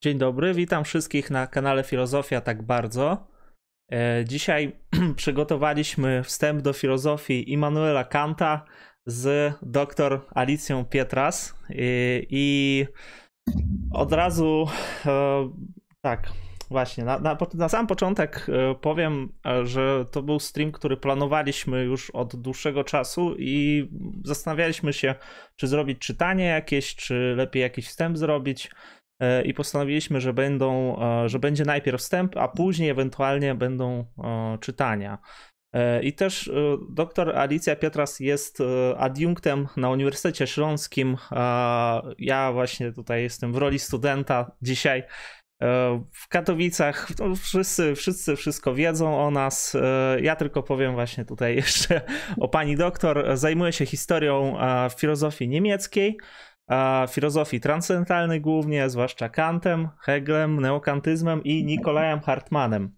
Dzień dobry, witam wszystkich na kanale Filozofia tak bardzo. Dzisiaj przygotowaliśmy wstęp do filozofii Immanuela Kanta z dr Alicją Pietras i od razu tak, właśnie, na sam początek powiem, że to był stream, który planowaliśmy już od dłuższego czasu i zastanawialiśmy się, czy zrobić czytanie jakieś, czy lepiej jakiś wstęp zrobić. I postanowiliśmy, że będzie najpierw wstęp, a później ewentualnie będą czytania. I też dr Alicja Pietras jest adiunktem na Uniwersytecie Śląskim. Ja właśnie tutaj jestem w roli studenta dzisiaj w Katowicach. Wszyscy wszystko wiedzą o nas. Ja tylko powiem właśnie tutaj jeszcze o pani doktor. Zajmuję się historią filozofii niemieckiej, filozofii transcendentalnej głównie, zwłaszcza Kantem, Hegelem, neokantyzmem i Nikolajem Hartmannem.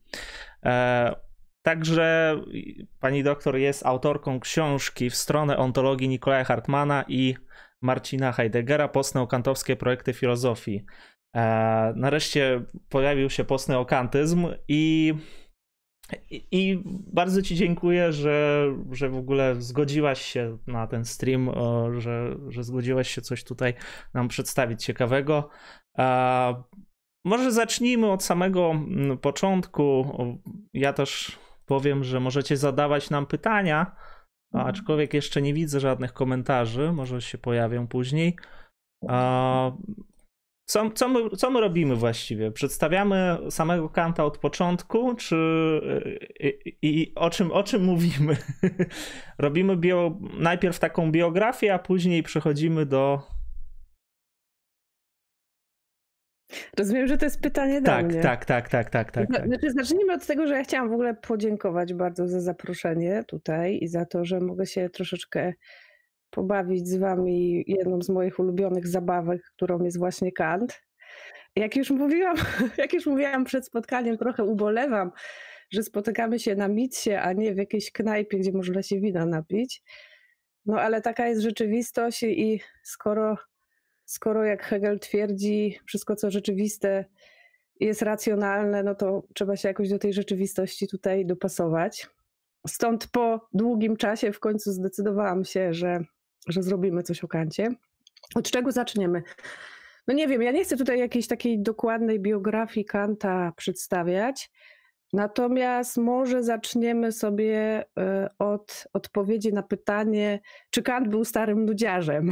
Także pani doktor jest autorką książki W stronę ontologii Nikolaja Hartmana i Marcina Heideggera, postneokantowskie projekty filozofii. Nareszcie pojawił się postneokantyzm i bardzo ci dziękuję, że w ogóle zgodziłaś się na ten stream, że zgodziłaś się coś tutaj nam przedstawić ciekawego. Może zacznijmy od samego początku. Ja też powiem, że możecie zadawać nam pytania, aczkolwiek jeszcze nie widzę żadnych komentarzy, może się pojawią później. Co my robimy właściwie? Przedstawiamy samego Kanta od początku, czy i o czym mówimy? Robimy najpierw taką biografię, a później przechodzimy do... Rozumiem, że to jest pytanie do mnie. Tak. Znaczy, zacznijmy od tego, że ja chciałam w ogóle podziękować bardzo za zaproszenie tutaj i za to, że mogę się troszeczkę pobawić z wami jedną z moich ulubionych zabawek, którą jest właśnie Kant. Jak już mówiłam przed spotkaniem, trochę ubolewam, że spotykamy się na mitsie, a nie w jakiejś knajpie, gdzie można się wina napić. No ale taka jest rzeczywistość i skoro jak Hegel twierdzi, wszystko co rzeczywiste jest racjonalne, no to trzeba się jakoś do tej rzeczywistości tutaj dopasować. Stąd po długim czasie w końcu zdecydowałam się, że zrobimy coś o Kancie. Od czego zaczniemy? No nie wiem, ja nie chcę tutaj jakiejś takiej dokładnej biografii Kanta przedstawiać, natomiast może zaczniemy sobie od odpowiedzi na pytanie, czy Kant był starym nudziarzem.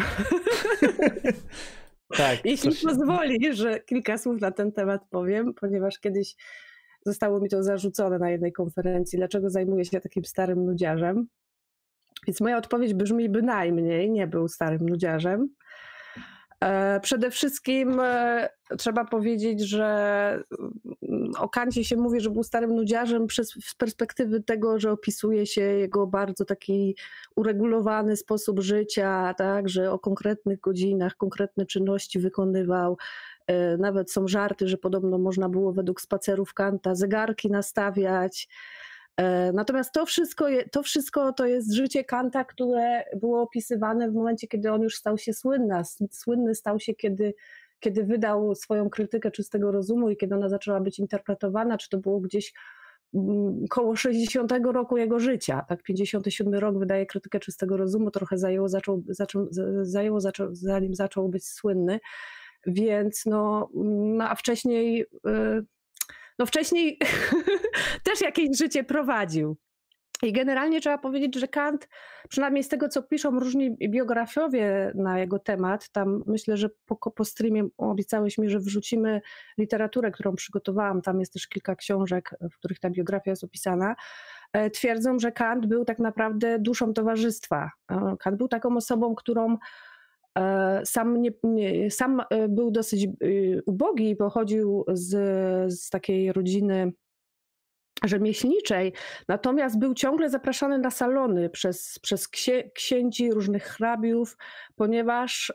Tak, jeśli pozwoli, że kilka słów na ten temat powiem, ponieważ kiedyś zostało mi to zarzucone na jednej konferencji, dlaczego zajmuję się takim starym nudziarzem. Więc moja odpowiedź brzmi: bynajmniej nie był starym nudziarzem. Przede wszystkim trzeba powiedzieć, że o Kancie się mówi, że był starym nudziarzem z perspektywy tego, że opisuje się jego bardzo taki uregulowany sposób życia, tak, że o konkretnych godzinach, konkretne czynności wykonywał. Nawet są żarty, że podobno można było według spacerów Kanta zegarki nastawiać. Natomiast to wszystko to jest życie Kanta, które było opisywane w momencie, kiedy on już stał się słynny. Słynny stał się, kiedy wydał swoją krytykę czystego rozumu i kiedy ona zaczęła być interpretowana, czy to było gdzieś koło 60 roku jego życia. Tak, 57 rok wydaje krytykę czystego rozumu, trochę zajęło, zanim zaczął być słynny. Więc a wcześniej też jakieś życie prowadził. I generalnie trzeba powiedzieć, że Kant, przynajmniej z tego, co piszą różni biografowie na jego temat, tam myślę, że po streamie obiecałeś mi, że wrzucimy literaturę, którą przygotowałam, tam jest też kilka książek, w których ta biografia jest opisana, twierdzą, że Kant był tak naprawdę duszą towarzystwa. Kant był taką osobą, którą sam był dosyć ubogi, pochodził z takiej rodziny rzemieślniczej, natomiast był ciągle zapraszany na salony przez księci, różnych hrabiów, ponieważ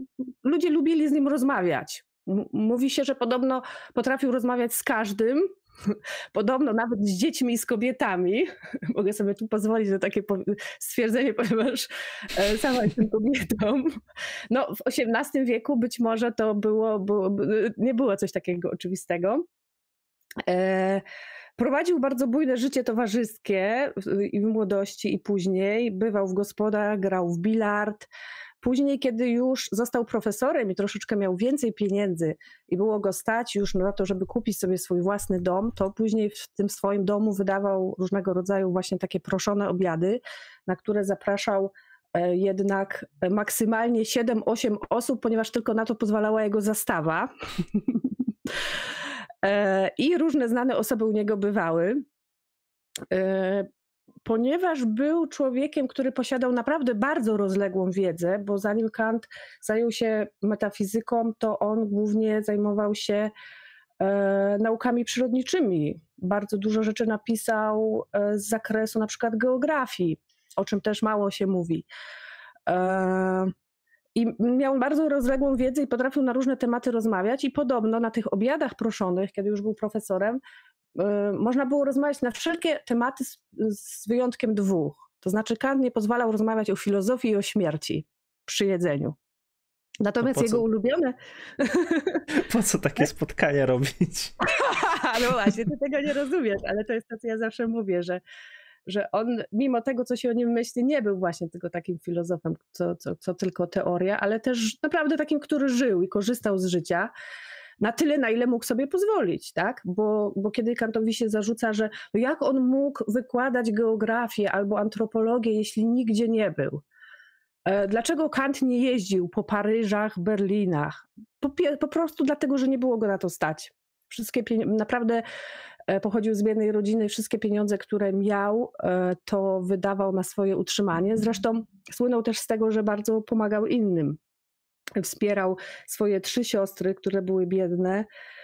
ludzie lubili z nim rozmawiać. Mówi się, że podobno potrafił rozmawiać z każdym, Podobno nawet z dziećmi i z kobietami. Mogę sobie tu pozwolić na takie stwierdzenie, ponieważ sama jestem kobietą. No, w XVIII wieku być może to nie było coś takiego oczywistego. Prowadził bardzo bujne życie towarzyskie i w młodości, i później. Bywał w gospodach, grał w bilard. Później, kiedy już został profesorem i troszeczkę miał więcej pieniędzy i było go stać już na to, żeby kupić sobie swój własny dom, to później w tym swoim domu wydawał różnego rodzaju właśnie takie proszone obiady, na które zapraszał jednak maksymalnie 7-8 osób, ponieważ tylko na to pozwalała jego zastawa. I różne znane osoby u niego bywały. Ponieważ był człowiekiem, który posiadał naprawdę bardzo rozległą wiedzę, bo zanim Kant zajął się metafizyką, to on głównie zajmował się naukami przyrodniczymi. Bardzo dużo rzeczy napisał z zakresu na przykład geografii, o czym też mało się mówi. I miał bardzo rozległą wiedzę i potrafił na różne tematy rozmawiać i podobno na tych obiadach proszonych, kiedy już był profesorem, można było rozmawiać na wszelkie tematy z wyjątkiem 2. To znaczy Kant nie pozwalał rozmawiać o filozofii i o śmierci przy jedzeniu. Natomiast jego ulubione... Po co takie spotkania robić? No właśnie, ty tego nie rozumiesz, ale to jest to, co ja zawsze mówię, że on mimo tego, co się o nim myśli, nie był właśnie tylko takim filozofem, co tylko teoria, ale też naprawdę takim, który żył i korzystał z życia na tyle, na ile mógł sobie pozwolić, tak? Bo kiedy Kantowi się zarzuca, że no jak on mógł wykładać geografię albo antropologię, jeśli nigdzie nie był? Dlaczego Kant nie jeździł po Paryżach, Berlinach? Po prostu dlatego, że nie było go na to stać. Naprawdę pochodził z biednej rodziny i wszystkie pieniądze, które miał, to wydawał na swoje utrzymanie. Zresztą słynął też z tego, że bardzo pomagał innym. Wspierał swoje 3 siostry, które były biedne,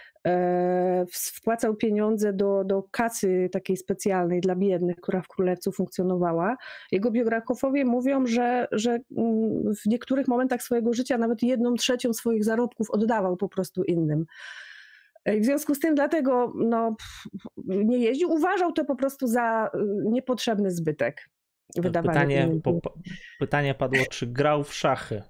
wpłacał pieniądze do kasy takiej specjalnej dla biednych, która w Królewcu funkcjonowała. Jego biografowie mówią, że w niektórych momentach swojego życia nawet 1/3 swoich zarobków oddawał po prostu innym. W związku z tym dlatego nie jeździł. Uważał to po prostu za niepotrzebny zbytek wydawania. Pytanie padło, czy grał w szachy?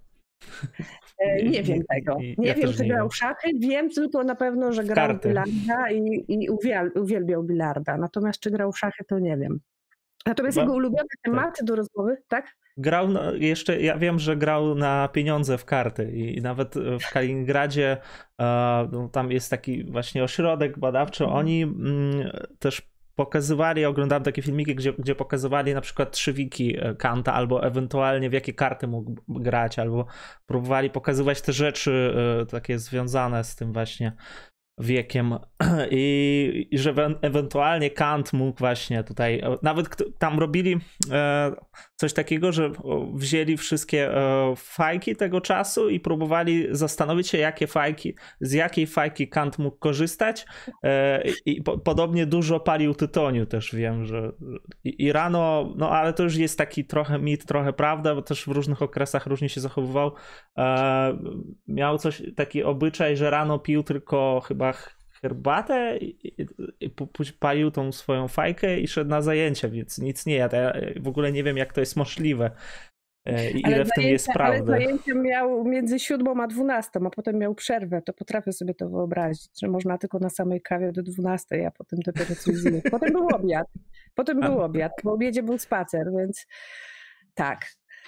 Nie wiem tego. Nie wiem, czy grał w szachy. Wiem tylko na pewno, że grał w bilarda i uwielbiał bilarda. Natomiast czy grał w szachy, to nie wiem. Natomiast jego ulubione tematy do rozmowy, tak? Grał jeszcze, ja wiem, że grał na pieniądze w karty i nawet w Kaliningradzie tam jest taki właśnie ośrodek badawczy. Oni też pokazywali, oglądałem takie filmiki, gdzie pokazywali na przykład trzywiki Kanta, albo ewentualnie w jakie karty mógł grać, albo próbowali pokazywać te rzeczy takie związane z tym właśnie wiekiem i że ewentualnie Kant mógł właśnie tutaj, nawet tam robili coś takiego, że wzięli wszystkie fajki tego czasu i próbowali zastanowić się, z jakiej fajki Kant mógł korzystać i podobnie dużo palił tytoniu też wiem, że i rano, no ale to już jest taki trochę mit, trochę prawda, bo też w różnych okresach różnie się zachowywał. Miał taki obyczaj, że rano pił tylko chyba herbatę i palił tą swoją fajkę i szedł na zajęcia, więc nic nie jadł. Ja w ogóle nie wiem, jak to jest możliwe i ile w tym jest prawdy. Ale zajęcia miał między 7 a 12, a potem miał przerwę, to potrafię sobie to wyobrazić, że można tylko na samej kawie do 12, a potem dopiero coś zjeść. Potem był obiad. Po obiedzie był spacer, więc tak.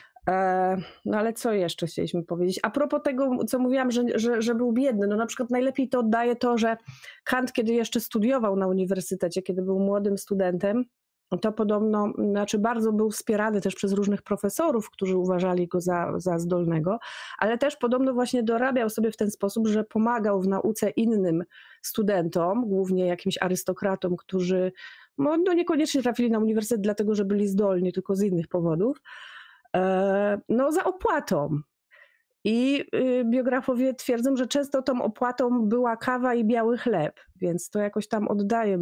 No ale co jeszcze chcieliśmy powiedzieć? A propos tego, co mówiłam, że był biedny, no na przykład najlepiej to oddaje to, że Kant, kiedy jeszcze studiował na uniwersytecie, kiedy był młodym studentem, to podobno, bardzo był wspierany też przez różnych profesorów, którzy uważali go za zdolnego, ale też podobno właśnie dorabiał sobie w ten sposób, że pomagał w nauce innym studentom, głównie jakimś arystokratom, którzy niekoniecznie trafili na uniwersytet dlatego, że byli zdolni, tylko z innych powodów, za opłatą. I biografowie twierdzą, że często tą opłatą była kawa i biały chleb, więc to jakoś tam oddaje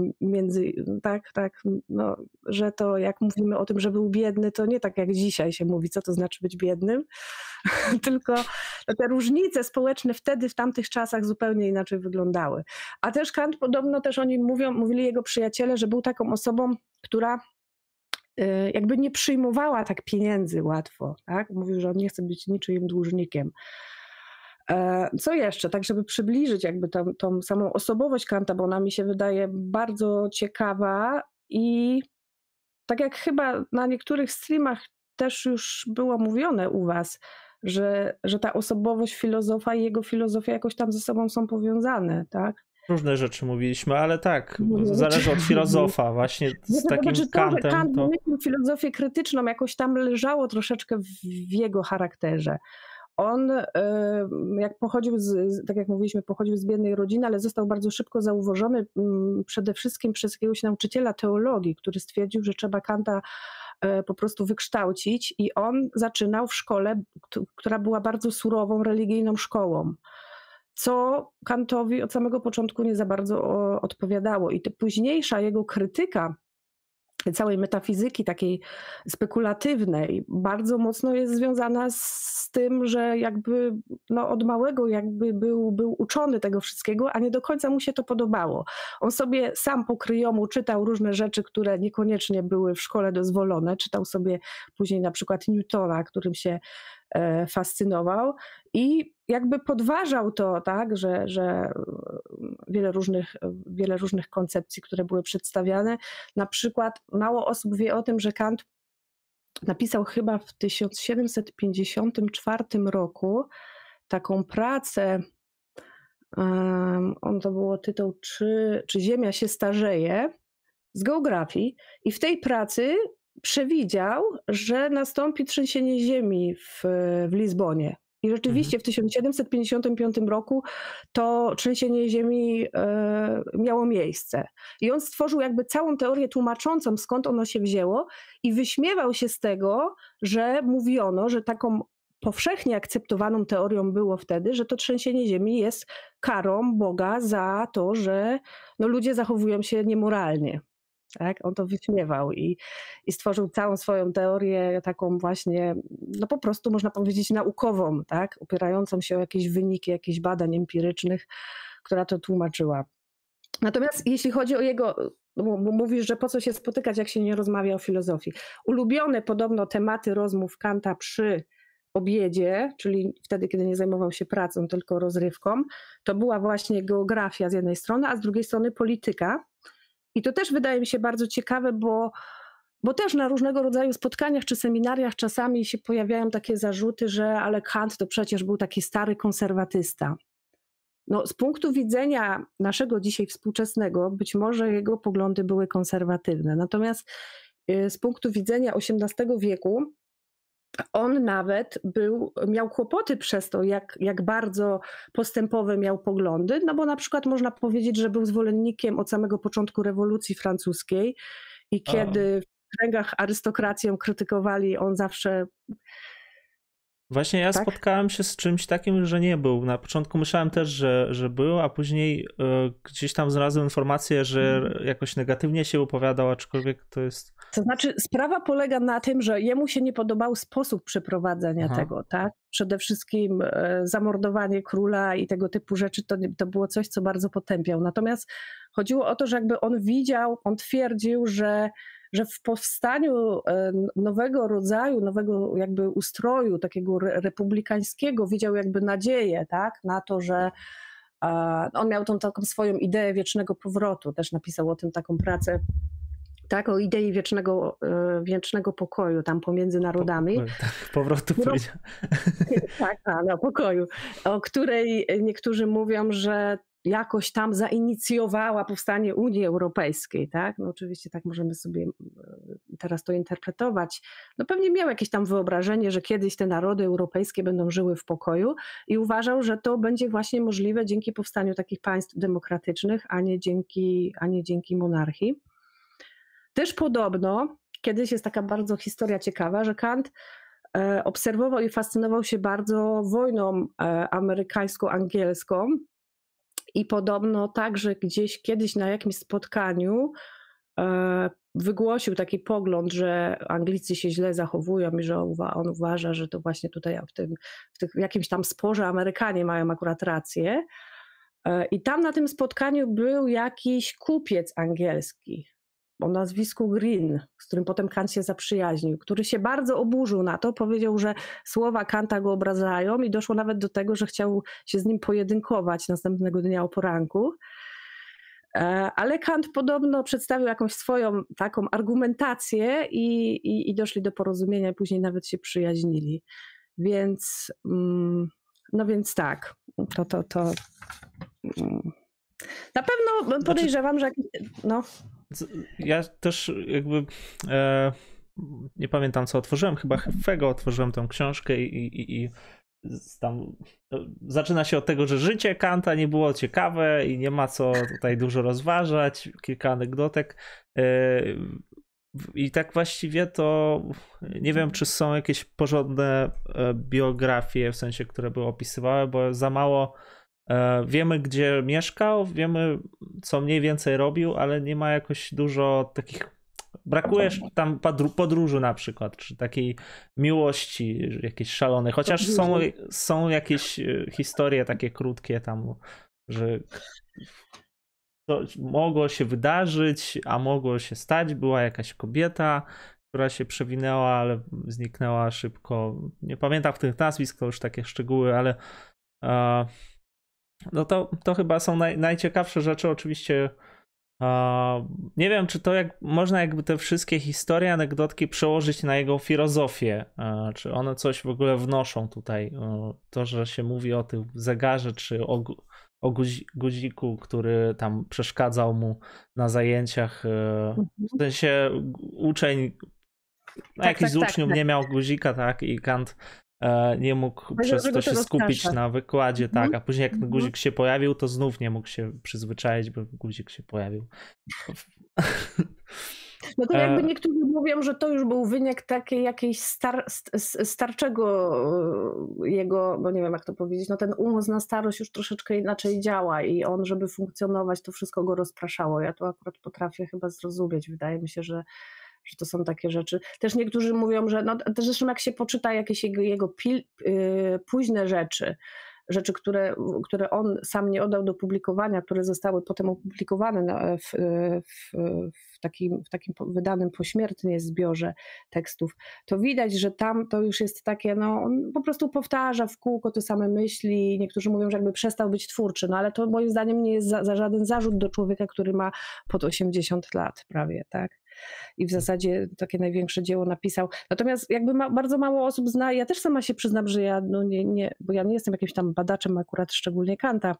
no, że to jak mówimy o tym, że był biedny, to nie tak jak dzisiaj się mówi, co to znaczy być biednym, tylko te różnice społeczne wtedy, w tamtych czasach zupełnie inaczej wyglądały. A też Kant podobno też o nim mówili jego przyjaciele, że był taką osobą, która jakby nie przyjmowała tak pieniędzy łatwo, tak? Mówił, że on nie chce być niczyim dłużnikiem. Co jeszcze? Tak, żeby przybliżyć jakby tą samą osobowość Kanta, bo ona mi się wydaje bardzo ciekawa i tak jak chyba na niektórych streamach też już było mówione u was, że ta osobowość filozofa i jego filozofia jakoś tam ze sobą są powiązane, tak? Różne rzeczy mówiliśmy, ale tak, zależy od filozofa, właśnie z takim Kantem. Kant myślił filozofię krytyczną, jakoś tam leżało troszeczkę w jego charakterze. On, jak pochodził tak jak mówiliśmy, pochodził z biednej rodziny, ale został bardzo szybko zauważony przede wszystkim przez jakiegoś nauczyciela teologii, który stwierdził, że trzeba Kanta po prostu wykształcić i on zaczynał w szkole, która była bardzo surową, religijną szkołą, co Kantowi od samego początku nie za bardzo odpowiadało. I późniejsza jego krytyka całej metafizyki takiej spekulatywnej bardzo mocno jest związana z tym, że jakby od małego jakby był uczony tego wszystkiego, a nie do końca mu się to podobało. On sobie sam po kryjomu czytał różne rzeczy, które niekoniecznie były w szkole dozwolone. Czytał sobie później na przykład Newtona, którym się fascynował i jakby podważał to, tak, że wiele różnych koncepcji, które były przedstawiane. Na przykład mało osób wie o tym, że Kant napisał chyba w 1754 roku taką pracę, to było tytuł czy Ziemia się starzeje, z geografii, i w tej pracy przewidział, że nastąpi trzęsienie ziemi w Lizbonie. I rzeczywiście w 1755 roku to trzęsienie ziemi miało miejsce. I on stworzył jakby całą teorię tłumaczącą, skąd ono się wzięło, i wyśmiewał się z tego, że mówiono, że taką powszechnie akceptowaną teorią było wtedy, że to trzęsienie ziemi jest karą Boga za to, że ludzie zachowują się niemoralnie. Tak? On to wyśmiewał i stworzył całą swoją teorię taką właśnie, po prostu można powiedzieć naukową, tak? Opierającą się o jakieś wyniki, jakichś badań empirycznych, która to tłumaczyła. Natomiast jeśli chodzi o jego, bo mówisz, że po co się spotykać, jak się nie rozmawia o filozofii. Ulubione podobno tematy rozmów Kanta przy obiedzie, czyli wtedy, kiedy nie zajmował się pracą, tylko rozrywką, to była właśnie geografia z jednej strony, a z drugiej strony polityka. I to też wydaje mi się bardzo ciekawe, bo też na różnego rodzaju spotkaniach czy seminariach czasami się pojawiają takie zarzuty, że ale Kant to przecież był taki stary konserwatysta. Z punktu widzenia naszego dzisiaj współczesnego, być może jego poglądy były konserwatywne. Natomiast z punktu widzenia XVIII wieku on nawet miał kłopoty przez to, jak bardzo postępowe miał poglądy, bo na przykład można powiedzieć, że był zwolennikiem od samego początku rewolucji francuskiej i kiedy w kręgach arystokrację krytykowali, on zawsze... Właśnie ja spotkałem się z czymś takim, że nie był. Na początku myślałem też, że był, a później gdzieś tam znalazłem informację, że jakoś negatywnie się opowiadał, aczkolwiek to jest... To znaczy sprawa polega na tym, że jemu się nie podobał sposób przeprowadzenia tego, tak? Przede wszystkim zamordowanie króla i tego typu rzeczy to było coś, co bardzo potępiał. Natomiast chodziło o to, że jakby on twierdził, że w powstaniu nowego rodzaju, nowego jakby ustroju takiego republikańskiego widział jakby nadzieję, tak, na to, że on miał tą taką swoją ideę wiecznego powrotu, też napisał o tym taką pracę, tak, o idei wiecznego pokoju tam pomiędzy narodami. Powrotu powiedział. Tak, pokoju, o której niektórzy mówią, że jakoś tam zainicjowała powstanie Unii Europejskiej, tak? Oczywiście tak możemy sobie teraz to interpretować. Pewnie miał jakieś tam wyobrażenie, że kiedyś te narody europejskie będą żyły w pokoju i uważał, że to będzie właśnie możliwe dzięki powstaniu takich państw demokratycznych, a nie dzięki monarchii. Też podobno, kiedyś jest taka bardzo historia ciekawa, że Kant obserwował i fascynował się bardzo wojną amerykańsko-angielską i podobno także gdzieś kiedyś na jakimś spotkaniu wygłosił taki pogląd, że Anglicy się źle zachowują i że on uważa, że to właśnie tutaj w jakimś tam sporze Amerykanie mają akurat rację. I tam na tym spotkaniu był jakiś kupiec angielski o nazwisku Green, z którym potem Kant się zaprzyjaźnił, który się bardzo oburzył na to, powiedział, że słowa Kanta go obrażają i doszło nawet do tego, że chciał się z nim pojedynkować następnego dnia o poranku. Ale Kant podobno przedstawił jakąś swoją taką argumentację i doszli do porozumienia i później nawet się przyjaźnili. Więc no więc tak, to na pewno podejrzewam, że no. Ja też jakby nie pamiętam co otworzyłem, chyba Fego otworzyłem tę książkę i tam zaczyna się od tego, że życie Kanta nie było ciekawe i nie ma co tutaj dużo rozważać, kilka anegdotek i tak właściwie to nie wiem, czy są jakieś porządne biografie, w sensie, które by opisywały, bo za mało wiemy, gdzie mieszkał, wiemy, co mniej więcej robił, ale nie ma jakoś dużo takich, brakuje tam podróży na przykład, czy takiej miłości jakiejś szalonej, chociaż są jakieś historie takie krótkie tam, że to mogło się wydarzyć, a mogło się stać, była jakaś kobieta, która się przewinęła, ale zniknęła szybko, nie pamiętam tych nazwisk, to już takie szczegóły, ale no to chyba są najciekawsze rzeczy. Oczywiście nie wiem, czy to można jakby te wszystkie historie, anegdotki przełożyć na jego filozofię, czy one coś w ogóle wnoszą tutaj. To, że się mówi o tym zegarze, czy o guziku, który tam przeszkadzał mu na zajęciach. W sensie uczeń, jakiś z uczniów nie miał guzika, tak, i Kant nie mógł przez to się skupić na wykładzie, tak, a później jak ten guzik się pojawił, to znów nie mógł się przyzwyczaić, bo guzik się pojawił. No to jakby niektórzy mówią, że to już był wynik takiej jakiejś starczego jego, no nie wiem jak to powiedzieć, no ten umysł na starość już troszeczkę inaczej działa i on, żeby funkcjonować, to wszystko go rozpraszało. Ja to akurat potrafię chyba zrozumieć. Wydaje mi się, że to są takie rzeczy. Też niektórzy mówią, że no zresztą jak się poczyta jakieś jego późne rzeczy, które on sam nie oddał do publikowania, które zostały potem opublikowane w takim wydanym pośmiertnie zbiorze tekstów, to widać, że tam to już jest takie, no on po prostu powtarza w kółko te same myśli. Niektórzy mówią, że jakby przestał być twórczy, no ale to moim zdaniem nie jest za żaden zarzut do człowieka, który ma pod 80 lat prawie, tak? I w zasadzie takie największe dzieło napisał. Natomiast jakby bardzo mało osób zna, ja też sama się przyznam, że ja no bo ja nie jestem jakimś tam badaczem akurat szczególnie Kanta.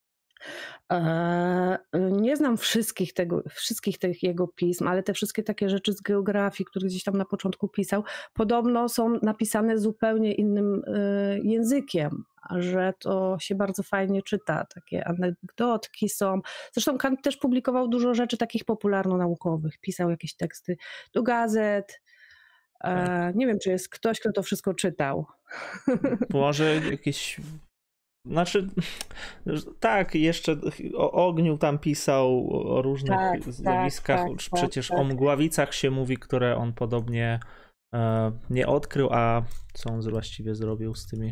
Nie znam wszystkich tych jego pism, ale te wszystkie takie rzeczy z geografii, które gdzieś tam na początku pisał, podobno są napisane zupełnie innym językiem, że to się bardzo fajnie czyta, takie anegdotki są. Zresztą Kant też publikował dużo rzeczy takich popularno-naukowych, pisał jakieś teksty do gazet. Nie wiem, czy jest ktoś, kto to wszystko czytał. Może jakieś... Znaczy, tak, jeszcze o ogniu tam pisał, o różnych zjawiskach, przecież o mgławicach się mówi, które on podobnie nie odkrył, a co on właściwie zrobił z tymi,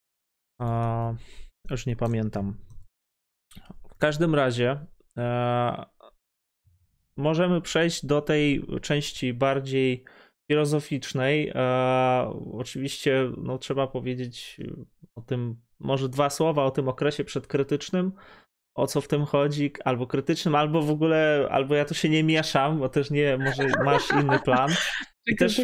już nie pamiętam. W każdym razie możemy przejść do tej części bardziej filozoficznej. Oczywiście no, trzeba powiedzieć o tym, może dwa słowa o tym okresie przedkrytycznym, o co w tym chodzi, albo krytycznym, albo w ogóle, albo ja tu się nie mieszam, bo też nie, może masz inny plan. I też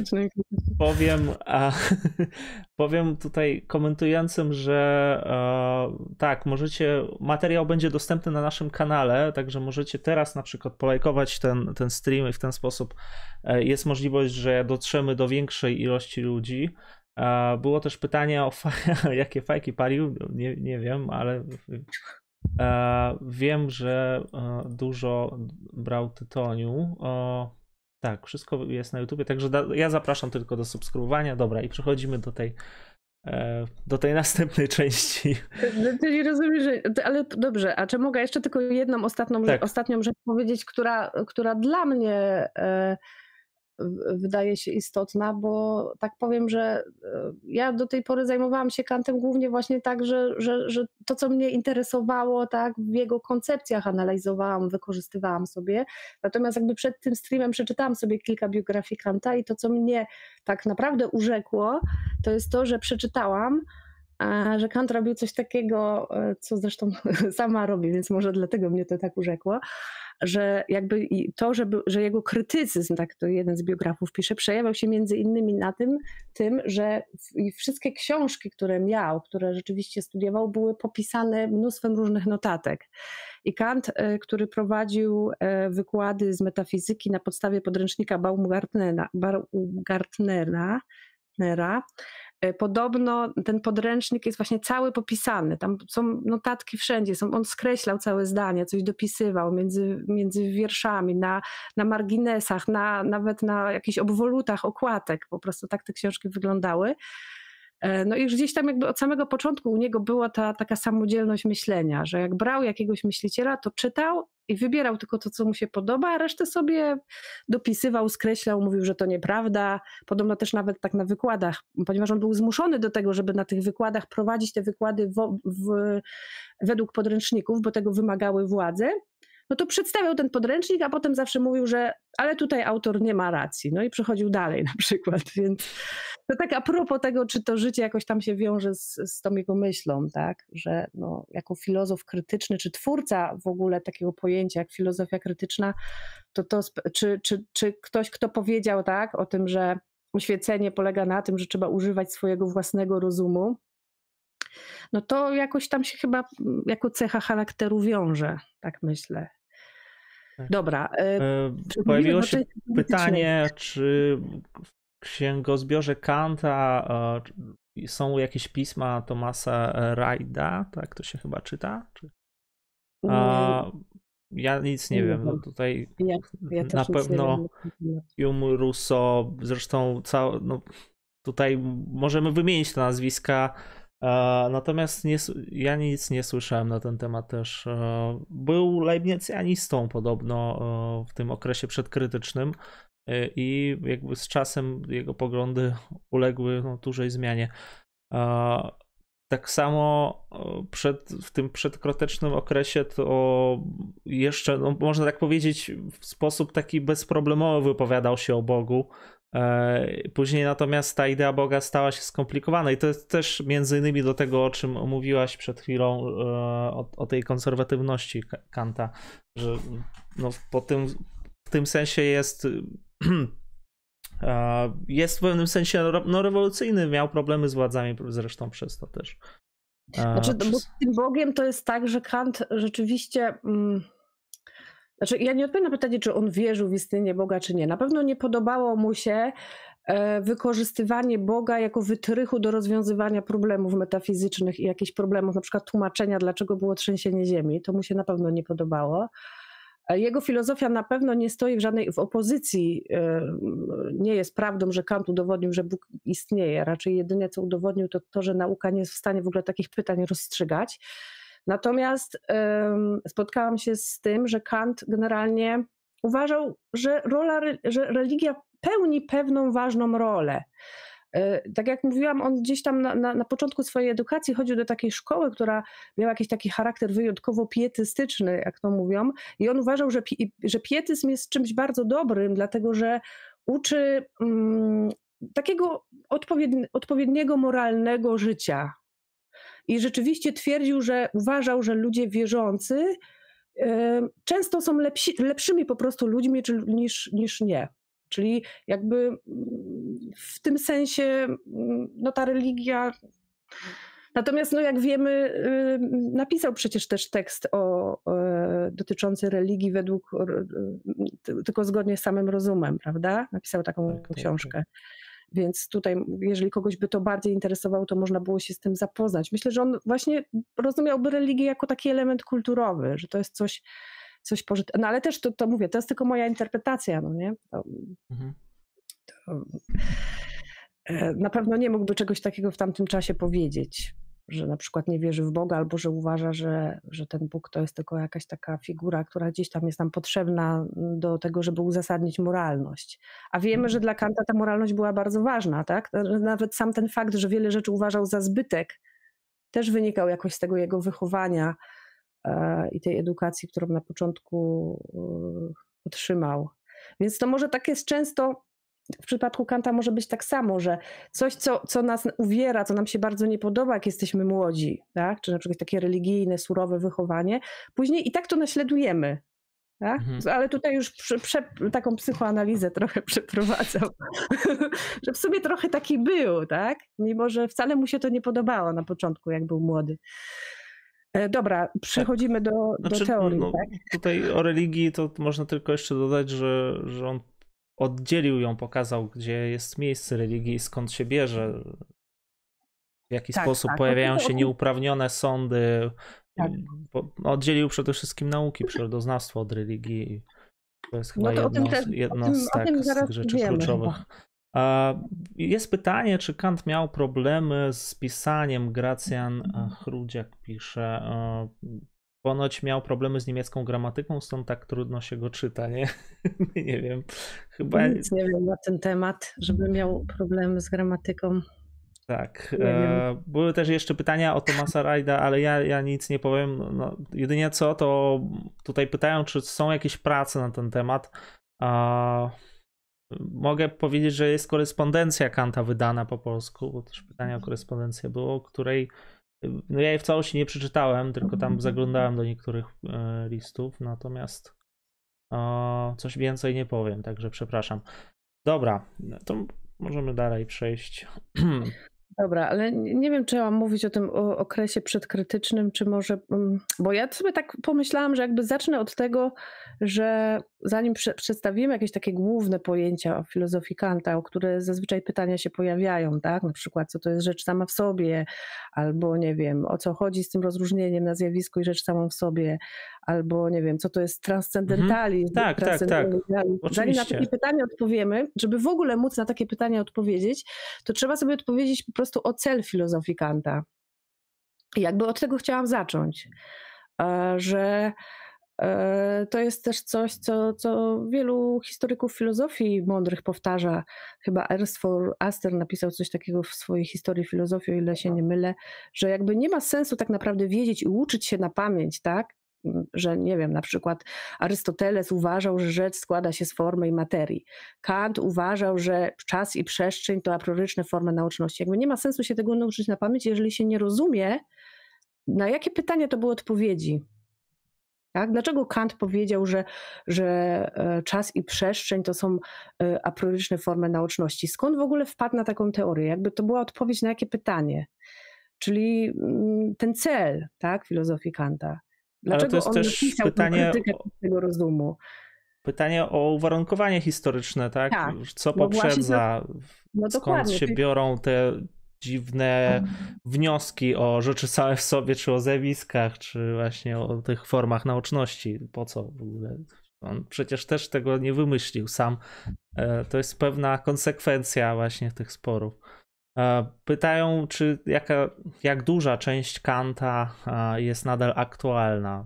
powiem tutaj komentującym, że tak, materiał będzie dostępny na naszym kanale, także możecie teraz na przykład polajkować ten stream i w ten sposób jest możliwość, że dotrzemy do większej ilości ludzi. Było też pytanie o jakie fajki palił, nie wiem, ale wiem, że dużo brał tytoniu. Tak, wszystko jest na YouTubie, także ja zapraszam tylko do subskrybowania. Dobra, i przechodzimy do tej następnej części. Czyli rozumiem, że... Ale dobrze, a czy mogę jeszcze tylko jedną ostatnią rzecz powiedzieć, która dla mnie wydaje się istotna, bo tak powiem, że ja do tej pory zajmowałam się Kantem głównie właśnie tak, że to, co mnie interesowało, tak, w jego koncepcjach analizowałam, wykorzystywałam sobie. Natomiast jakby przed tym streamem przeczytałam sobie kilka biografii Kanta i to, co mnie tak naprawdę urzekło, to jest to, że przeczytałam, że Kant robił coś takiego, co zresztą sama robi, więc może dlatego mnie to tak urzekło, że jakby to, że jego krytycyzm, tak to jeden z biografów pisze, przejawiał się między innymi na tym, że wszystkie książki, które miał, które rzeczywiście studiował, były popisane mnóstwem różnych notatek. I Kant, który prowadził wykłady z metafizyki na podstawie podręcznika Baumgartnera, podobno ten podręcznik jest właśnie cały popisany, tam są notatki wszędzie, on skreślał całe zdania, coś dopisywał między wierszami, na marginesach, nawet na jakichś obwolutach okładek, po prostu tak te książki wyglądały. No i gdzieś tam jakby od samego początku u niego była ta taka samodzielność myślenia, że jak brał jakiegoś myśliciela, to czytał i wybierał tylko to, co mu się podoba, a resztę sobie dopisywał, skreślał, mówił, że to nieprawda. Podobno też nawet tak na wykładach, ponieważ on był zmuszony do tego, żeby na tych wykładach prowadzić te wykłady według podręczników, bo tego wymagały władze, no to przedstawiał ten podręcznik, a potem zawsze mówił, że ale tutaj autor nie ma racji. No i przechodził dalej na przykład, więc to tak a propos tego, czy to życie jakoś tam się wiąże z tą jego myślą, tak, że no, jako filozof krytyczny, czy twórca w ogóle takiego pojęcia jak filozofia krytyczna, czy ktoś, kto powiedział tak o tym, że oświecenie polega na tym, że trzeba używać swojego własnego rozumu, no to jakoś tam się chyba jako cecha charakteru wiąże, tak myślę. Dobra. Pojawiło się pytanie, czy w księgozbiorze Kanta są jakieś pisma Thomasa Reida, tak to się chyba czyta? Ja nic nie wiem. No tutaj ja na pewno Hume, Rousseau, zresztą tutaj możemy wymienić te nazwiska. Natomiast ja nic nie słyszałem na ten temat też. Był leibnicjanistą podobno w tym okresie przedkrytycznym i jakby z czasem jego poglądy uległy dużej zmianie. Tak samo w tym przedkrytycznym okresie to jeszcze, no można tak powiedzieć, w sposób taki bezproblemowy wypowiadał się o Bogu. Później natomiast ta idea Boga stała się skomplikowana i to jest też między innymi do tego, o czym mówiłaś przed chwilą, o tej konserwatywności Kanta, że no w tym sensie jest w pewnym sensie rewolucyjny, miał problemy z władzami zresztą przez to też. Znaczy, bo z tym Bogiem to jest tak, że Kant rzeczywiście... Znaczy, ja nie odpowiem na pytanie, czy on wierzył w istnienie Boga, czy nie. Na pewno nie podobało mu się wykorzystywanie Boga jako wytrychu do rozwiązywania problemów metafizycznych i jakichś problemów, na przykład tłumaczenia, dlaczego było trzęsienie ziemi. To mu się na pewno nie podobało. Jego filozofia na pewno nie stoi w opozycji, nie jest prawdą, że Kant udowodnił, że Bóg istnieje. Raczej jedynie co udowodnił to, że nauka nie jest w stanie w ogóle takich pytań rozstrzygać. Natomiast spotkałam się z tym, że Kant generalnie uważał, że religia pełni pewną ważną rolę. Tak jak mówiłam, on gdzieś tam na początku swojej edukacji chodził do takiej szkoły, która miała jakiś taki charakter wyjątkowo pietystyczny, jak to mówią, i on uważał, że pietyzm jest czymś bardzo dobrym, dlatego że uczy takiego odpowiedniego moralnego życia. I rzeczywiście twierdził, uważał, że ludzie wierzący często są lepszymi po prostu ludźmi niż nie. Czyli jakby w tym sensie no ta religia... Natomiast no jak wiemy, napisał przecież też tekst dotyczący religii tylko zgodnie z samym rozumem, prawda? Napisał taką książkę. Więc tutaj, jeżeli kogoś by to bardziej interesowało, to można było się z tym zapoznać. Myślę, że on właśnie rozumiałby religię jako taki element kulturowy, że to jest coś coś pożytecznego. No ale też to mówię, to jest tylko moja interpretacja, no nie? Na pewno nie mógłby czegoś takiego w tamtym czasie powiedzieć, że na przykład nie wierzy w Boga albo że uważa, że ten Bóg to jest tylko jakaś taka figura, która gdzieś tam jest nam potrzebna do tego, żeby uzasadnić moralność. A wiemy, że dla Kanta ta moralność była bardzo ważna, tak? Nawet sam ten fakt, że wiele rzeczy uważał za zbytek, też wynikał jakoś z tego jego wychowania i tej edukacji, którą na początku otrzymał. Więc to może tak jest często. W przypadku Kanta może być tak samo, że coś, co nas uwiera, co nam się bardzo nie podoba, jak jesteśmy młodzi, tak? Czy na przykład takie religijne, surowe wychowanie, później i tak to naśladujemy. Tak? Ale tutaj już taką psychoanalizę trochę przeprowadzał, że w sumie trochę taki był, tak? Mimo że wcale mu się to nie podobało na początku, jak był młody. Dobra, przechodzimy do teorii. Tak? Tutaj o religii to można tylko jeszcze dodać, że on oddzielił ją, pokazał, gdzie jest miejsce religii, skąd się bierze, w jaki sposób pojawiają się nieuprawnione sądy. Oddzielił przede wszystkim nauki, przyrodoznawstwo od religii. To jest chyba jedno z tych rzeczy kluczowych. Jest pytanie, czy Kant miał problemy z pisaniem. Gracjan Chrudziak pisze. Ponoć miał problemy z niemiecką gramatyką, stąd tak trudno się go czyta, nie? Nie wiem. Chyba nic nie wiem na ten temat, żeby miał problemy z gramatyką. Tak. Były też jeszcze pytania o Thomasa Reida, ale ja nic nie powiem. No, jedynie co, to tutaj pytają, czy są jakieś prace na ten temat. Mogę powiedzieć, że jest korespondencja Kanta wydana po polsku, bo też pytanie o korespondencję było, której ja jej w całości nie przeczytałem, tylko tam zaglądałem do niektórych listów, natomiast coś więcej nie powiem, także przepraszam. Dobra, to możemy dalej przejść. Dobra, ale nie wiem, czy ja mam mówić o tym okresie przedkrytycznym, czy może, bo ja sobie tak pomyślałam, że jakby zacznę od tego, że zanim przedstawimy jakieś takie główne pojęcia o filozofii Kanta, o które zazwyczaj pytania się pojawiają, tak? Na przykład, co to jest rzecz sama w sobie, albo nie wiem, o co chodzi z tym rozróżnieniem na zjawisko i rzecz samą w sobie, albo nie wiem, co to jest transcendentalizm. Tak. Zanim na takie pytania odpowiemy, żeby w ogóle móc na takie pytania odpowiedzieć, to trzeba sobie odpowiedzieć po prostu o cel filozofii Kanta. I jakby od tego chciałam zacząć, że to jest też coś, co wielu historyków filozofii mądrych powtarza. Chyba Ernst von Aster napisał coś takiego w swojej historii filozofii, o ile się nie mylę, że jakby nie ma sensu tak naprawdę wiedzieć i uczyć się na pamięć, tak? Że nie wiem, na przykład Arystoteles uważał, że rzecz składa się z formy i materii. Kant uważał, że czas i przestrzeń to aproryczne formy nauczności. Jakby nie ma sensu się tego nauczyć na pamięć, jeżeli się nie rozumie, na jakie pytania to były odpowiedzi. Tak? Dlaczego Kant powiedział, że czas i przestrzeń to są aproryczne formy nauczności? Skąd w ogóle wpadł na taką teorię? Jakby to była odpowiedź na jakie pytanie? Czyli ten cel, tak, filozofii Kanta. Dlaczego to jest on też napisał pytanie krytykę tego rozumu? Pytanie o uwarunkowanie historyczne, tak? Tak. Co poprzedza, skąd dokładnie. się biorą te dziwne wnioski o rzeczy same w sobie, czy o zjawiskach, czy właśnie o tych formach nauczności. Po co w ogóle? On przecież też tego nie wymyślił sam. To jest pewna konsekwencja właśnie tych sporów. Pytają, czy jak duża część Kanta jest nadal aktualna.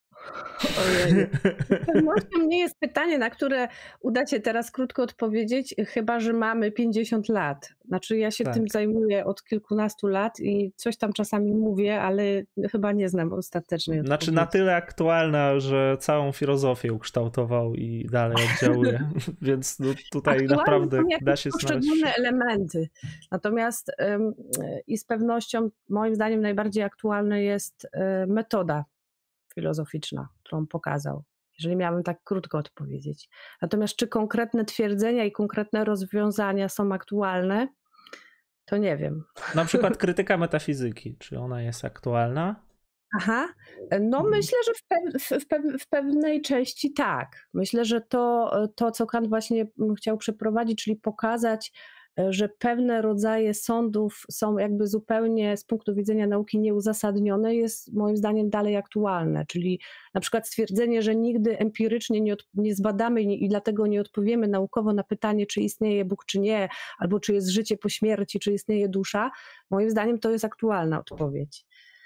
Ojej. Z pewnością nie jest pytanie, na które uda się teraz krótko odpowiedzieć, chyba że mamy 50 lat. Znaczy ja się tym zajmuję od kilkunastu lat i coś tam czasami mówię, ale chyba nie znam ostatecznej odpowiedzi. Znaczy na tyle aktualna, że całą filozofię ukształtował i dalej oddziałuje, więc tutaj naprawdę da się znaleźć poszczególne elementy. Natomiast i z pewnością moim zdaniem najbardziej aktualna jest metoda filozoficzna, którą pokazał, jeżeli miałabym tak krótko odpowiedzieć. Natomiast czy konkretne twierdzenia i konkretne rozwiązania są aktualne, to nie wiem. Na przykład krytyka metafizyki, czy ona jest aktualna? Aha, no myślę, że w pewnej części tak. Myślę, że to, co Kant właśnie chciał przeprowadzić, czyli pokazać że pewne rodzaje sądów są jakby zupełnie z punktu widzenia nauki nieuzasadnione, jest moim zdaniem dalej aktualne. Czyli na przykład stwierdzenie, że nigdy empirycznie nie zbadamy i dlatego nie odpowiemy naukowo na pytanie, czy istnieje Bóg, czy nie, albo czy jest życie po śmierci, czy istnieje dusza, moim zdaniem to jest aktualna odpowiedź.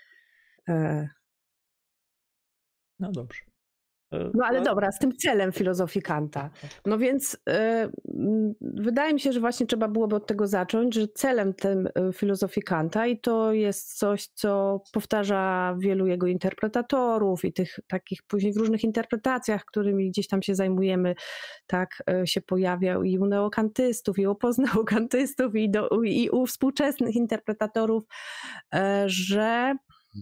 No dobrze. No ale dobra, z tym celem filozofii Kanta. No więc wydaje mi się, że właśnie trzeba byłoby od tego zacząć, że celem filozofii Kanta, i to jest coś, co powtarza wielu jego interpretatorów i tych takich później w różnych interpretacjach, którymi gdzieś tam się zajmujemy, tak się pojawiał i u neokantystów, i u postneokantystów, i u współczesnych interpretatorów, że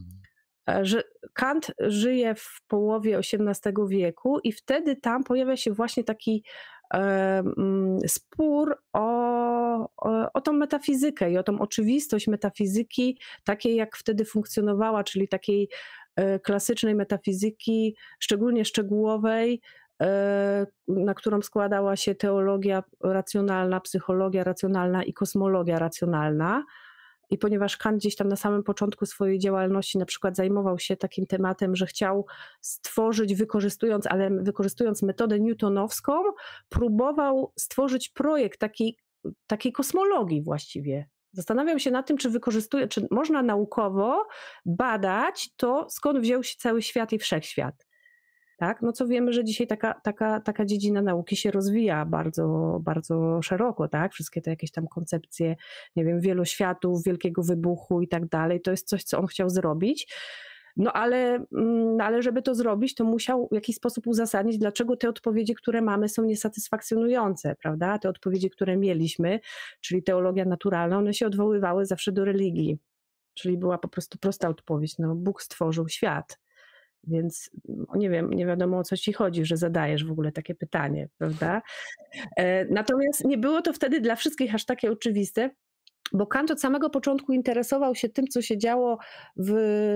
Kant żyje w połowie XVIII wieku i wtedy tam pojawia się właśnie taki spór o tą metafizykę i o tą oczywistość metafizyki, takiej jak wtedy funkcjonowała, czyli takiej klasycznej metafizyki, szczególnie szczegółowej, na którą składała się teologia racjonalna, psychologia racjonalna i kosmologia racjonalna. I ponieważ Kant gdzieś tam na samym początku swojej działalności na przykład zajmował się takim tematem, że chciał stworzyć, wykorzystując metodę newtonowską, próbował stworzyć projekt takiej kosmologii właściwie. Zastanawiał się nad tym, czy można naukowo badać to, skąd wziął się cały świat i wszechświat. Tak? No co wiemy, że dzisiaj taka dziedzina nauki się rozwija bardzo, bardzo szeroko, tak? Wszystkie te jakieś tam koncepcje, nie wiem, wieloświatów, wielkiego wybuchu i tak dalej, to jest coś, co on chciał zrobić. No ale żeby to zrobić, to musiał w jakiś sposób uzasadnić, dlaczego te odpowiedzi, które mamy, są niesatysfakcjonujące, prawda? Te odpowiedzi, które mieliśmy, czyli teologia naturalna, one się odwoływały zawsze do religii. Czyli była po prostu prosta odpowiedź, no Bóg stworzył świat. Więc nie wiadomo, o co ci chodzi, że zadajesz w ogóle takie pytanie, prawda? Natomiast nie było to wtedy dla wszystkich aż takie oczywiste, bo Kant od samego początku interesował się tym, co się działo w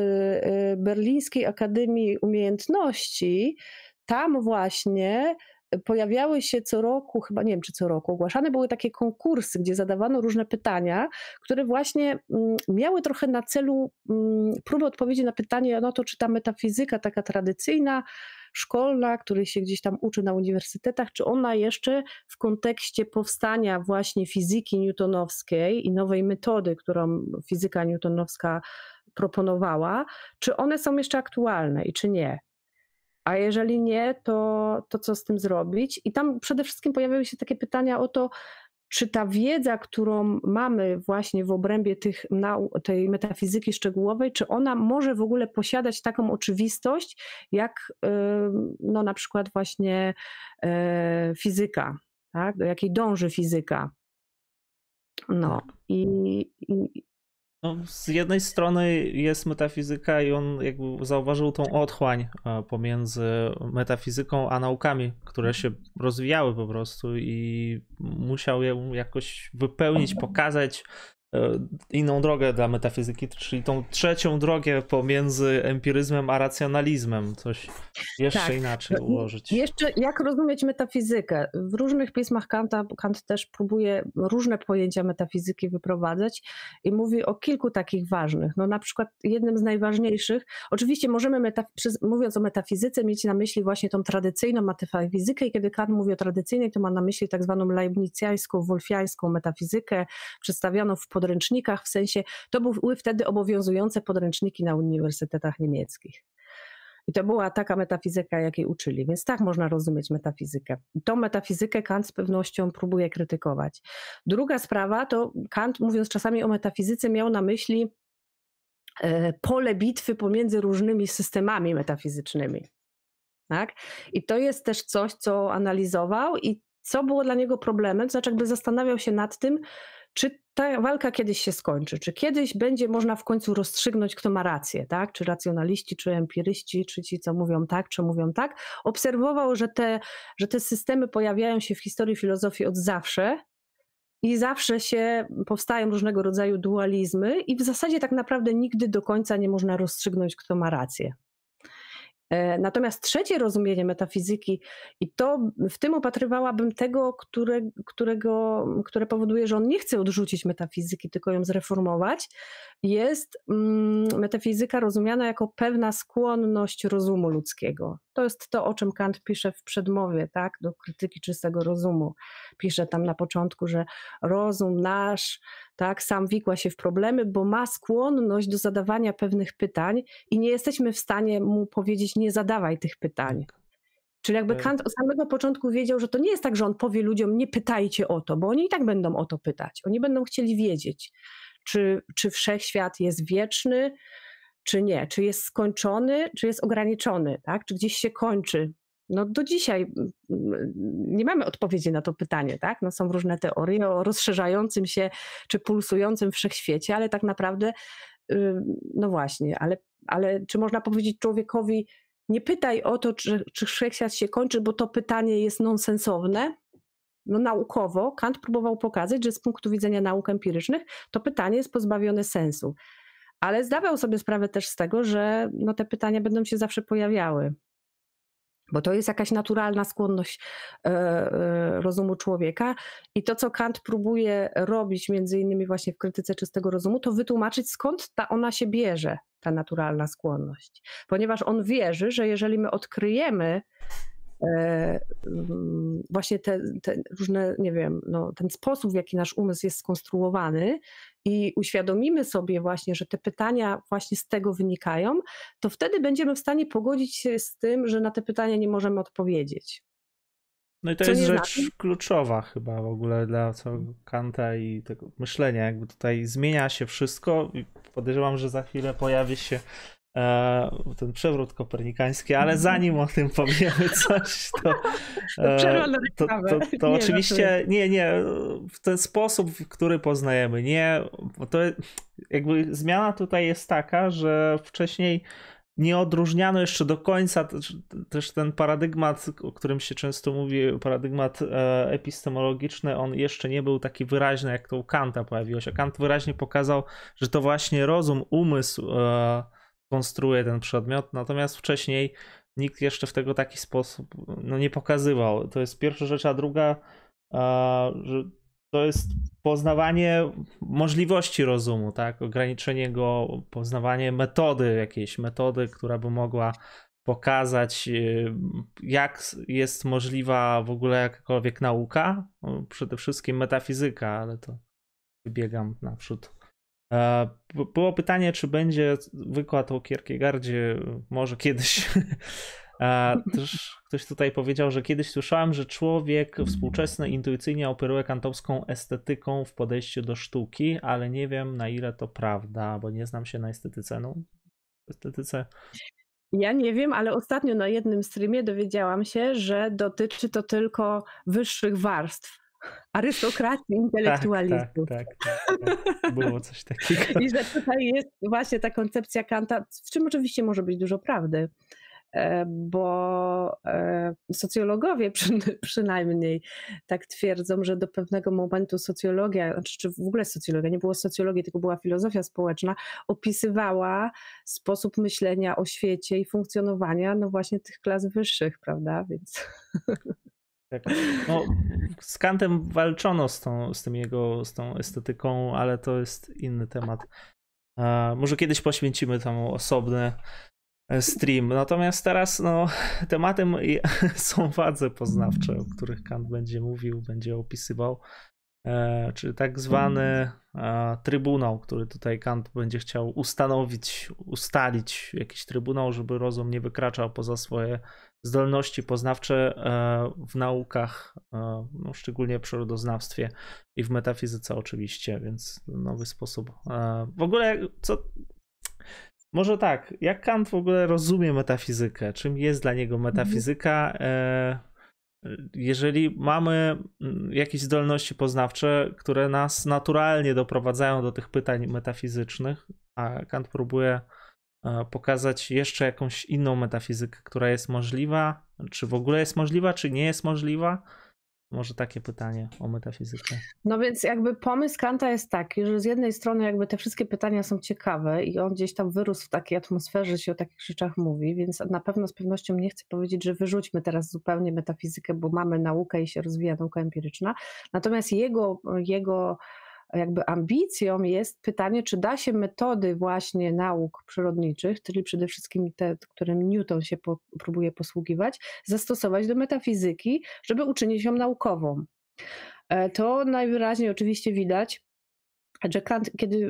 Berlińskiej Akademii Umiejętności. Tam właśnie pojawiały się co roku, chyba nie wiem czy co roku, ogłaszane były takie konkursy, gdzie zadawano różne pytania, które właśnie miały trochę na celu próbę odpowiedzi na pytanie, no to czy ta metafizyka taka tradycyjna, szkolna, której się gdzieś tam uczy na uniwersytetach, czy ona jeszcze w kontekście powstania właśnie fizyki newtonowskiej i nowej metody, którą fizyka newtonowska proponowała, czy one są jeszcze aktualne i czy nie. A jeżeli nie, to co z tym zrobić? I tam przede wszystkim pojawiały się takie pytania o to, czy ta wiedza, którą mamy właśnie w obrębie tej metafizyki szczegółowej, czy ona może w ogóle posiadać taką oczywistość, jak no, na przykład właśnie fizyka, tak? Do jakiej dąży fizyka. No No, z jednej strony jest metafizyka i on jakby zauważył tą otchłań pomiędzy metafizyką a naukami, które się rozwijały po prostu i musiał ją jakoś wypełnić, pokazać inną drogę dla metafizyki, czyli tą trzecią drogę pomiędzy empiryzmem a racjonalizmem, coś jeszcze inaczej ułożyć. Jeszcze jak rozumieć metafizykę? W różnych pismach Kant też próbuje różne pojęcia metafizyki wyprowadzać i mówi o kilku takich ważnych. No na przykład jednym z najważniejszych, oczywiście możemy mówiąc o metafizyce mieć na myśli właśnie tą tradycyjną metafizykę i kiedy Kant mówi o tradycyjnej, to ma na myśli tak zwaną leibnicjańską, wolfiańską metafizykę przedstawioną w podręcznikach, w sensie to były wtedy obowiązujące podręczniki na uniwersytetach niemieckich. I to była taka metafizyka, jakiej uczyli, więc tak można rozumieć metafizykę. I tą metafizykę Kant z pewnością próbuje krytykować. Druga sprawa to Kant, mówiąc czasami o metafizyce, miał na myśli pole bitwy pomiędzy różnymi systemami metafizycznymi. Tak? I to jest też coś, co analizował i co było dla niego problemem, to znaczy jakby zastanawiał się nad tym, czy ta walka kiedyś się skończy, czy kiedyś będzie można w końcu rozstrzygnąć, kto ma rację, tak? Czy racjonaliści, czy empiryści, czy ci, co mówią tak, czy mówią tak. Obserwował, że te systemy pojawiają się w historii filozofii od zawsze i zawsze powstają różnego rodzaju dualizmy i w zasadzie tak naprawdę nigdy do końca nie można rozstrzygnąć, kto ma rację. Natomiast trzecie rozumienie metafizyki, i to w tym upatrywałabym tego, które powoduje, że on nie chce odrzucić metafizyki, tylko ją zreformować, jest metafizyka rozumiana jako pewna skłonność rozumu ludzkiego. To jest to, o czym Kant pisze w przedmowie, tak, do krytyki czystego rozumu. Pisze tam na początku, że rozum nasz, tak, sam wikła się w problemy, bo ma skłonność do zadawania pewnych pytań i nie jesteśmy w stanie mu powiedzieć, nie zadawaj tych pytań. Czyli jakby Kant od samego początku wiedział, że to nie jest tak, że on powie ludziom, nie pytajcie o to, bo oni i tak będą o to pytać. Oni będą chcieli wiedzieć, czy wszechświat jest wieczny, czy nie, czy jest skończony, czy jest ograniczony, tak? Czy gdzieś się kończy. No do dzisiaj nie mamy odpowiedzi na to pytanie, tak? No są różne teorie o rozszerzającym się czy pulsującym wszechświecie, ale tak naprawdę, no właśnie, ale czy można powiedzieć człowiekowi, nie pytaj o to, czy wszechświat się kończy, bo to pytanie jest nonsensowne? No naukowo Kant próbował pokazać, że z punktu widzenia nauk empirycznych to pytanie jest pozbawione sensu. Ale zdawał sobie sprawę też z tego, że no te pytania będą się zawsze pojawiały. Bo to jest jakaś naturalna skłonność rozumu człowieka i to, co Kant próbuje robić między innymi właśnie w krytyce czystego rozumu, to wytłumaczyć, skąd ona się bierze, ta naturalna skłonność. Ponieważ on wierzy, że jeżeli my odkryjemy właśnie te różne, nie wiem, no, ten sposób, w jaki nasz umysł jest skonstruowany i uświadomimy sobie właśnie, że te pytania właśnie z tego wynikają, to wtedy będziemy w stanie pogodzić się z tym, że na te pytania nie możemy odpowiedzieć. No i to jest rzecz kluczowa chyba w ogóle dla całego Kanta i tego myślenia. Jakby tutaj zmienia się wszystko i podejrzewam, że za chwilę pojawi się ten przewrót kopernikański, ale zanim o tym powiemy coś, to oczywiście nie, w ten sposób, w który poznajemy, nie, bo to jakby zmiana tutaj jest taka, że wcześniej nie odróżniano jeszcze do końca też ten paradygmat, o którym się często mówi, paradygmat epistemologiczny, on jeszcze nie był taki wyraźny, jak to u Kanta pojawiło się. Kant wyraźnie pokazał, że to właśnie rozum, umysł konstruuje ten przedmiot, natomiast wcześniej nikt jeszcze w tego taki sposób nie pokazywał. To jest pierwsza rzecz, a druga, że to jest poznawanie możliwości rozumu, tak? Ograniczenie go, poznawanie jakiejś metody, która by mogła pokazać, jak jest możliwa w ogóle jakakolwiek nauka, przede wszystkim metafizyka, ale to wybiegam naprzód. Było pytanie, czy będzie wykład o Kierkegaardzie, może kiedyś. Też ktoś tutaj powiedział, że kiedyś słyszałem, że człowiek współczesny intuicyjnie operuje kantowską estetyką w podejściu do sztuki, ale nie wiem, na ile to prawda, bo nie znam się na estetyce. Ja nie wiem, ale ostatnio na jednym streamie dowiedziałam się, że dotyczy to tylko wyższych warstw. Arystokracji, intelektualistów. Tak. Było coś takiego. I że tutaj jest właśnie ta koncepcja Kanta, w czym oczywiście może być dużo prawdy, bo socjologowie przynajmniej tak twierdzą, że do pewnego momentu socjologia, czy w ogóle socjologia, nie było socjologii, tylko była filozofia społeczna, opisywała sposób myślenia o świecie i funkcjonowania no właśnie tych klas wyższych, prawda, więc... Tak. No, z Kantem walczono z tą estetyką, ale to jest inny temat. Może kiedyś poświęcimy temu osobny stream. Natomiast teraz tematem są władze poznawcze, o których Kant będzie mówił, będzie opisywał, czyli tak zwany trybunał, który tutaj Kant będzie chciał ustalić jakiś trybunał, żeby rozum nie wykraczał poza swoje zdolności poznawcze w naukach, szczególnie w przyrodoznawstwie i w metafizyce oczywiście, więc nowy sposób. W ogóle może tak, jak Kant w ogóle rozumie metafizykę? Czym jest dla niego metafizyka? Jeżeli mamy jakieś zdolności poznawcze, które nas naturalnie doprowadzają do tych pytań metafizycznych, a Kant próbuje pokazać jeszcze jakąś inną metafizykę, która jest możliwa, czy w ogóle jest możliwa, czy nie jest możliwa, Może takie pytanie o metafizykę. No więc jakby pomysł Kanta jest taki, że z jednej strony jakby te wszystkie pytania są ciekawe i on gdzieś tam wyrósł w takiej atmosferze, że się o takich rzeczach mówi, więc na pewno z pewnością nie chcę powiedzieć, że wyrzućmy teraz zupełnie metafizykę, bo mamy naukę i się rozwija nauka empiryczna. Natomiast jego jakby ambicją jest pytanie, czy da się metody właśnie nauk przyrodniczych, czyli przede wszystkim te, którym Newton się próbuje posługiwać, zastosować do metafizyki, żeby uczynić ją naukową. To najwyraźniej oczywiście widać, że Kant, kiedy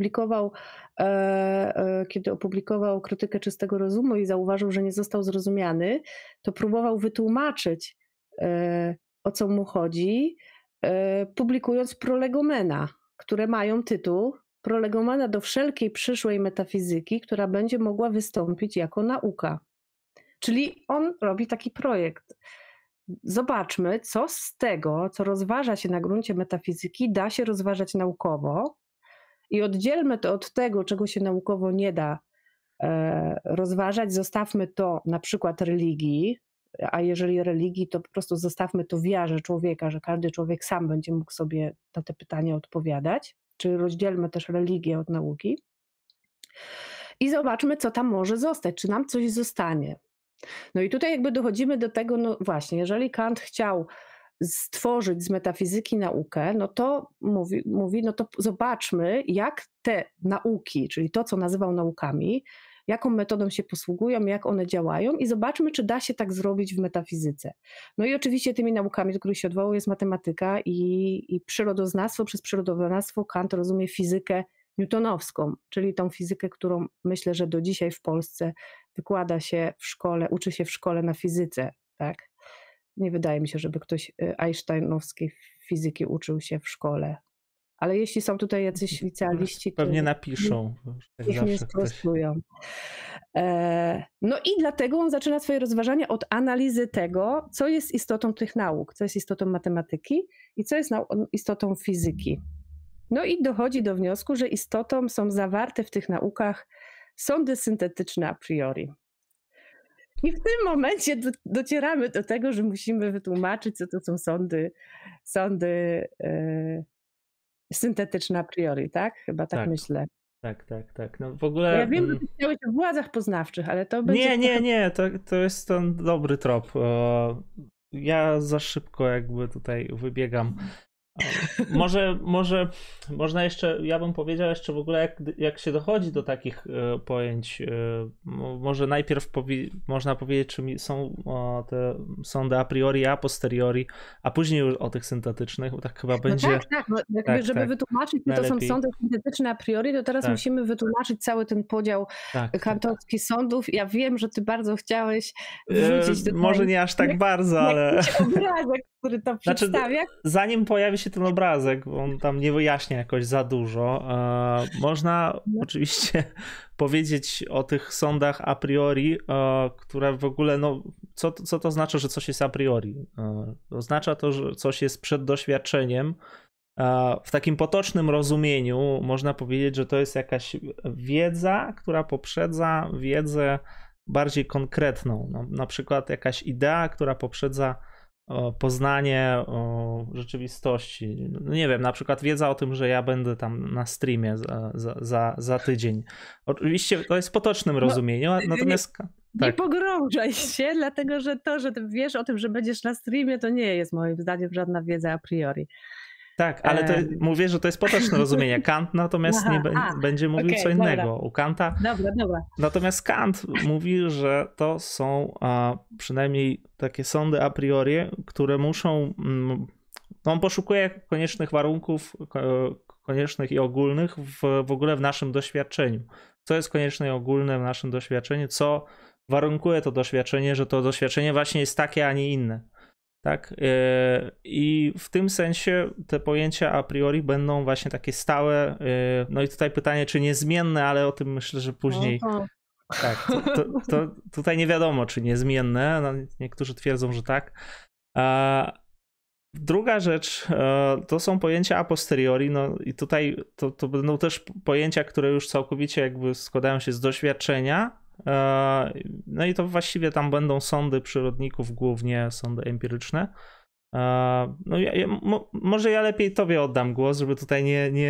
opublikował Krytykę czystego rozumu i zauważył, że nie został zrozumiany, to próbował wytłumaczyć, o co mu chodzi, publikując prolegomena, które mają tytuł Prolegomena do wszelkiej przyszłej metafizyki, która będzie mogła wystąpić jako nauka. Czyli on robi taki projekt. Zobaczmy, co z tego, co rozważa się na gruncie metafizyki, da się rozważać naukowo i oddzielmy to od tego, czego się naukowo nie da rozważać. Zostawmy to na przykład religii, a jeżeli religii, to po prostu zostawmy to wiarze człowieka, że każdy człowiek sam będzie mógł sobie na te pytania odpowiadać, czyli rozdzielmy też religię od nauki i zobaczmy, co tam może zostać, czy nam coś zostanie. No i tutaj jakby dochodzimy do tego, no właśnie, jeżeli Kant chciał stworzyć z metafizyki naukę, no to mówi, no to zobaczmy, jak te nauki, czyli to, co nazywał naukami, jaką metodą się posługują, jak one działają i zobaczmy, czy da się tak zrobić w metafizyce. No i oczywiście tymi naukami, do których się odwołał, jest matematyka i przyrodoznawstwo. Przez przyrodoznawstwo Kant rozumie fizykę newtonowską, czyli tą fizykę, którą myślę, że do dzisiaj w Polsce wykłada się w szkole, uczy się w szkole na fizyce, tak? Nie wydaje mi się, żeby ktoś einsteinowskiej fizyki uczył się w szkole. Ale jeśli są tutaj jacyś licealiści, to pewnie napiszą. Tak ich nie sprostują. No i dlatego on zaczyna swoje rozważania od analizy tego, co jest istotą tych nauk, co jest istotą matematyki i co jest istotą fizyki. No i dochodzi do wniosku, że istotą są zawarte w tych naukach sądy syntetyczne a priori. I w tym momencie docieramy do tego, że musimy wytłumaczyć, co to są sądy syntetyczne a priori, tak? Chyba tak myślę. Tak. No w ogóle... Ja wiem, że ty chciałeś o władzach poznawczych, ale to będzie... Nie, to jest ten dobry trop. Ja za szybko jakby tutaj wybiegam. Może można jeszcze, ja bym powiedział jeszcze w ogóle, jak się dochodzi do takich pojęć, może najpierw można powiedzieć, czym są te sądy a priori i a posteriori, a później już o tych syntetycznych, bo tak chyba będzie... No tak, żeby wytłumaczyć, co to są sądy syntetyczne a priori, to teraz musimy wytłumaczyć cały ten podział kantowski sądów. Ja wiem, że ty bardzo chciałeś wrzucić do może nie aż tak bardzo, ale... obrazek, który to przedstawia. Zanim pojawi się ten obrazek, bo on tam nie wyjaśnia jakoś za dużo, można oczywiście powiedzieć o tych sądach a priori, które w ogóle, no, co to znaczy, że coś jest a priori? Oznacza to, że coś jest przed doświadczeniem. W takim potocznym rozumieniu można powiedzieć, że to jest jakaś wiedza, która poprzedza wiedzę bardziej konkretną. No, na przykład jakaś idea, która poprzedza poznanie rzeczywistości. No nie wiem, na przykład wiedza o tym, że ja będę tam na streamie za tydzień. Oczywiście to jest w potocznym rozumieniu, natomiast... Nie pogrążaj się, dlatego że to, że ty wiesz o tym, że będziesz na streamie, to nie jest moim zdaniem żadna wiedza a priori. Tak, ale to mówię, że to jest potoczne rozumienie. Kant natomiast będzie mówił co innego. Dobra. U Kanta. Dobra. Natomiast Kant mówi, że to są przynajmniej takie sądy a priori, które muszą... On poszukuje koniecznych warunków, koniecznych i ogólnych w ogóle w naszym doświadczeniu. Co jest konieczne i ogólne w naszym doświadczeniu, co warunkuje to doświadczenie, że to doświadczenie właśnie jest takie, a nie inne. Tak? I w tym sensie te pojęcia a priori będą właśnie takie stałe. No i tutaj pytanie, czy niezmienne, ale o tym myślę, że później. Tak, to tutaj nie wiadomo, czy niezmienne. No, niektórzy twierdzą, że tak. Druga rzecz to są pojęcia a posteriori. No i tutaj to będą też pojęcia, które już całkowicie jakby składają się z doświadczenia. No i to właściwie tam będą sądy przyrodników, głównie sądy empiryczne. No może ja lepiej tobie oddam głos, żeby tutaj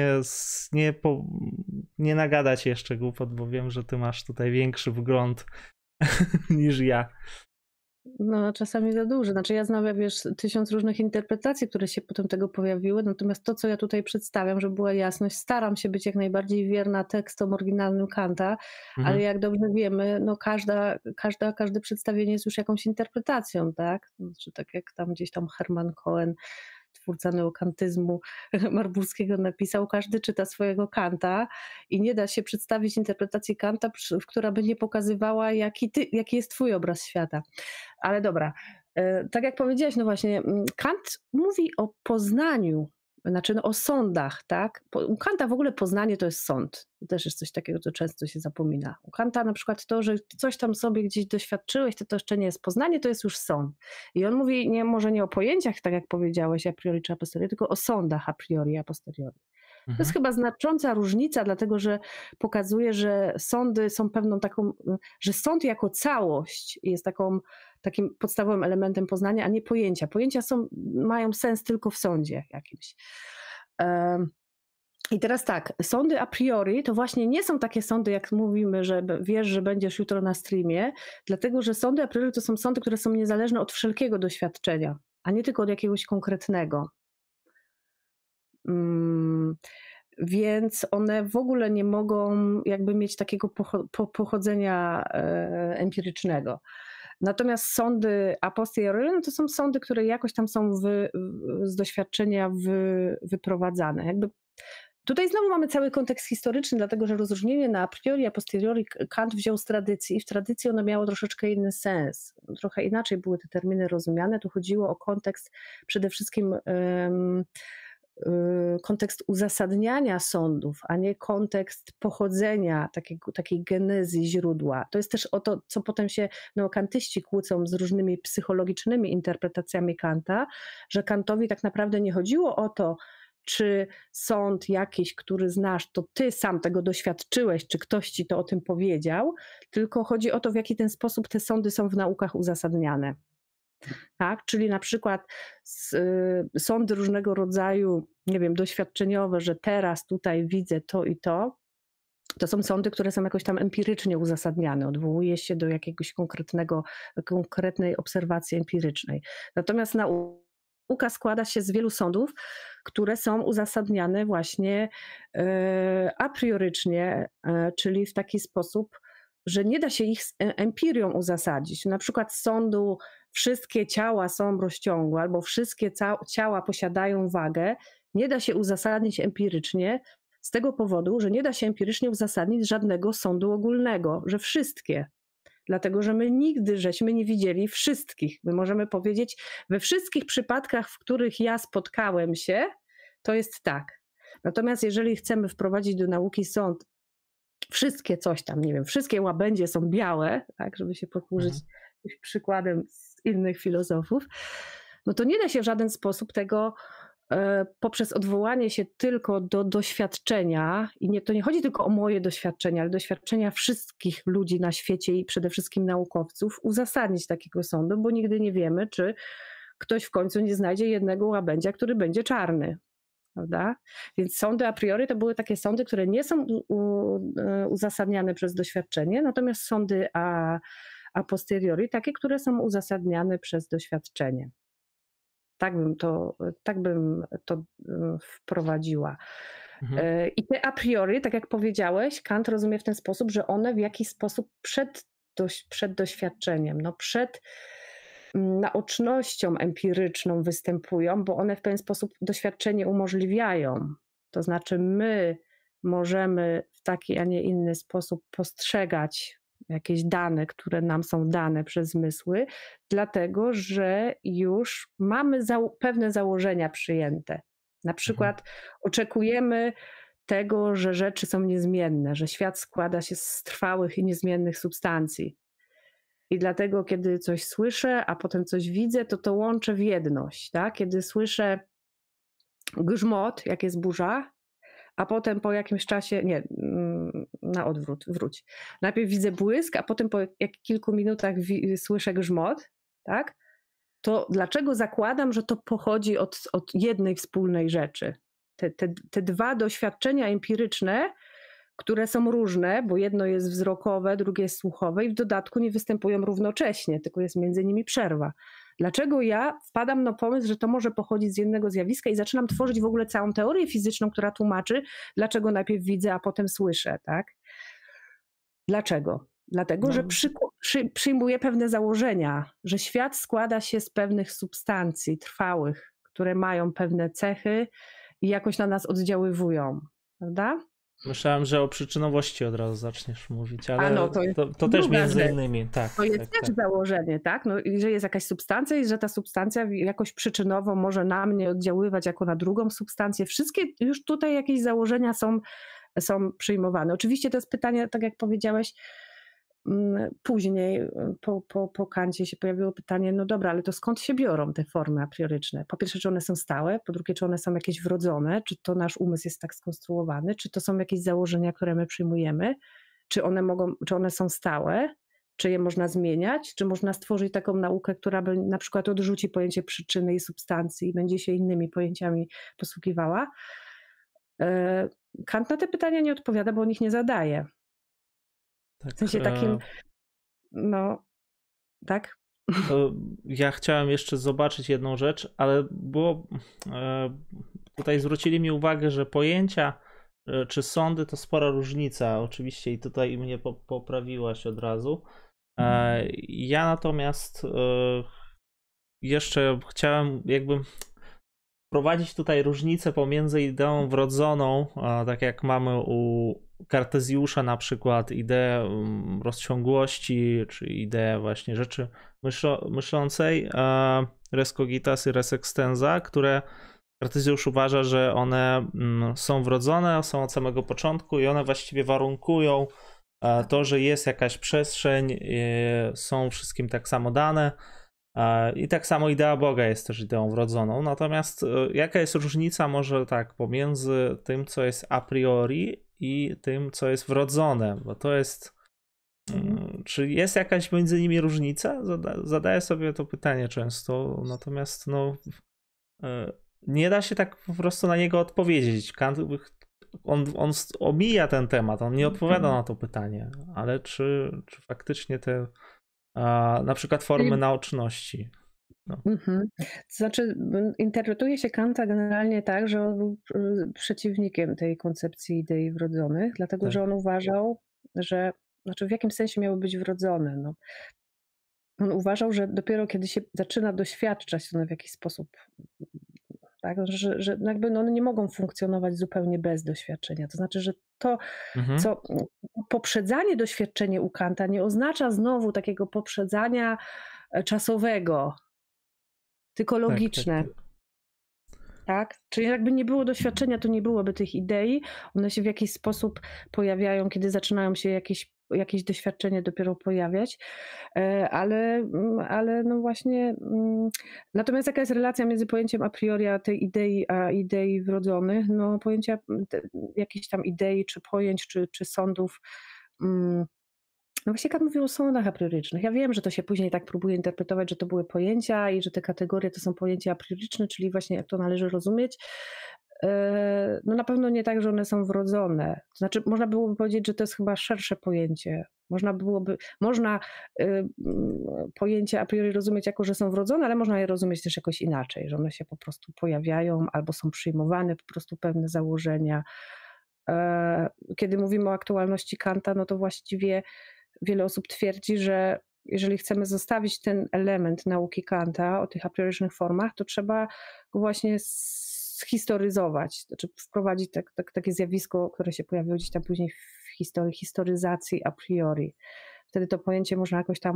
nie nagadać jeszcze głupot, bo wiem, że ty masz tutaj większy wgląd niż ja. No, czasami za dużo. Znaczy ja znam, wiesz, 1000 różnych interpretacji, które się potem tego pojawiły, natomiast to, co ja tutaj przedstawiam, żeby była jasność, staram się być jak najbardziej wierna tekstom oryginalnym Kanta, ale jak dobrze wiemy, no każde przedstawienie jest już jakąś interpretacją, tak? Znaczy tak jak tam gdzieś tam Hermann Cohen, twórca neokantyzmu marburskiego, napisał, każdy czyta swojego Kanta i nie da się przedstawić interpretacji Kanta, która by nie pokazywała, jaki jest twój obraz świata. Ale dobra, tak jak powiedziałaś, no właśnie, Kant mówi o poznaniu, znaczy o sądach, tak? U Kanta w ogóle poznanie to jest sąd. To też jest coś takiego, co często się zapomina. U Kanta na przykład to, że coś tam sobie gdzieś doświadczyłeś, to jeszcze nie jest poznanie, to jest już sąd. I on mówi może nie o pojęciach, tak jak powiedziałeś, a priori czy a posteriori, tylko o sądach a priori, a posteriori. To jest chyba znacząca różnica, dlatego że pokazuje, że sądy są pewną taką, że sąd jako całość jest takim podstawowym elementem poznania, a nie pojęcia. Pojęcia mają sens tylko w sądzie jakimś. I teraz tak, sądy a priori to właśnie nie są takie sądy, jak mówimy, że wiesz, że będziesz jutro na streamie, dlatego że sądy a priori to są sądy, które są niezależne od wszelkiego doświadczenia, a nie tylko od jakiegoś konkretnego. Więc one w ogóle nie mogą jakby mieć takiego pochodzenia empirycznego. Natomiast sądy a posteriori no to są sądy, które jakoś tam są z doświadczenia wyprowadzane. Jakby tutaj znowu mamy cały kontekst historyczny, dlatego że rozróżnienie na a priori, a posteriori Kant wziął z tradycji. W tradycji ono miało troszeczkę inny sens. Trochę inaczej były te terminy rozumiane. Tu chodziło o kontekst przede wszystkim kontekst uzasadniania sądów, a nie kontekst pochodzenia, takiej genezy źródła. To jest też o to, co potem się neokantyści kłócą z różnymi psychologicznymi interpretacjami Kanta, że Kantowi tak naprawdę nie chodziło o to, czy sąd jakiś, który znasz, to ty sam tego doświadczyłeś, czy ktoś ci to o tym powiedział, tylko chodzi o to, w jaki ten sposób te sądy są w naukach uzasadniane. Tak? Czyli na przykład sądy różnego rodzaju, nie wiem, doświadczeniowe, że teraz tutaj widzę to i to są sądy, które są jakoś tam empirycznie uzasadniane, odwołuje się do jakiegoś konkretnej obserwacji empirycznej. Natomiast nauka składa się z wielu sądów, które są uzasadniane właśnie a priorycznie, czyli w taki sposób, że nie da się ich empirią uzasadzić. Na przykład z sądu wszystkie ciała są rozciągłe albo wszystkie ciała posiadają wagę, nie da się uzasadnić empirycznie z tego powodu, że nie da się empirycznie uzasadnić żadnego sądu ogólnego, że wszystkie. Dlatego, że my nigdy żeśmy nie widzieli wszystkich. My możemy powiedzieć, we wszystkich przypadkach, w których ja spotkałem się, to jest tak. Natomiast jeżeli chcemy wprowadzić do nauki sąd, wszystkie coś tam, nie wiem, wszystkie łabędzie są białe, tak, żeby się posłużyć przykładem z innych filozofów, no to nie da się w żaden sposób tego poprzez odwołanie się tylko do doświadczenia, i to nie chodzi tylko o moje doświadczenia, ale doświadczenia wszystkich ludzi na świecie i przede wszystkim naukowców, uzasadnić takiego sądu, bo nigdy nie wiemy, czy ktoś w końcu nie znajdzie jednego łabędzia, który będzie czarny. Prawda? Więc sądy a priori to były takie sądy, które nie są uzasadniane przez doświadczenie, natomiast sądy a posteriori takie, które są uzasadniane przez doświadczenie. Tak bym to wprowadziła. I te a priori, tak jak powiedziałeś, Kant rozumie w ten sposób, że one w jakiś sposób przed doświadczeniem, przed naocznością empiryczną występują, bo one w pewien sposób doświadczenie umożliwiają. To znaczy my możemy w taki, a nie inny sposób postrzegać jakieś dane, które nam są dane przez zmysły, dlatego że już mamy pewne założenia przyjęte. Na przykład oczekujemy tego, że rzeczy są niezmienne, że świat składa się z trwałych i niezmiennych substancji. I dlatego, kiedy coś słyszę, a potem coś widzę, to łączę w jedność. Tak? Kiedy słyszę grzmot, jak jest burza, a potem po jakimś czasie, nie, na odwrót, wróć. Najpierw widzę błysk, a potem po kilku minutach słyszę grzmot, tak? to dlaczego zakładam, że to pochodzi od jednej wspólnej rzeczy? Te dwa doświadczenia empiryczne, które są różne, bo jedno jest wzrokowe, drugie jest słuchowe i w dodatku nie występują równocześnie, tylko jest między nimi przerwa. Dlaczego ja wpadam na pomysł, że to może pochodzić z jednego zjawiska i zaczynam tworzyć w ogóle całą teorię fizyczną, która tłumaczy, dlaczego najpierw widzę, a potem słyszę, tak? Dlaczego? Dlatego, że przyjmuję pewne założenia, że świat składa się z pewnych substancji trwałych, które mają pewne cechy i jakoś na nas oddziaływują, prawda? Myślałem, że o przyczynowości od razu zaczniesz mówić, ale to też między innymi. Tak, to jest też założenie, tak? No, że jest jakaś substancja i że ta substancja jakoś przyczynowo może na mnie oddziaływać jako na drugą substancję. Wszystkie już tutaj jakieś założenia są przyjmowane. Oczywiście to jest pytanie, tak jak powiedziałeś, później po Kancie się pojawiło pytanie, no dobra, ale to skąd się biorą te formy aprioryczne? Po pierwsze, czy one są stałe? Po drugie, czy one są jakieś wrodzone? Czy to nasz umysł jest tak skonstruowany? Czy to są jakieś założenia, które my przyjmujemy? Czy one są stałe? Czy je można zmieniać? Czy można stworzyć taką naukę, która by na przykład odrzuci pojęcie przyczyny i substancji i będzie się innymi pojęciami posługiwała? Kant na te pytania nie odpowiada, bo on ich nie zadaje. Tak, w sensie takim, tak? Ja chciałem jeszcze zobaczyć jedną rzecz, ale tutaj zwrócili mi uwagę, że pojęcia czy sądy to spora różnica oczywiście i tutaj mnie poprawiłaś od razu. Ja natomiast jeszcze chciałem jakby wprowadzić tutaj różnicę pomiędzy ideą wrodzoną, tak jak mamy u Kartezjusza na przykład ideę rozciągłości, czy ideę właśnie rzeczy myślącej, res cogitas i res extensa, które Kartezjusz uważa, że one są wrodzone, są od samego początku i one właściwie warunkują to, że jest jakaś przestrzeń, są wszystkim tak samo dane. I tak samo idea Boga jest też ideą wrodzoną. Natomiast jaka jest różnica może tak pomiędzy tym, co jest a priori i tym, co jest wrodzone? Bo to jest... Czy jest jakaś między nimi różnica? Zadaję sobie to pytanie często, natomiast nie da się tak po prostu na niego odpowiedzieć. Kant, on omija ten temat, on nie odpowiada na to pytanie, ale czy faktycznie te na przykład formy naoczności. To znaczy, interpretuje się Kanta generalnie tak, że on był przeciwnikiem tej koncepcji idei wrodzonych, dlatego że on uważał, że w jakim sensie miały być wrodzone. On uważał, że dopiero kiedy się zaczyna doświadczać one w jakiś sposób, tak, że jakby one nie mogą funkcjonować zupełnie bez doświadczenia. To znaczy, że to, co poprzedzanie doświadczenie u Kanta nie oznacza znowu takiego poprzedzania czasowego, tylko logiczne. Tak? Czyli jakby nie było doświadczenia, to nie byłoby tych idei. One się w jakiś sposób pojawiają, kiedy zaczynają się jakieś doświadczenie dopiero pojawiać, ale no właśnie, natomiast jaka jest relacja między pojęciem a priori a tej idei, a idei wrodzonych? No pojęcia jakichś tam idei, czy pojęć, czy sądów. No właśnie Kant mówił o sądach apriorycznych. Ja wiem, że to się później tak próbuje interpretować, że to były pojęcia i że te kategorie to są pojęcia aprioryczne, czyli właśnie jak to należy rozumieć. No na pewno nie tak, że one są wrodzone. To znaczy można byłoby powiedzieć, że to jest chyba szersze pojęcie. Można pojęcie a priori rozumieć jako, że są wrodzone, ale można je rozumieć też jakoś inaczej, że one się po prostu pojawiają albo są przyjmowane po prostu pewne założenia. Kiedy mówimy o aktualności Kanta, no to właściwie wiele osób twierdzi, że jeżeli chcemy zostawić ten element nauki Kanta o tych apriorycznych formach, to trzeba go właśnie zhistoryzować, znaczy wprowadzić takie zjawisko, które się pojawiło gdzieś tam później w historii, historyzacji a priori. Wtedy to pojęcie można jakoś tam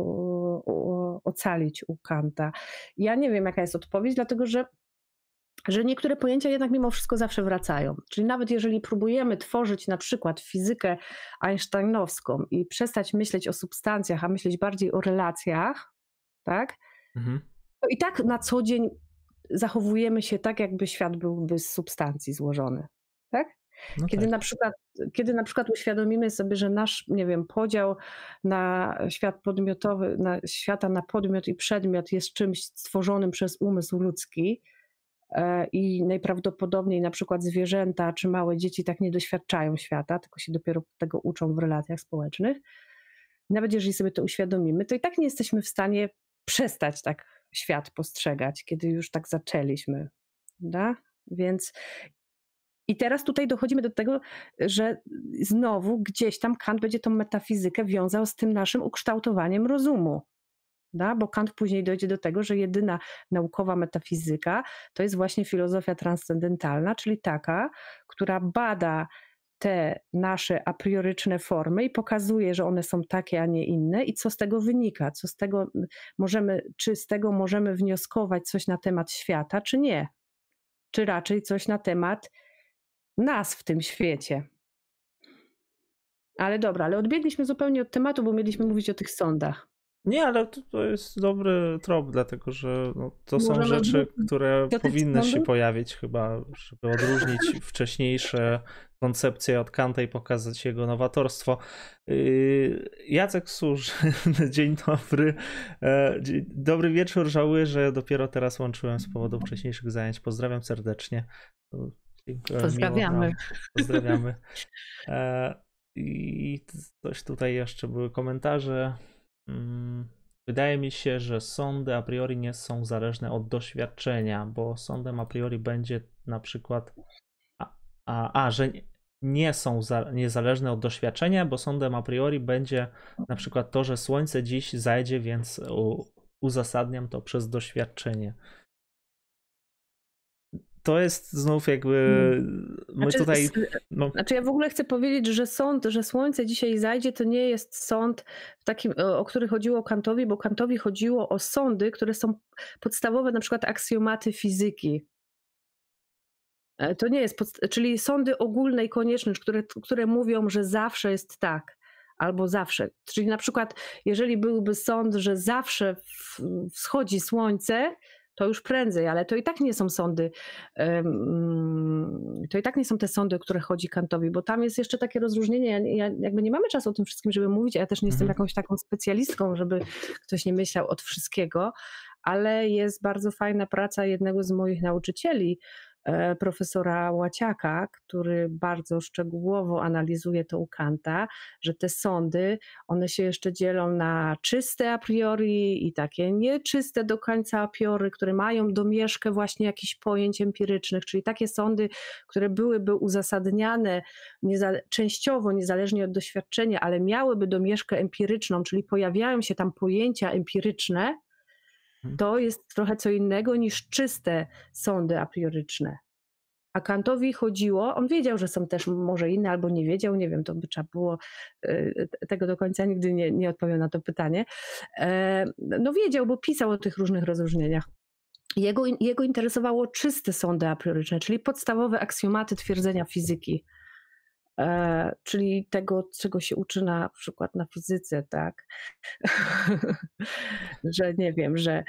ocalić u Kanta. Ja nie wiem, jaka jest odpowiedź, dlatego że niektóre pojęcia jednak mimo wszystko zawsze wracają. Czyli nawet jeżeli próbujemy tworzyć na przykład fizykę einsteinowską i przestać myśleć o substancjach, a myśleć bardziej o relacjach, tak? To i tak na co dzień zachowujemy się tak, jakby świat byłby z substancji złożony, tak? No Kiedy tak. na przykład, kiedy na przykład uświadomimy sobie, że nasz, nie wiem, podział na świat podmiotowy, na świata na podmiot i przedmiot jest czymś stworzonym przez umysł ludzki i najprawdopodobniej na przykład zwierzęta czy małe dzieci tak nie doświadczają świata, tylko się dopiero tego uczą w relacjach społecznych. Nawet jeżeli sobie to uświadomimy, to i tak nie jesteśmy w stanie przestać tak świat postrzegać, kiedy już tak zaczęliśmy. Da? Więc i teraz tutaj dochodzimy do tego, że znowu gdzieś tam Kant będzie tą metafizykę wiązał z tym naszym ukształtowaniem rozumu. Da? Bo Kant później dojdzie do tego, że jedyna naukowa metafizyka to jest właśnie filozofia transcendentalna, czyli taka, która bada te nasze a prioryczne formy i pokazuje, że one są takie, a nie inne i co z tego wynika, co z tego możemy, czy z tego możemy wnioskować coś na temat świata, czy nie. Czy raczej coś na temat nas w tym świecie. Ale dobra, ale odbiegliśmy zupełnie od tematu, bo mieliśmy mówić o tych sądach. Nie, ale to jest dobry trop, dlatego że to są Możemy rzeczy, wrócić które do tych powinny się sądów? pojawić chyba, żeby odróżnić wcześniejsze koncepcje od Kanta i pokazać jego nowatorstwo. Jacek Susz, dzień dobry. Dobry wieczór, żałuję, że dopiero teraz łączyłem z powodu wcześniejszych zajęć. Pozdrawiam serdecznie. Pozdrawiamy. Pozdrawiamy. I coś tutaj jeszcze były komentarze. Wydaje mi się, że sądy a priori nie są zależne od doświadczenia, bo sądem a priori będzie na przykład, że nie są niezależne od doświadczenia, bo sądem a priori będzie na przykład to, że słońce dziś zajdzie, więc uzasadniam to przez doświadczenie. To jest znów jakby my tutaj... Znaczy ja w ogóle chcę powiedzieć, że sąd, że słońce dzisiaj zajdzie, to nie jest sąd takim, o który chodziło Kantowi, bo Kantowi chodziło o sądy, które są podstawowe, na przykład aksjomaty fizyki. To nie jest, czyli sądy ogólne i konieczne, które mówią, że zawsze jest tak, albo zawsze. Czyli na przykład, jeżeli byłby sąd, że zawsze wschodzi słońce, to już prędzej, ale to i tak nie są sądy, to i tak nie są te sądy, o które chodzi Kantowi, bo tam jest jeszcze takie rozróżnienie, jakby nie mamy czasu o tym wszystkim, żeby mówić, a ja też nie jestem jakąś taką specjalistką, żeby ktoś nie myślał od wszystkiego, ale jest bardzo fajna praca jednego z moich nauczycieli, profesora Łaciaka, który bardzo szczegółowo analizuje to u Kanta, że te sądy, one się jeszcze dzielą na czyste a priori i takie nieczyste do końca a priori, które mają domieszkę właśnie jakichś pojęć empirycznych, czyli takie sądy, które byłyby uzasadniane częściowo niezależnie od doświadczenia, ale miałyby domieszkę empiryczną, czyli pojawiają się tam pojęcia empiryczne, to jest trochę co innego niż czyste sądy a prioryczne. A Kantowi chodziło, on wiedział, że są też może inne, albo nie wiedział, nie wiem, to by trzeba było tego do końca, nigdy nie odpowiem na to pytanie. No wiedział, bo pisał o tych różnych rozróżnieniach. Jego interesowało czyste sądy a prioryczne, czyli podstawowe aksjomaty twierdzenia fizyki. Czyli tego, czego się uczy na przykład na fizyce, tak? Że nie wiem, że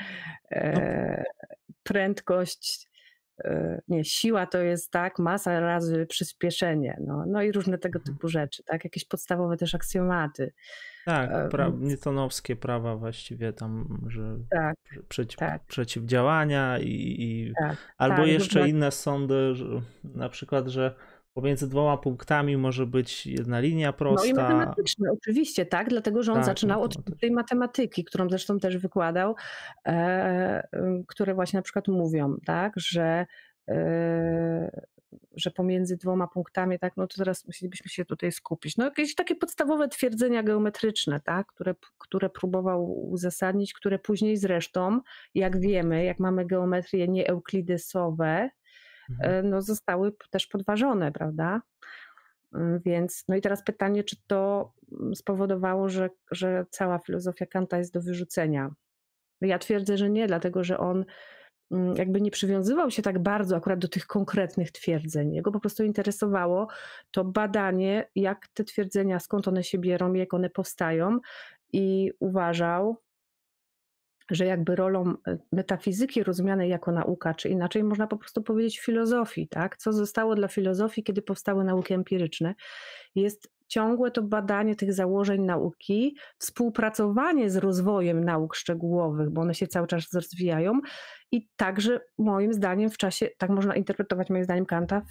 prędkość, nie, siła to jest tak, masa razy przyspieszenie, no i różne tego typu rzeczy, tak? Jakieś podstawowe też aksjomaty. Tak, newtonowskie prawa właściwie tam, że przeciwdziałania albo jeszcze inne sądy, że, na przykład, że pomiędzy dwoma punktami może być jedna linia prosta. No i matematyczne, oczywiście, tak, dlatego że on zaczynał od tej matematyki, którą zresztą też wykładał, które właśnie na przykład mówią, tak, że pomiędzy dwoma punktami, tak, no to teraz musielibyśmy się tutaj skupić. No jakieś takie podstawowe twierdzenia geometryczne, tak, które próbował uzasadnić, które później zresztą, jak wiemy, jak mamy geometrię nieeuklidesowe, no zostały też podważone, prawda? Więc, no i teraz pytanie, czy to spowodowało, że cała filozofia Kanta jest do wyrzucenia? Ja twierdzę, że nie, dlatego że on jakby nie przywiązywał się tak bardzo akurat do tych konkretnych twierdzeń. Jego po prostu interesowało to badanie, jak te twierdzenia, skąd one się biorą, jak one powstają i uważał, że jakby rolą metafizyki rozumianej jako nauka, czy inaczej można po prostu powiedzieć filozofii, tak? Co zostało dla filozofii, kiedy powstały nauki empiryczne, jest ciągłe to badanie tych założeń nauki, współpracowanie z rozwojem nauk szczegółowych, bo one się cały czas rozwijają i także moim zdaniem w czasie, tak można interpretować moim zdaniem Kanta,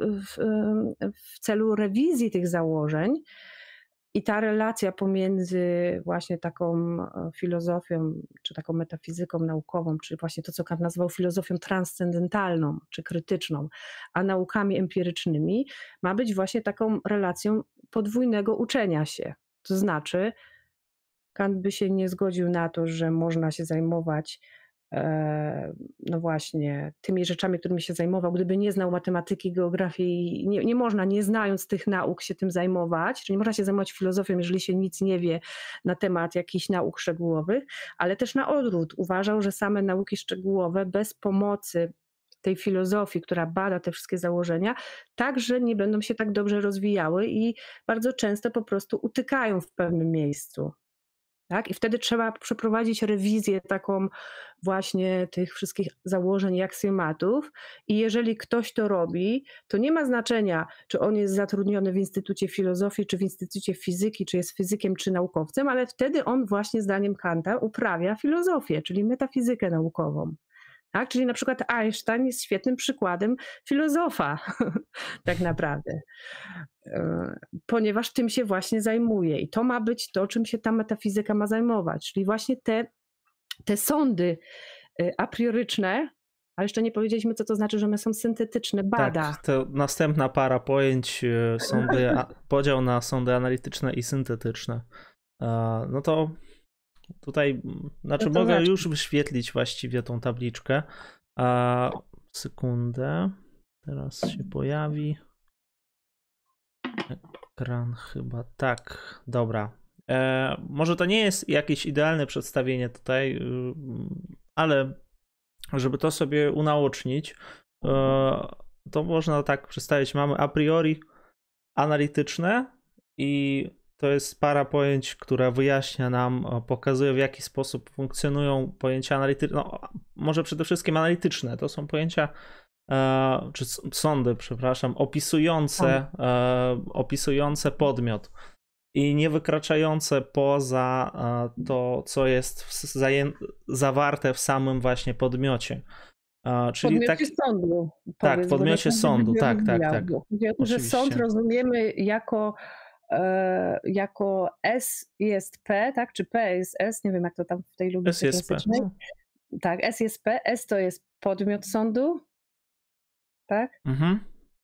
w celu rewizji tych założeń. I ta relacja pomiędzy właśnie taką filozofią, czy taką metafizyką naukową, czy właśnie to, co Kant nazywał filozofią transcendentalną, czy krytyczną, a naukami empirycznymi, ma być właśnie taką relacją podwójnego uczenia się. To znaczy, Kant by się nie zgodził na to, że można się zajmować no właśnie tymi rzeczami, którymi się zajmował, gdyby nie znał matematyki, geografii, nie można, nie znając tych nauk, się tym zajmować, czyli nie można się zajmować filozofią, jeżeli się nic nie wie na temat jakichś nauk szczegółowych, ale też na odwrót. Uważał, że same nauki szczegółowe bez pomocy tej filozofii, która bada te wszystkie założenia, także nie będą się tak dobrze rozwijały i bardzo często po prostu utykają w pewnym miejscu. Tak? I wtedy trzeba przeprowadzić rewizję taką właśnie tych wszystkich założeń i aksjomatów i jeżeli ktoś to robi, to nie ma znaczenia, czy on jest zatrudniony w Instytucie Filozofii, czy w Instytucie Fizyki, czy jest fizykiem, czy naukowcem, ale wtedy on właśnie zdaniem Kanta uprawia filozofię, czyli metafizykę naukową. Tak? Czyli na przykład Einstein jest świetnym przykładem filozofa tak naprawdę, ponieważ tym się właśnie zajmuje i to ma być to, czym się ta metafizyka ma zajmować, czyli właśnie te sądy a prioryczne, a jeszcze nie powiedzieliśmy, co to znaczy, że one są syntetyczne, bada. Tak, to następna para pojęć, podział na sądy analityczne i syntetyczne. No to tutaj, znaczy to mogę już wyświetlić właściwie tą tabliczkę. Sekundę, teraz się pojawi. Ekran chyba, tak, dobra. Może to nie jest jakieś idealne przedstawienie tutaj, ale żeby to sobie unaocznić, to można tak przedstawić. Mamy a priori analityczne i to jest para pojęć, która wyjaśnia nam, pokazuje w jaki sposób funkcjonują pojęcia analityczne, no, może przede wszystkim analityczne. To są pojęcia, czy sądy, przepraszam, opisujące podmiot i nie wykraczające poza to, co jest zawarte w samym właśnie podmiocie. Czyli podmiocie sądu. Tak, w podmiocie sądu, tak. Chodzi o to, że sąd rozumiemy jako S jest P, tak? Czy P jest S? Nie wiem, jak to tam w tej logice klasycznej. Tak, S jest P. S to jest podmiot sądu, tak? Mhm.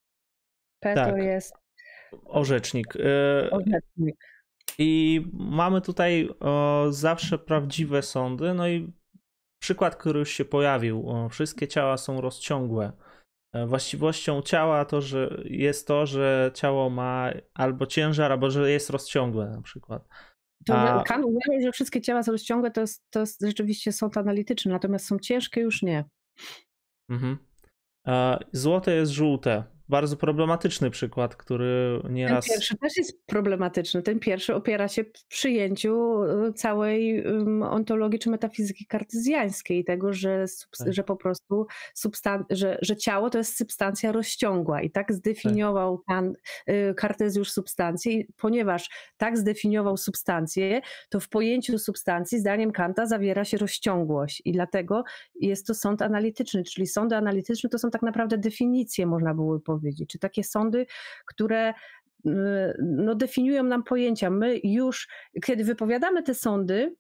P tak. To jest orzecznik. Orzecznik. I mamy tutaj zawsze prawdziwe sądy. No i przykład, który już się pojawił. Wszystkie ciała są rozciągłe. Właściwością ciała jest to, że ciało ma albo ciężar, albo że jest rozciągłe na przykład. Kant uważa, że wszystkie ciała są rozciągłe, to jest rzeczywiście sąd analityczny, natomiast są ciężkie już nie. Mhm. Złote jest żółte. Bardzo problematyczny przykład, który nieraz... Ten pierwszy też jest problematyczny. Ten pierwszy opiera się w przyjęciu całej ontologii czy metafizyki kartezjańskiej, tego, że po prostu że ciało to jest substancja rozciągła i tak zdefiniował Kartezjusz substancję i ponieważ tak zdefiniował substancję, to w pojęciu substancji zdaniem Kanta zawiera się rozciągłość i dlatego jest to sąd analityczny, czyli sądy analityczne to są tak naprawdę definicje, można było powiedzieć, czy takie sądy, które no, definiują nam pojęcia. My już, kiedy wypowiadamy te sądy,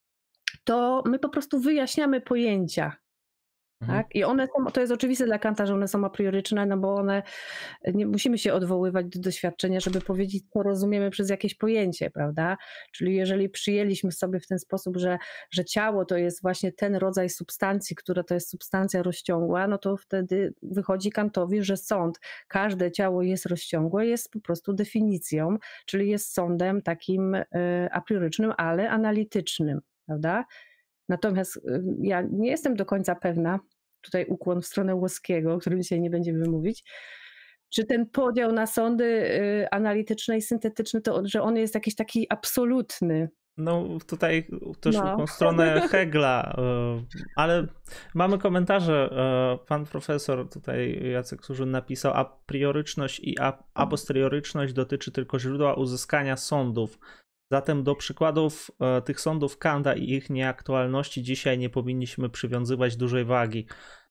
to my po prostu wyjaśniamy pojęcia. Tak? I one są, to jest oczywiste dla Kanta, że one są aprioryczne, no bo nie musimy się odwoływać do doświadczenia, żeby powiedzieć, co rozumiemy przez jakieś pojęcie, prawda? Czyli jeżeli przyjęliśmy sobie w ten sposób, że ciało to jest właśnie ten rodzaj substancji, która to jest substancja rozciągła, no to wtedy wychodzi Kantowi, że sąd, każde ciało jest rozciągłe, jest po prostu definicją, czyli jest sądem takim apriorycznym, ale analitycznym, prawda? Natomiast ja nie jestem do końca pewna, tutaj ukłon w stronę Łoskiego, o którym dzisiaj nie będziemy mówić, czy ten podział na sądy analityczne i syntetyczne, to że on jest jakiś taki absolutny. No tutaj też No. w stronę Hegla, ale mamy komentarze. Pan profesor tutaj Jacek Surzyn napisał: a prioryczność i a posterioryczność dotyczy tylko źródła uzyskania sądów. Zatem do przykładów tych sądów Kanta i ich nieaktualności dzisiaj nie powinniśmy przywiązywać dużej wagi.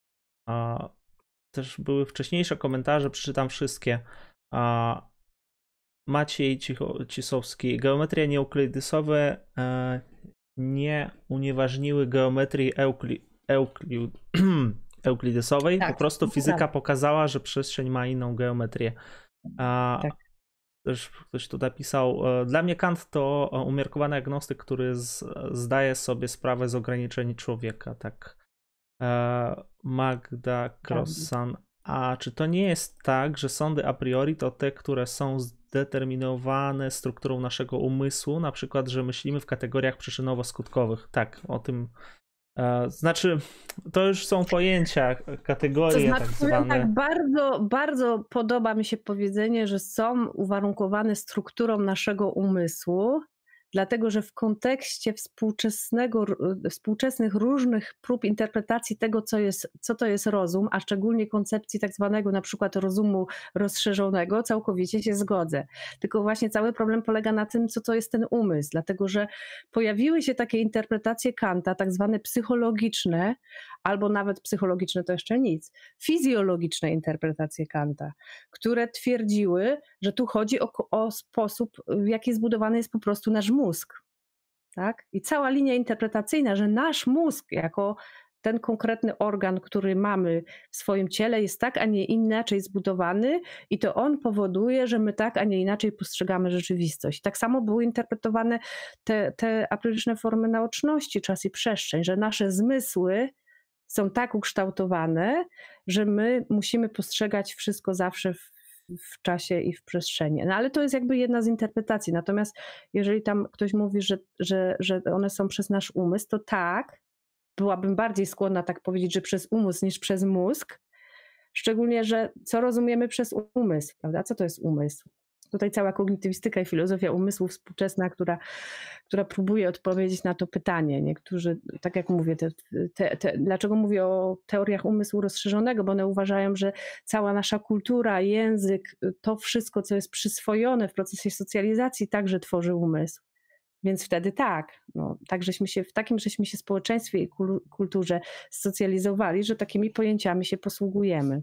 Też były wcześniejsze komentarze, przeczytam wszystkie. Maciej Cisowski. Geometrie nieeuklidysowe nie unieważniły geometrii euklidysowej. Tak, Po prostu fizyka tak. pokazała, że przestrzeń ma inną geometrię. Tak. Też ktoś tu napisał: dla mnie Kant to umiarkowany agnostyk, który zdaje sobie sprawę z ograniczeń człowieka. Tak. Magda Crossan. A czy to nie jest tak, że sądy a priori to te, które są zdeterminowane strukturą naszego umysłu, na przykład, że myślimy w kategoriach przyczynowo-skutkowych? Tak, o tym. Znaczy, to już są pojęcia, kategorie To znaczy, tak zwane. Tak, bardzo, bardzo podoba mi się powiedzenie, że są uwarunkowane strukturą naszego umysłu, dlatego że w kontekście współczesnych różnych prób interpretacji tego, co to jest rozum, a szczególnie koncepcji tak zwanego na przykład rozumu rozszerzonego, całkowicie się zgodzę. Tylko właśnie cały problem polega na tym, co to jest ten umysł, dlatego że pojawiły się takie interpretacje Kanta, tak zwane psychologiczne, albo nawet psychologiczne to jeszcze nic, fizjologiczne interpretacje Kanta, które twierdziły, że tu chodzi o sposób, w jaki zbudowany jest po prostu nasz mózg. Tak? I cała linia interpretacyjna, że nasz mózg jako ten konkretny organ, który mamy w swoim ciele, jest tak, a nie inaczej zbudowany i to on powoduje, że my tak, a nie inaczej postrzegamy rzeczywistość. Tak samo były interpretowane te aproryczne formy naoczności, czas i przestrzeń, że nasze zmysły są tak ukształtowane, że my musimy postrzegać wszystko zawsze w czasie i w przestrzeni. No ale to jest jakby jedna z interpretacji. Natomiast jeżeli tam ktoś mówi, że one są przez nasz umysł, to tak, byłabym bardziej skłonna tak powiedzieć, że przez umysł niż przez mózg. Szczególnie, że co rozumiemy przez umysł, prawda? Co to jest umysł? Tutaj cała kognitywistyka i filozofia umysłu współczesna, która próbuje odpowiedzieć na to pytanie. Niektórzy, tak jak mówię, dlaczego mówię o teoriach umysłu rozszerzonego, bo one uważają, że cała nasza kultura, język, to wszystko, co jest przyswojone w procesie socjalizacji, także tworzy umysł. Więc wtedy tak, no, tak w takim żeśmy się społeczeństwie i kulturze socjalizowali, że takimi pojęciami się posługujemy.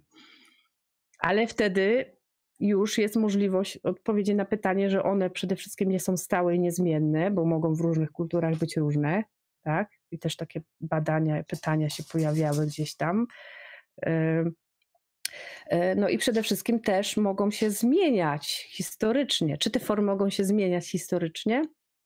Ale wtedy już jest możliwość odpowiedzi na pytanie, że one przede wszystkim nie są stałe i niezmienne, bo mogą w różnych kulturach być różne, tak? I też takie badania, pytania się pojawiały gdzieś tam. No i przede wszystkim też mogą się zmieniać historycznie. Czy te formy mogą się zmieniać historycznie?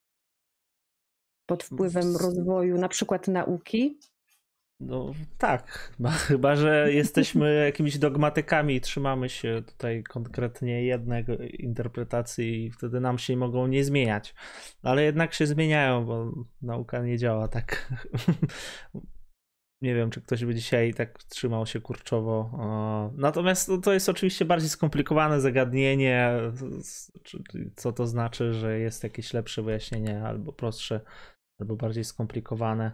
Pod wpływem rozwoju na przykład nauki? No tak, chyba że jesteśmy jakimiś dogmatykami i trzymamy się tutaj konkretnie jednej interpretacji i wtedy nam się mogą nie zmieniać. Ale jednak się zmieniają, bo nauka nie działa tak. Nie wiem, czy ktoś by dzisiaj tak trzymał się kurczowo. Natomiast to jest oczywiście bardziej skomplikowane zagadnienie, co to znaczy, że jest jakieś lepsze wyjaśnienie, albo prostsze, albo bardziej skomplikowane.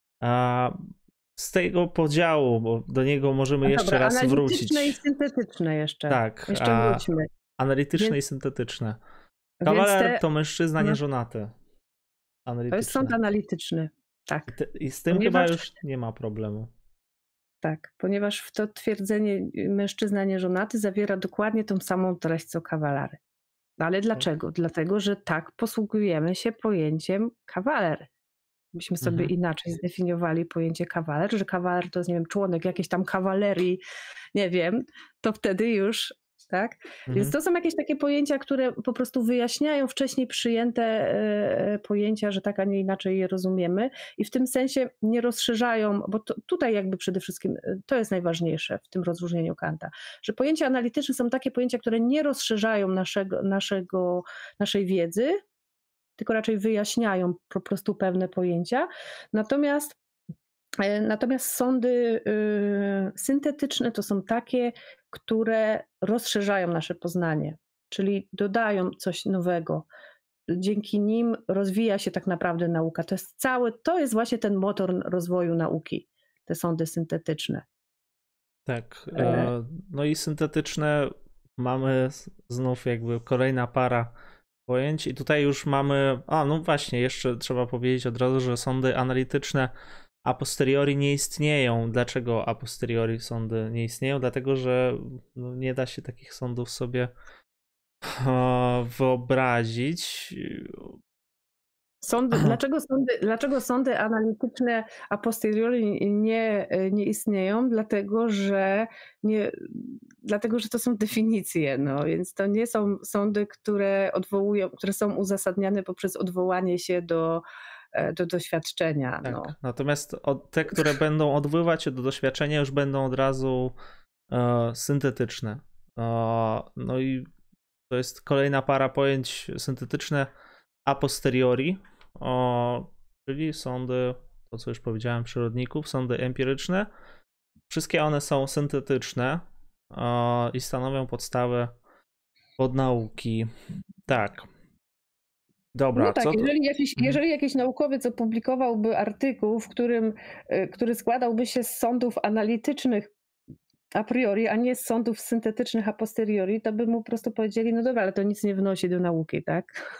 Z tego podziału, bo do niego możemy jeszcze raz wrócić. Analityczne i syntetyczne jeszcze. Tak, jeszcze wróćmy. Analityczne i syntetyczne. Kawaler to mężczyzna nieżonaty. To jest sąd analityczny, tak. I z tym chyba już nie ma problemu. Tak, ponieważ w to twierdzenie mężczyzna nieżonaty zawiera dokładnie tą samą treść co kawalary. Ale dlaczego? Dlatego, że tak posługujemy się pojęciem kawaler. Byśmy sobie inaczej zdefiniowali pojęcie kawaler, że kawaler to jest, nie wiem, członek jakiejś tam kawalerii, nie wiem, to wtedy już, tak? Więc to są jakieś takie pojęcia, które po prostu wyjaśniają wcześniej przyjęte pojęcia, że tak, a nie inaczej je rozumiemy i w tym sensie nie rozszerzają, bo tutaj jakby przede wszystkim to jest najważniejsze w tym rozróżnieniu Kanta, że pojęcia analityczne są takie pojęcia, które nie rozszerzają naszej wiedzy, tylko raczej wyjaśniają po prostu pewne pojęcia. Natomiast sądy syntetyczne to są takie, które rozszerzają nasze poznanie, czyli dodają coś nowego. dzięki nim rozwija się tak naprawdę nauka. To jest właśnie ten motor rozwoju nauki, te sądy syntetyczne. Tak, no i syntetyczne mamy znów jakby kolejna para pojęć i tutaj już mamy, no właśnie, jeszcze trzeba powiedzieć od razu, że sądy analityczne a posteriori nie istnieją. Dlaczego a posteriori sądy nie istnieją? Dlatego, że nie da się takich sądów sobie wyobrazić. Dlaczego sądy analityczne a posteriori nie istnieją? Dlatego, że to są definicje, no więc to nie są sądy, które są uzasadniane poprzez odwołanie się do doświadczenia. Tak, no. Natomiast te, które będą odwoływać się do doświadczenia, już będą od razu syntetyczne. No i to jest kolejna para pojęć syntetyczne a posteriori, czyli sądy, to co już powiedziałem, przyrodników, sądy empiryczne. Wszystkie one są syntetyczne i stanowią podstawę podnauki. Tak. Dobra. No tak, jeżeli jakiś naukowiec opublikowałby artykuł, który składałby się z sądów analitycznych a priori, a nie z sądów syntetycznych a posteriori, to by mu po prostu powiedzieli, no dobra, ale to nic nie wnosi do nauki, tak?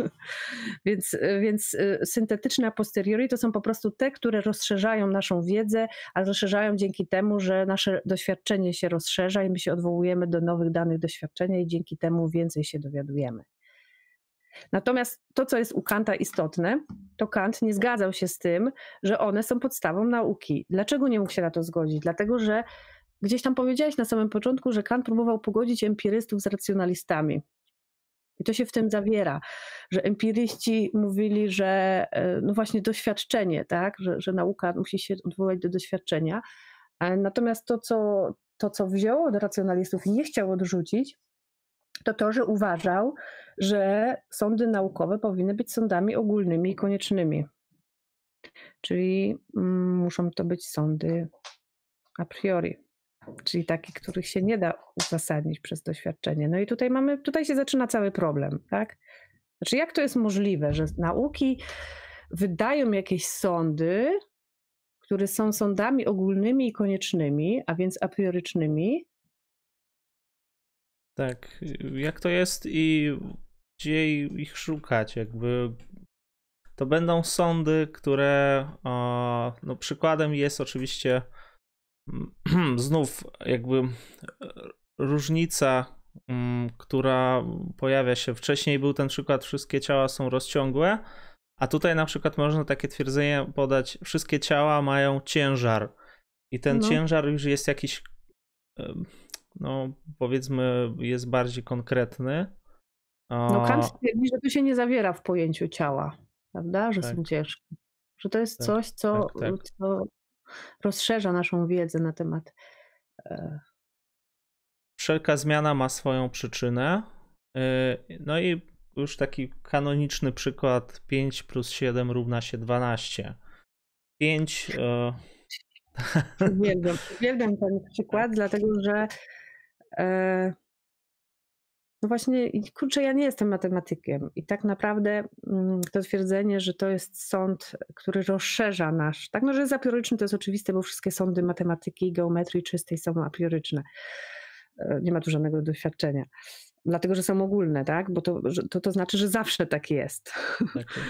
Więc syntetyczne a posteriori to są po prostu te, które rozszerzają naszą wiedzę, a rozszerzają dzięki temu, że nasze doświadczenie się rozszerza i my się odwołujemy do nowych danych doświadczenia i dzięki temu więcej się dowiadujemy. Natomiast to, co jest u Kanta istotne, to Kant nie zgadzał się z tym, że one są podstawą nauki. Dlaczego nie mógł się na to zgodzić? Dlatego, że gdzieś tam powiedziałeś na samym początku, że Kant próbował pogodzić empirystów z racjonalistami. I to się w tym zawiera, że empiryści mówili, że no właśnie doświadczenie, tak? że nauka musi się odwołać do doświadczenia. Natomiast to, co wziął od racjonalistów i nie chciał odrzucić, to, że uważał, że sądy naukowe powinny być sądami ogólnymi i koniecznymi. Czyli muszą to być sądy a priori, czyli takie, których się nie da uzasadnić przez doświadczenie. No i tutaj się zaczyna cały problem, tak? Znaczy, jak to jest możliwe, że nauki wydają jakieś sądy, które są sądami ogólnymi i koniecznymi, a więc a priorycznymi? Tak, jak to jest i gdzie ich szukać? Jakby to będą sądy, które no przykładem jest oczywiście znów jakby różnica, która pojawia się. Wcześniej był ten przykład, wszystkie ciała są rozciągłe, a tutaj na przykład można takie twierdzenie podać, wszystkie ciała mają ciężar i ten ciężar już jest jakiś, no powiedzmy, jest bardziej konkretny. No Kant twierdzi, że to się nie zawiera w pojęciu ciała, prawda, że są ciężkie. Że to jest coś, co rozszerza naszą wiedzę na temat. Wszelka zmiana ma swoją przyczynę. No i już taki kanoniczny przykład 5 plus 7 równa się 12. 5... Uwielbiam ten przykład, dlatego że no właśnie, kurczę, ja nie jestem matematykiem i tak naprawdę to twierdzenie, że to jest sąd, który rozszerza nasz, tak, no, że jest aprioryczny, to jest oczywiste, bo wszystkie sądy matematyki i geometrii czystej są aprioryczne. Nie ma tu żadnego doświadczenia. Dlatego, że są ogólne, tak, bo to znaczy, że zawsze tak jest. Tak jest.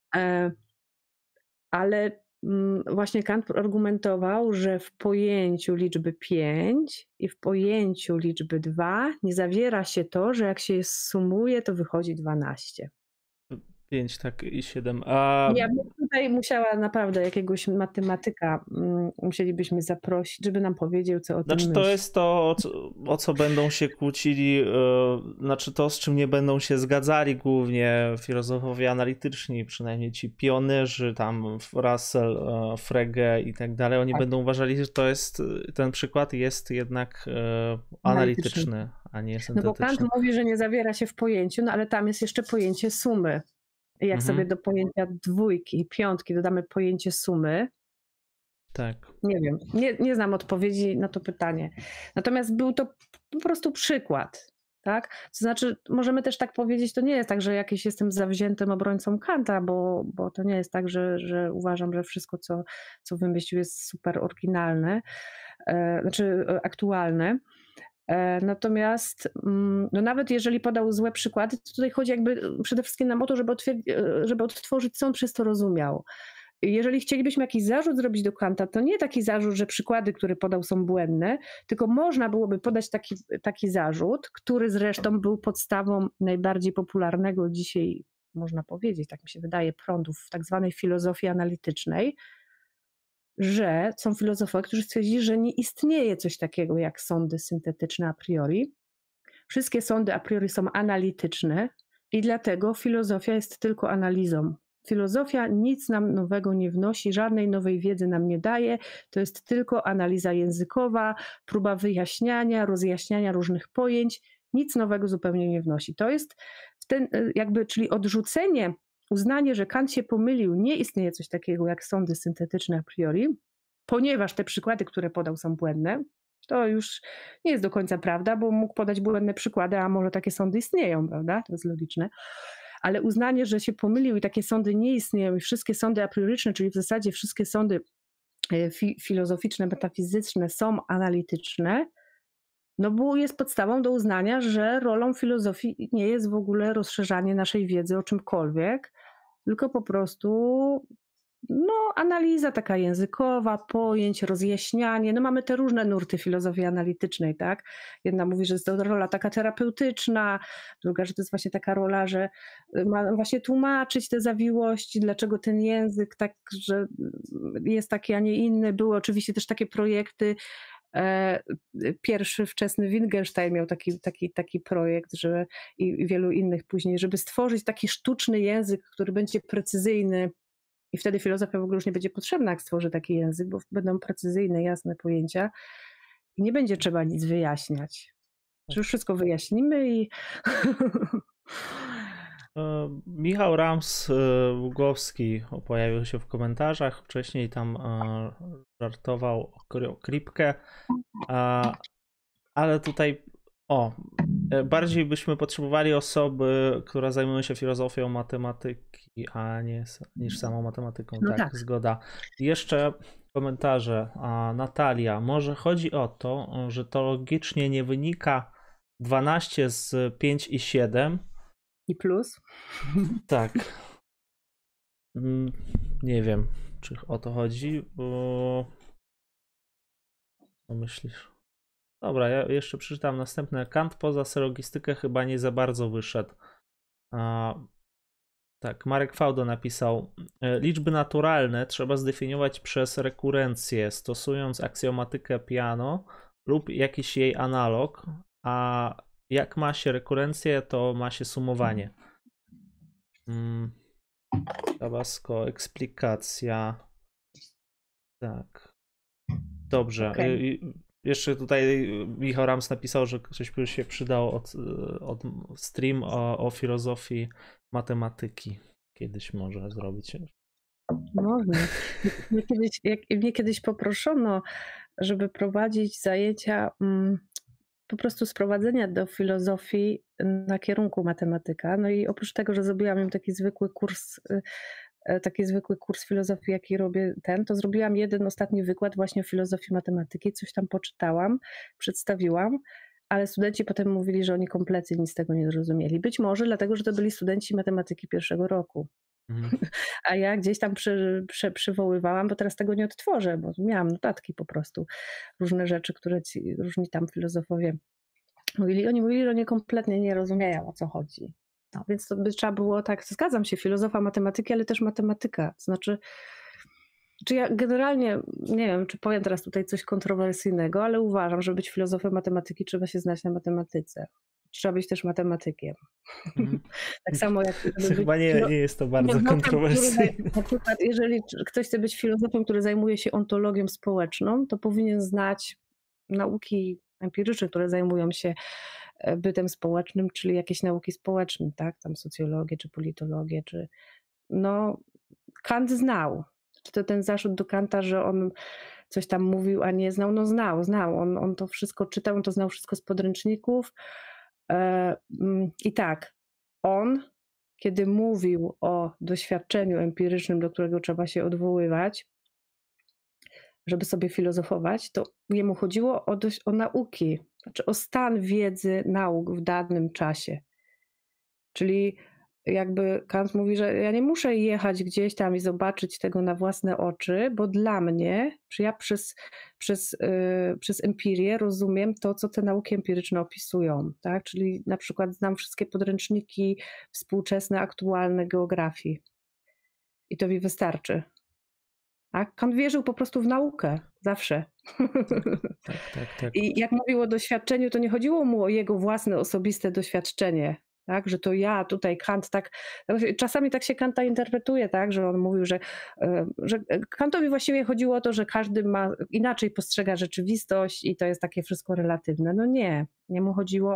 Ale właśnie Kant argumentował, że w pojęciu liczby 5 i w pojęciu liczby 2 nie zawiera się to, że jak się je sumuje, to wychodzi 12. 5, tak, i 7. Ja bym tutaj musiała naprawdę jakiegoś matematyka, musielibyśmy zaprosić, żeby nam powiedział, co o tym myśli. To jest to, o co będą się kłócili, znaczy to, z czym nie będą się zgadzali głównie filozofowie analityczni, przynajmniej ci pionerzy, tam Russell, Frege i tak dalej, oni będą uważali, że ten przykład jest jednak analityczny, a nie syntetyczny. No bo Kant mówi, że nie zawiera się w pojęciu, no ale tam jest jeszcze pojęcie sumy. I jak sobie do pojęcia dwójki i piątki dodamy pojęcie sumy, tak. Nie wiem, nie znam odpowiedzi na to pytanie. Natomiast był to po prostu przykład. Tak? To znaczy, możemy też tak powiedzieć, to nie jest tak, że jakiś jestem zawziętym obrońcą Kanta, bo to nie jest tak, że uważam, że wszystko, co wymyślił, jest super oryginalne, znaczy aktualne. Natomiast no nawet jeżeli podał złe przykłady, to tutaj chodzi jakby przede wszystkim nam o to, żeby odtworzyć, co on przez to rozumiał. Jeżeli chcielibyśmy jakiś zarzut zrobić do Kanta, to nie taki zarzut, że przykłady, które podał, są błędne, tylko można byłoby podać taki zarzut, który zresztą był podstawą najbardziej popularnego dzisiaj, można powiedzieć, tak mi się wydaje, prądu w tak zwanej filozofii analitycznej, że są filozofowie, którzy stwierdzili, że nie istnieje coś takiego jak sądy syntetyczne a priori. Wszystkie sądy a priori są analityczne i dlatego filozofia jest tylko analizą. Filozofia nic nam nowego nie wnosi, żadnej nowej wiedzy nam nie daje, to jest tylko analiza językowa, próba wyjaśniania, rozjaśniania różnych pojęć, nic nowego zupełnie nie wnosi. To jest czyli odrzucenie, uznanie, że Kant się pomylił, nie istnieje coś takiego jak sądy syntetyczne a priori, ponieważ te przykłady, które podał, są błędne. To już nie jest do końca prawda, bo mógł podać błędne przykłady, a może takie sądy istnieją, prawda? To jest logiczne. Ale uznanie, że się pomylił i takie sądy nie istnieją i wszystkie sądy a prioryczne, czyli w zasadzie wszystkie sądy filozoficzne, metafizyczne są analityczne, no bo jest podstawą do uznania, że rolą filozofii nie jest w ogóle rozszerzanie naszej wiedzy o czymkolwiek, tylko po prostu analiza taka językowa, pojęć, rozjaśnianie. No mamy te różne nurty filozofii analitycznej, tak? Jedna mówi, że jest to rola taka terapeutyczna, druga, że to jest właśnie taka rola, że ma właśnie tłumaczyć te zawiłości, dlaczego ten język tak, że jest taki, a nie inny. Były oczywiście też takie projekty. Pierwszy wczesny Wittgenstein miał taki projekt, i wielu innych później, żeby stworzyć taki sztuczny język, który będzie precyzyjny. I wtedy filozofia w ogóle już nie będzie potrzebna, jak stworzy taki język, bo będą precyzyjne, jasne pojęcia i nie będzie trzeba nic wyjaśniać. Że już wszystko wyjaśnimy i... Michał Rams-Ługowski pojawił się w komentarzach, wcześniej tam żartował o Kripke, ale tutaj bardziej byśmy potrzebowali osoby, która zajmuje się filozofią matematyki, a nie niż samą matematyką. No tak, zgoda. I jeszcze komentarze. Natalia, może chodzi o to, że to logicznie nie wynika 12 z 5 i 7. I plus? Tak. Nie wiem, czy o to chodzi, bo... Co myślisz? Dobra, ja jeszcze przeczytam następne. Kant poza sylogistykę chyba nie za bardzo wyszedł. Tak, Marek Faudo napisał: liczby naturalne trzeba zdefiniować przez rekurencję, stosując aksjomatykę Peano lub jakiś jej analog, a jak ma się rekurencję, to ma się sumowanie. Tabasco, eksplikacja. Tak. Dobrze. Okay. Jeszcze tutaj Michał Rams napisał, że ktoś by się przydał od stream o filozofii matematyki. Kiedyś może zrobić. Można. Mnie kiedyś poproszono, żeby prowadzić zajęcia po prostu sprowadzenia do filozofii na kierunku matematyka. No i oprócz tego, że zrobiłam im taki zwykły kurs filozofii, jaki robię to zrobiłam jeden ostatni wykład właśnie o filozofii matematyki, coś tam poczytałam, przedstawiłam, ale studenci potem mówili, że oni kompletnie nic z tego nie zrozumieli. Być może dlatego, że to byli studenci matematyki pierwszego roku. A ja gdzieś tam przywoływałam, bo teraz tego nie odtworzę, bo miałam notatki po prostu, różne rzeczy, które ci różni tam filozofowie mówili. Oni mówili, że oni kompletnie nie rozumieją, o co chodzi. No, więc to by trzeba było tak, zgadzam się, filozofia matematyki, ale też matematyka. To znaczy, czy ja generalnie, nie wiem, czy powiem teraz tutaj coś kontrowersyjnego, ale uważam, że żeby być filozofem matematyki trzeba się znać na matematyce. Trzeba być też matematykiem. Tak samo jak... Chyba nie jest to bardzo kontrowersyjne. Na przykład, jeżeli ktoś chce być filozofem, który zajmuje się ontologią społeczną, to powinien znać nauki empiryczne, które zajmują się bytem społecznym, czyli jakieś nauki społeczne, tak? Tam socjologię, czy politologię, czy... No, Kant znał. Czy to ten zarzut do Kanta, że on coś tam mówił, a nie znał? No znał. On to wszystko czytał, on to znał wszystko z podręczników. I tak, on, kiedy mówił o doświadczeniu empirycznym, do którego trzeba się odwoływać, żeby sobie filozofować, to jemu chodziło o nauki, znaczy o stan wiedzy nauk w danym czasie. Czyli jakby Kant mówi, że ja nie muszę jechać gdzieś tam i zobaczyć tego na własne oczy, bo dla mnie, że ja przez empirię rozumiem to, co te nauki empiryczne opisują. Tak? Czyli na przykład znam wszystkie podręczniki współczesne, aktualne geografii. I to mi wystarczy. Tak? Kant wierzył po prostu w naukę. Zawsze. Tak. I jak mówił o doświadczeniu, to nie chodziło mu o jego własne, osobiste doświadczenie. Tak, że to ja tutaj Kant tak, czasami tak się Kanta interpretuje, tak, że on mówił, że Kantowi właściwie chodziło o to, że każdy inaczej postrzega rzeczywistość i to jest takie wszystko relatywne. No nie mu chodziło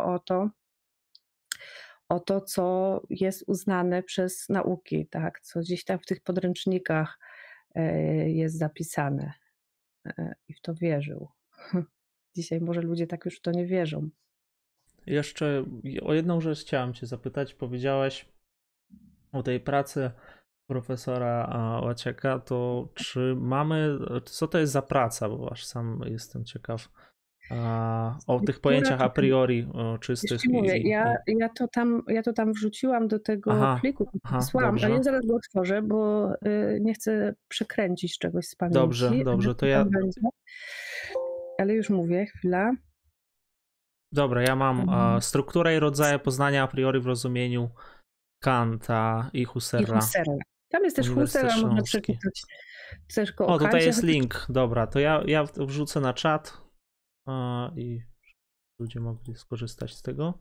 o to, co jest uznane przez nauki, tak, co gdzieś tam w tych podręcznikach jest zapisane i w to wierzył. Dzisiaj może ludzie tak już w to nie wierzą. Jeszcze o jedną rzecz chciałem cię zapytać. Powiedziałaś o tej pracy profesora Łaciaka, to co to jest za praca, bo aż sam jestem ciekaw o tych pojęciach a priori czystych. Mówię, ja to tam wrzuciłam do tego pliku, wysłałam, ale ja zaraz go otworzę, bo nie chcę przekręcić czegoś z pamięci. Dobrze, to ja... Ale już mówię, chwila. Dobra, ja mam strukturę i rodzaje poznania a priori w rozumieniu Kanta i Husserla. Tam jest też Husserla, można przeczytać też o tutaj Kancie. Jest link, dobra, to ja wrzucę na czat i ludzie mogli skorzystać z tego.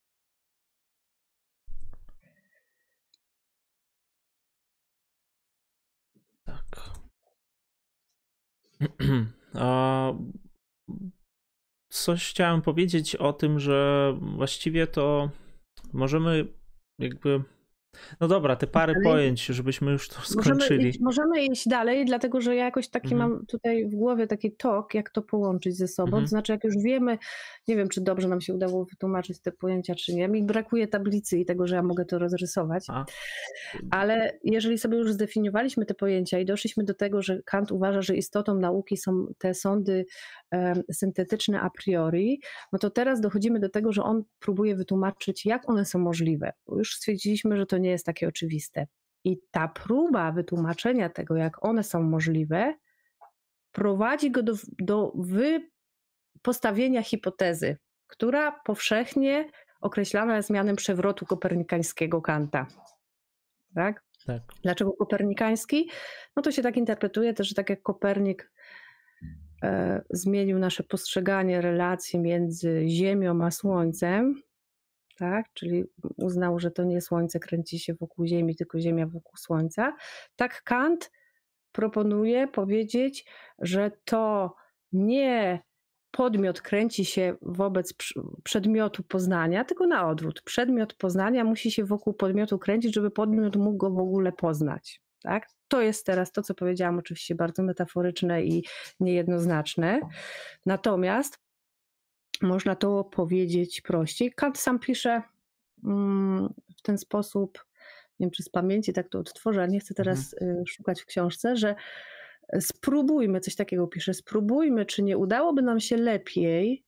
Tak. Coś chciałem powiedzieć o tym, że właściwie to możemy jakby... No dobra, te parę pojęć, żebyśmy już to skończyli. Możemy iść dalej, dlatego że ja jakoś taki mam tutaj w głowie taki tok, jak to połączyć ze sobą. To znaczy, jak już wiemy, nie wiem, czy dobrze nam się udało wytłumaczyć te pojęcia, czy nie. Mi brakuje tablicy i tego, że ja mogę to rozrysować. Ale jeżeli sobie już zdefiniowaliśmy te pojęcia i doszliśmy do tego, że Kant uważa, że istotą nauki są te sądy syntetyczne a priori, no to teraz dochodzimy do tego, że on próbuje wytłumaczyć, jak one są możliwe. Bo już stwierdziliśmy, że to nie jest takie oczywiste. I ta próba wytłumaczenia tego, jak one są możliwe, prowadzi go do postawienia hipotezy, która powszechnie określana jest mianem przewrotu kopernikańskiego Kanta. Tak? Tak. Dlaczego kopernikański? No to się tak interpretuje też, że tak jak Kopernik zmienił nasze postrzeganie relacji między Ziemią a Słońcem, tak? Czyli uznał, że to nie Słońce kręci się wokół Ziemi, tylko Ziemia wokół Słońca. Tak Kant proponuje powiedzieć, że to nie podmiot kręci się wobec przedmiotu poznania, tylko na odwrót. Przedmiot poznania musi się wokół podmiotu kręcić, żeby podmiot mógł go w ogóle poznać. Tak? To jest teraz to, co powiedziałam, oczywiście bardzo metaforyczne i niejednoznaczne. Natomiast można to powiedzieć prościej. Kant sam pisze w ten sposób, nie wiem czy z pamięci tak to odtworzę, ale nie chcę teraz szukać w książce, że spróbujmy, coś takiego pisze, spróbujmy, czy nie udałoby nam się lepiej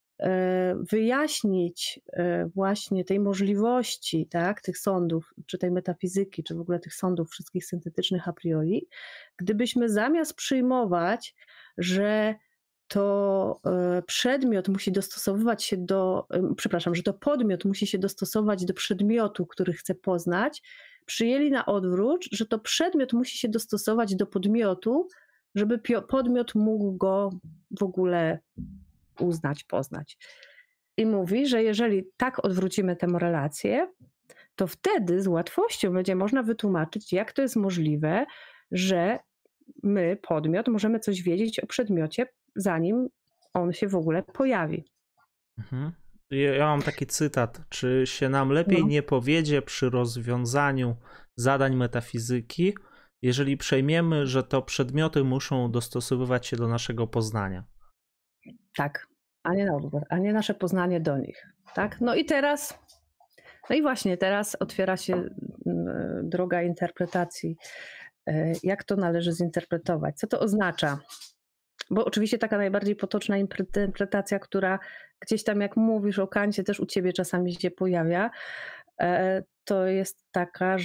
wyjaśnić właśnie tej możliwości, tak, tych sądów, czy tej metafizyki, czy w ogóle tych sądów wszystkich syntetycznych a priori, gdybyśmy zamiast przyjmować, że to przedmiot musi dostosowywać się że to podmiot musi się dostosować do przedmiotu, który chce poznać, przyjęli na odwrót, że to przedmiot musi się dostosować do podmiotu, żeby podmiot mógł go w ogóle uznać, poznać. I mówi, że jeżeli tak odwrócimy tę relację, to wtedy z łatwością będzie można wytłumaczyć, jak to jest możliwe, że my, podmiot, możemy coś wiedzieć o przedmiocie, zanim on się w ogóle pojawi. Ja mam taki cytat. Czy się nam lepiej nie powiedzie przy rozwiązaniu zadań metafizyki, jeżeli przejmiemy, że to przedmioty muszą dostosowywać się do naszego poznania? Tak. a nie na odwrót, a nie nasze poznanie do nich. Tak? No i właśnie teraz otwiera się droga interpretacji. Jak to należy zinterpretować? Co to oznacza? Bo oczywiście taka najbardziej potoczna interpretacja, która gdzieś tam, jak mówisz o Kancie, też u ciebie czasami się pojawia, to jest taka,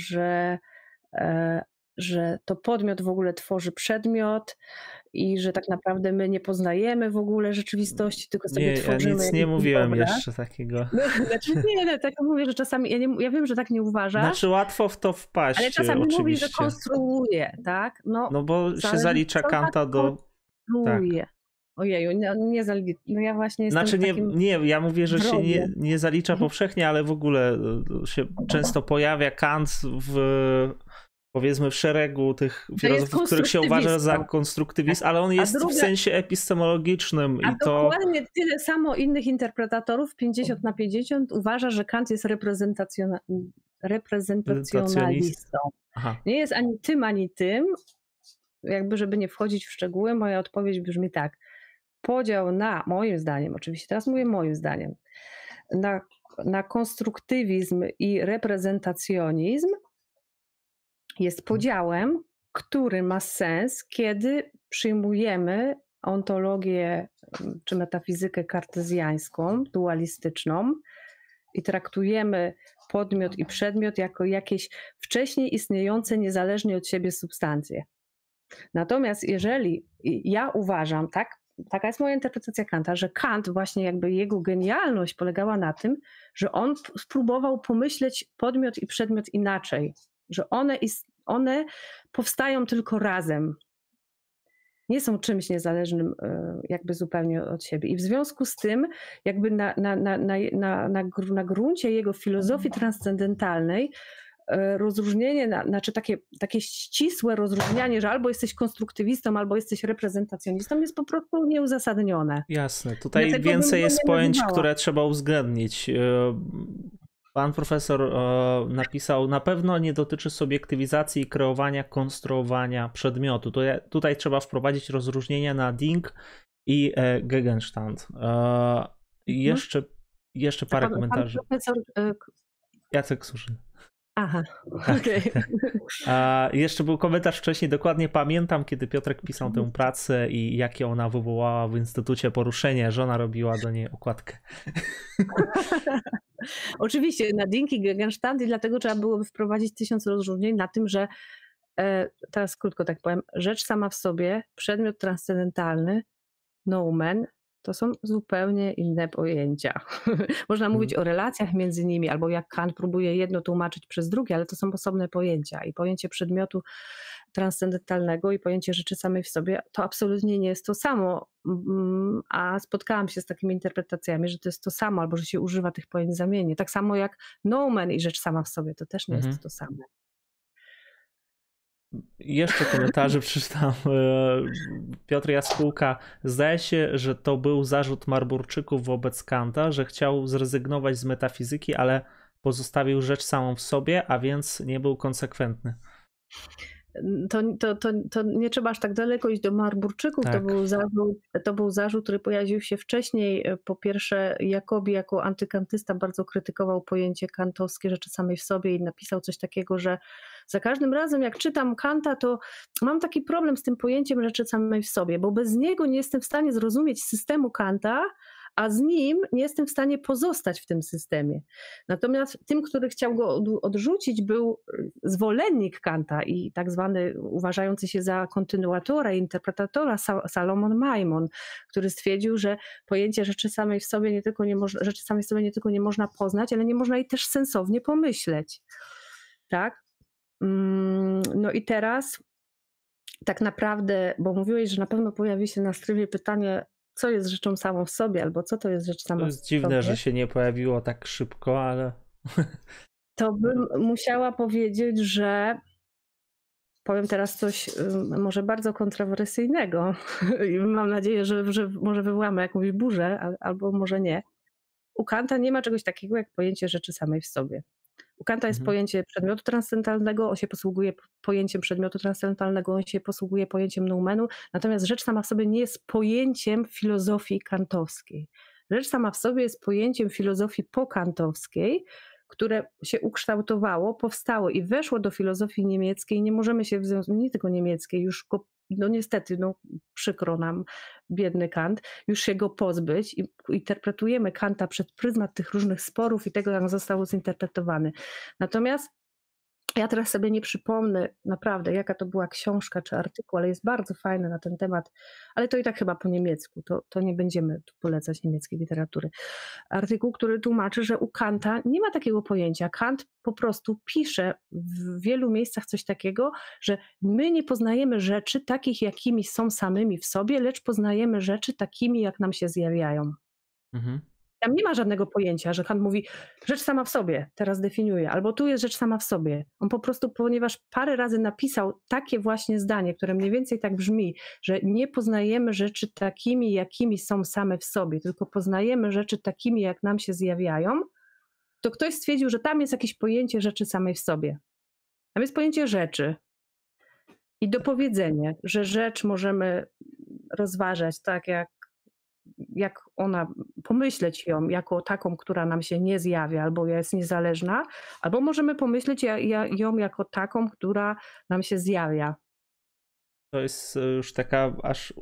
że to podmiot w ogóle tworzy przedmiot i że tak naprawdę my nie poznajemy w ogóle rzeczywistości, tylko sobie tworzymy. Ja nic nie mówiłem jeszcze takiego. No, znaczy nie, tak mówię, że czasami, ja wiem, że tak nie uważasz. Znaczy łatwo w to wpaść, ale czasami oczywiście. mówisz, że konstruuje, tak? No bo się zalicza Kanta do... Konstruuje. Tak. Ojeju, nie zalicza. No ja właśnie jestem ja mówię, że się nie zalicza powszechnie, ale w ogóle się często pojawia Kant powiedzmy w szeregu tych filozofów, których się uważa za konstruktywizm, ale on jest w sensie epistemologicznym. Dokładnie tyle samo innych interpretatorów, 50/50, uważa, że Kant jest reprezentacjonalistą. Nie jest ani tym, jakby żeby nie wchodzić w szczegóły, moja odpowiedź brzmi tak. Podział moim zdaniem, oczywiście teraz mówię moim zdaniem, na konstruktywizm i reprezentacjonizm jest podziałem, który ma sens, kiedy przyjmujemy ontologię czy metafizykę kartezjańską, dualistyczną i traktujemy podmiot i przedmiot jako jakieś wcześniej istniejące niezależnie od siebie substancje. Natomiast jeżeli ja uważam, taka jest moja interpretacja Kanta, że Kant właśnie jakby jego genialność polegała na tym, że on spróbował pomyśleć podmiot i przedmiot inaczej, że one powstają tylko razem. Nie są czymś niezależnym jakby zupełnie od siebie. I w związku z tym jakby na gruncie jego filozofii transcendentalnej rozróżnienie, znaczy takie ścisłe rozróżnianie, że albo jesteś konstruktywistą, albo jesteś reprezentacjonistą, jest po prostu nieuzasadnione. Jasne. Tutaj dlatego więcej jest pojęć, które trzeba uwzględnić. Pan profesor napisał, na pewno nie dotyczy subiektywizacji i kreowania, konstruowania przedmiotu. Tutaj trzeba wprowadzić rozróżnienia na Ding i Gegenstand. Jeszcze parę komentarzy. Pan profesor... Jacek Suszyn. Aha, okej. Jeszcze był komentarz wcześniej, dokładnie pamiętam, kiedy Piotrek pisał tę pracę i jakie ona wywołała w Instytucie poruszenie. Żona robiła do niej okładkę. Oczywiście, na Ding i Gegenstand i dlatego trzeba byłoby wprowadzić 1000 rozróżnień na tym, że teraz krótko tak powiem, rzecz sama w sobie, przedmiot transcendentalny, noumen, to są zupełnie inne pojęcia. Można mówić o relacjach między nimi, albo jak Kant próbuje jedno tłumaczyć przez drugie, ale to są osobne pojęcia. I pojęcie przedmiotu transcendentalnego i pojęcie rzeczy samej w sobie to absolutnie nie jest to samo. A spotkałam się z takimi interpretacjami, że to jest to samo, albo że się używa tych pojęć zamiennie. Tak samo jak noumen i rzecz sama w sobie, to też nie jest to samo. Jeszcze komentarze przeczytam. Piotr Jaskółka. Zdaje się, że to był zarzut Marburczyków wobec Kanta, że chciał zrezygnować z metafizyki, ale pozostawił rzecz samą w sobie, a więc nie był konsekwentny. To nie trzeba aż tak daleko iść do Marburczyków. Tak. To był zarzut, który pojawił się wcześniej. Po pierwsze, Jacobi jako antykantysta bardzo krytykował pojęcie kantowskie rzeczy samej w sobie i napisał coś takiego, że za każdym razem jak czytam Kanta, to mam taki problem z tym pojęciem rzeczy samej w sobie, bo bez niego nie jestem w stanie zrozumieć systemu Kanta, a z nim nie jestem w stanie pozostać w tym systemie. Natomiast tym, który chciał go odrzucić, był zwolennik Kanta i tak zwany uważający się za kontynuatora i interpretatora Salomon Maimon, który stwierdził, że pojęcie rzeczy samej w sobie nie tylko nie można poznać, ale nie można jej też sensownie pomyśleć. Tak? No i teraz tak naprawdę, bo mówiłeś, że na pewno pojawi się na streamie pytanie, co jest rzeczą samą w sobie, albo co to jest rzecz sama w sobie. To jest dziwne, że się nie pojawiło tak szybko, ale... To bym musiała powiedzieć, że powiem teraz coś może bardzo kontrowersyjnego i mam nadzieję, że może wywołamy jakąś burzę, albo może nie. U Kanta nie ma czegoś takiego jak pojęcie rzeczy samej w sobie. U Kanta jest pojęcie przedmiotu transcendentalnego, on się posługuje pojęciem przedmiotu transcendentalnego, on się posługuje pojęciem noumenu, natomiast rzecz sama w sobie nie jest pojęciem filozofii kantowskiej. Rzecz sama w sobie jest pojęciem filozofii pokantowskiej, które się ukształtowało, powstało i weszło do filozofii niemieckiej. Nie możemy się, nie tylko niemieckiej, już go, no niestety, no przykro nam, biedny Kant, już się go pozbyć i interpretujemy Kanta przez pryzmat tych różnych sporów i tego, jak został zinterpretowany. Natomiast ja teraz sobie nie przypomnę naprawdę, jaka to była książka czy artykuł, ale jest bardzo fajny na ten temat, ale to i tak chyba po niemiecku, to nie będziemy tu polecać niemieckiej literatury. Artykuł, który tłumaczy, że u Kanta nie ma takiego pojęcia. Kant po prostu pisze w wielu miejscach coś takiego, że my nie poznajemy rzeczy takich, jakimi są samymi w sobie, lecz poznajemy rzeczy takimi, jak nam się zjawiają. Tam nie ma żadnego pojęcia, że Kant mówi rzecz sama w sobie, teraz definiuje, albo tu jest rzecz sama w sobie. On po prostu, ponieważ parę razy napisał takie właśnie zdanie, które mniej więcej tak brzmi, że nie poznajemy rzeczy takimi, jakimi są same w sobie, tylko poznajemy rzeczy takimi, jak nam się zjawiają, to ktoś stwierdził, że tam jest jakieś pojęcie rzeczy samej w sobie. Tam jest pojęcie rzeczy. I dopowiedzenie, że rzecz możemy rozważać tak, jak ona, pomyśleć ją jako taką, która nam się nie zjawia albo jest niezależna, albo możemy pomyśleć ją jako taką, która nam się zjawia. To jest już taka aż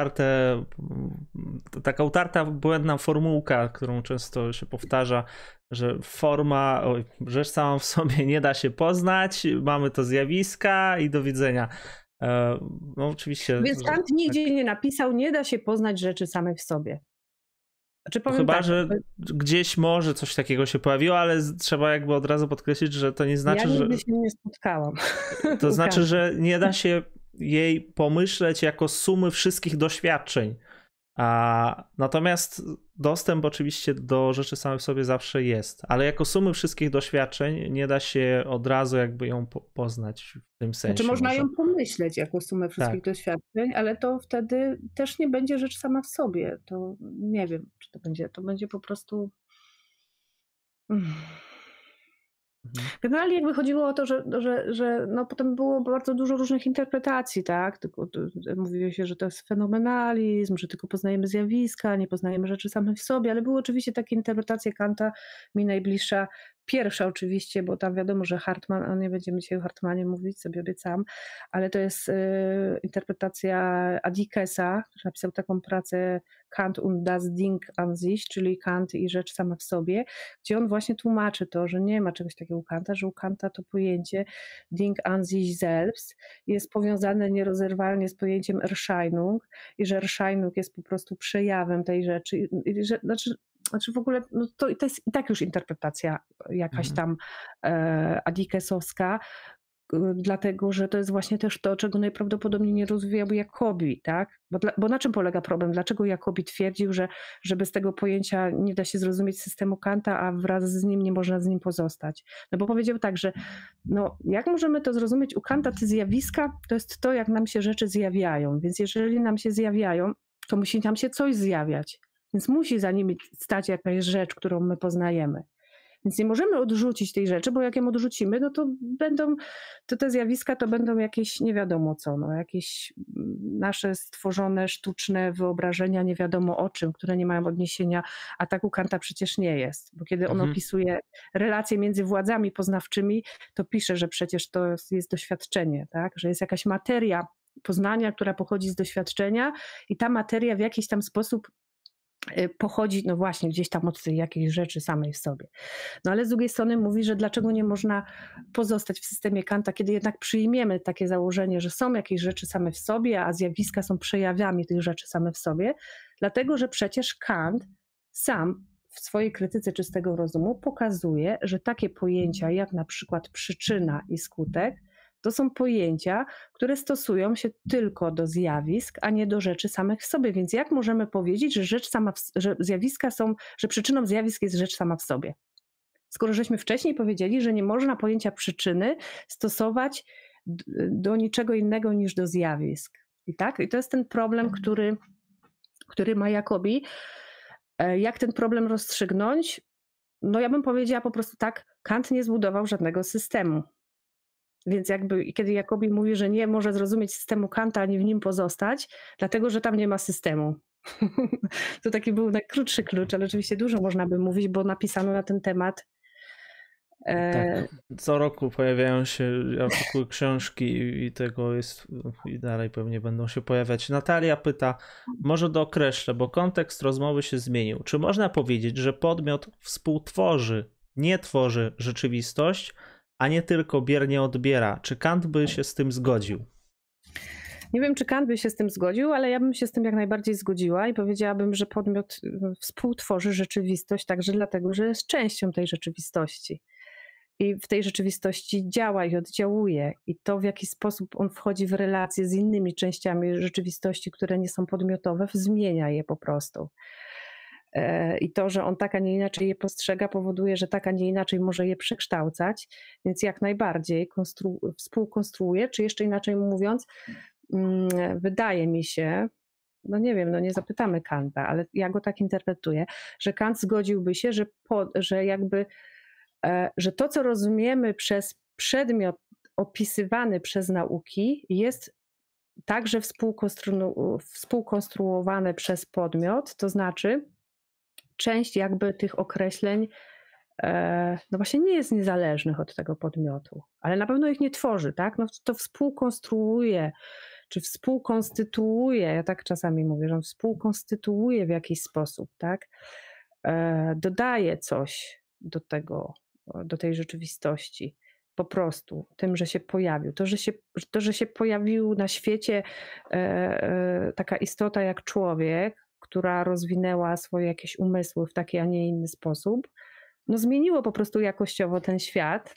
taka utarta, błędna formułka, którą często się powtarza, że rzecz sama w sobie nie da się poznać, mamy to zjawiska i do widzenia. No oczywiście. Więc Kant nigdzie nie napisał, nie da się poznać rzeczy samej w sobie. Chyba, tak, że gdzieś może coś takiego się pojawiło, ale trzeba jakby od razu podkreślić, że to nie znaczy, że... Ja nigdy się nie spotkałam. To znaczy, że nie da się jej pomyśleć jako sumy wszystkich doświadczeń. Natomiast dostęp oczywiście do rzeczy samej w sobie zawsze jest, ale jako sumy wszystkich doświadczeń nie da się od razu jakby ją poznać w tym sensie. Znaczy można ją pomyśleć jako sumę wszystkich doświadczeń, ale to wtedy też nie będzie rzecz sama w sobie. To nie wiem, czy to będzie po prostu... Generalnie jakby chodziło o to, że no potem było bardzo dużo różnych interpretacji, tak? Mówiło się, że to jest fenomenalizm, że tylko poznajemy zjawiska, nie poznajemy rzeczy samych w sobie, ale były oczywiście takie interpretacje Kanta, mi najbliższa, pierwsza oczywiście, bo tam wiadomo, że Hartmann, nie będziemy dzisiaj o Hartmannie mówić, sobie obiecałam, ale to jest interpretacja Adikesa, który napisał taką pracę Kant und das Ding an sich, czyli Kant i rzecz sama w sobie, gdzie on właśnie tłumaczy to, że nie ma czegoś takiego u Kanta, że u Kanta to pojęcie Ding an sich selbst jest powiązane nierozerwalnie z pojęciem Erscheinung i że Erscheinung jest po prostu przejawem tej rzeczy. Znaczy w ogóle no to jest i tak już interpretacja jakaś tam adikesowska, dlatego, że to jest właśnie też to, czego najprawdopodobniej nie rozwijał Jacobi, tak? Bo na czym polega problem? Dlaczego Jacobi twierdził, że bez tego pojęcia nie da się zrozumieć systemu Kanta, a wraz z nim nie można z nim pozostać? No bo powiedział tak, że no, jak możemy to zrozumieć u Kanta, te zjawiska to jest to, jak nam się rzeczy zjawiają, więc jeżeli nam się zjawiają, to musi nam się coś zjawiać, więc musi za nimi stać jakaś rzecz, którą my poznajemy. Więc nie możemy odrzucić tej rzeczy, bo jak ją odrzucimy, no to te zjawiska to będą jakieś nie wiadomo co, no, jakieś nasze stworzone, sztuczne wyobrażenia nie wiadomo o czym, które nie mają odniesienia, a tak u Kanta przecież nie jest, bo kiedy on opisuje relacje między władzami poznawczymi, to pisze, że przecież to jest doświadczenie, tak? Że jest jakaś materia poznania, która pochodzi z doświadczenia i ta materia w jakiś tam sposób pochodzi, no właśnie, gdzieś tam od tej jakiejś rzeczy samej w sobie. No ale z drugiej strony mówi, że dlaczego nie można pozostać w systemie Kanta, kiedy jednak przyjmiemy takie założenie, że są jakieś rzeczy same w sobie, a zjawiska są przejawami tych rzeczy same w sobie, dlatego, że przecież Kant sam w swojej krytyce czystego rozumu pokazuje, że takie pojęcia jak na przykład przyczyna i skutek to są pojęcia, które stosują się tylko do zjawisk, a nie do rzeczy samych w sobie. Więc jak możemy powiedzieć, że zjawiska są, że przyczyną zjawisk jest rzecz sama w sobie? Skoro żeśmy wcześniej powiedzieli, że nie można pojęcia przyczyny stosować do niczego innego niż do zjawisk. I to jest ten problem, który ma Jacobi. Jak ten problem rozstrzygnąć? no ja bym powiedziała po prostu tak, Kant nie zbudował żadnego systemu. Więc jakby kiedy Jacobi mówi, że nie może zrozumieć systemu Kanta ani w nim pozostać, dlatego że tam nie ma systemu. To taki był najkrótszy klucz, ale oczywiście dużo można by mówić, bo napisano na ten temat. Tak, co roku pojawiają się artykuły, książki i tego jest, i dalej pewnie będą się pojawiać. Natalia pyta, może dookreślę, bo kontekst rozmowy się zmienił. Czy można powiedzieć, że podmiot współtworzy, nie tworzy rzeczywistość, a nie tylko biernie odbiera? Czy Kant by się z tym zgodził? Nie wiem, czy Kant by się z tym zgodził, ale ja bym się z tym jak najbardziej zgodziła i powiedziałabym, że podmiot współtworzy rzeczywistość także dlatego, że jest częścią tej rzeczywistości. I w tej rzeczywistości działa i oddziałuje. I to, w jaki sposób on wchodzi w relacje z innymi częściami rzeczywistości, które nie są podmiotowe, zmienia je po prostu. I to, że on tak, a nie inaczej je postrzega, powoduje, że tak, a nie inaczej może je przekształcać, więc jak najbardziej współkonstruuje, czy jeszcze inaczej mówiąc, wydaje mi się, no nie wiem, no nie zapytamy Kanta, ale ja go tak interpretuję, że Kant zgodziłby się, że to, co rozumiemy przez przedmiot opisywany przez nauki, jest także współkonstruowane przez podmiot, to znaczy część jakby tych określeń no właśnie nie jest niezależnych od tego podmiotu, ale na pewno ich nie tworzy, tak? No to współkonstruuje, czy współkonstytuuje, ja tak czasami mówię, że on współkonstytuuje w jakiś sposób, tak? Dodaje coś do tej rzeczywistości. Po prostu tym, że się pojawił. To, że się pojawił na świecie taka istota jak człowiek, która rozwinęła swoje jakieś umysły w taki, a nie inny sposób, no zmieniło po prostu jakościowo ten świat.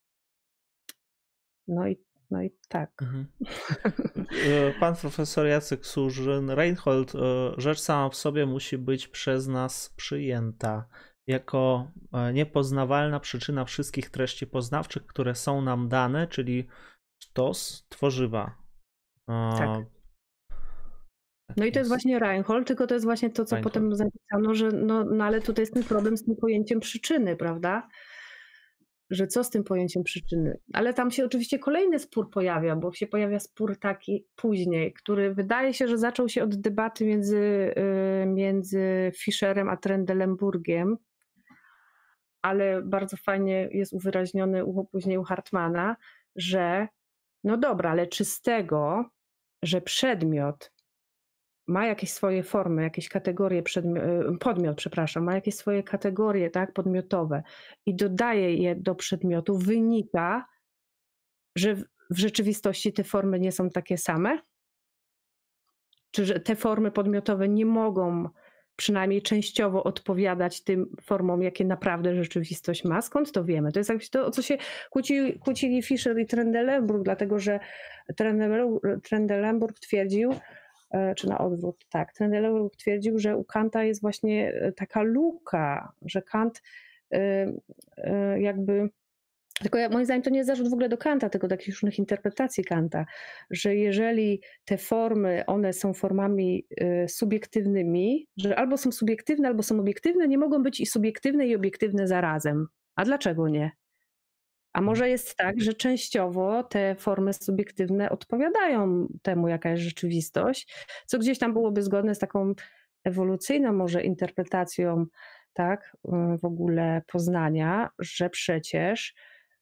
No i tak. Mhm. Pan profesor Jacek Surzyn, Reinhold, rzecz sama w sobie musi być przez nas przyjęta jako niepoznawalna przyczyna wszystkich treści poznawczych, które są nam dane, czyli sztos tworzywa. Tak. No i to jest właśnie Reinhold, tylko to jest właśnie to, co potem zapisano, że no ale tutaj jest ten problem z tym pojęciem przyczyny, prawda? Że co z tym pojęciem przyczyny? Ale tam się oczywiście kolejny spór pojawia, bo się pojawia spór taki później, który wydaje się, że zaczął się od debaty między Fischerem a Trendelenburgiem, ale bardzo fajnie jest uwyraźniony później u Hartmana, że no dobra, ale czy z tego, że przedmiot ma jakieś swoje formy, jakieś kategorie, ma jakieś swoje kategorie, tak, podmiotowe i dodaje je do przedmiotu, wynika, że w rzeczywistości te formy nie są takie same? Czy że te formy podmiotowe nie mogą przynajmniej częściowo odpowiadać tym formom, jakie naprawdę rzeczywistość ma? Skąd to wiemy? To jest jakby to, o co się kłócili Fischer i Trendelenburg, dlatego że Trendelenburg twierdził, czy na odwrót, tak, Trendelenburg twierdził, że u Kanta jest właśnie taka luka, że Kant jakby, tylko moim zdaniem to nie jest zarzut w ogóle do Kanta, tylko do takich różnych interpretacji Kanta, że jeżeli te formy, one są formami subiektywnymi, że albo są subiektywne, albo są obiektywne, nie mogą być i subiektywne i obiektywne zarazem. A dlaczego nie? A może jest tak, że częściowo te formy subiektywne odpowiadają temu, jaka jest rzeczywistość, co gdzieś tam byłoby zgodne z taką ewolucyjną może interpretacją, tak, w ogóle poznania, że przecież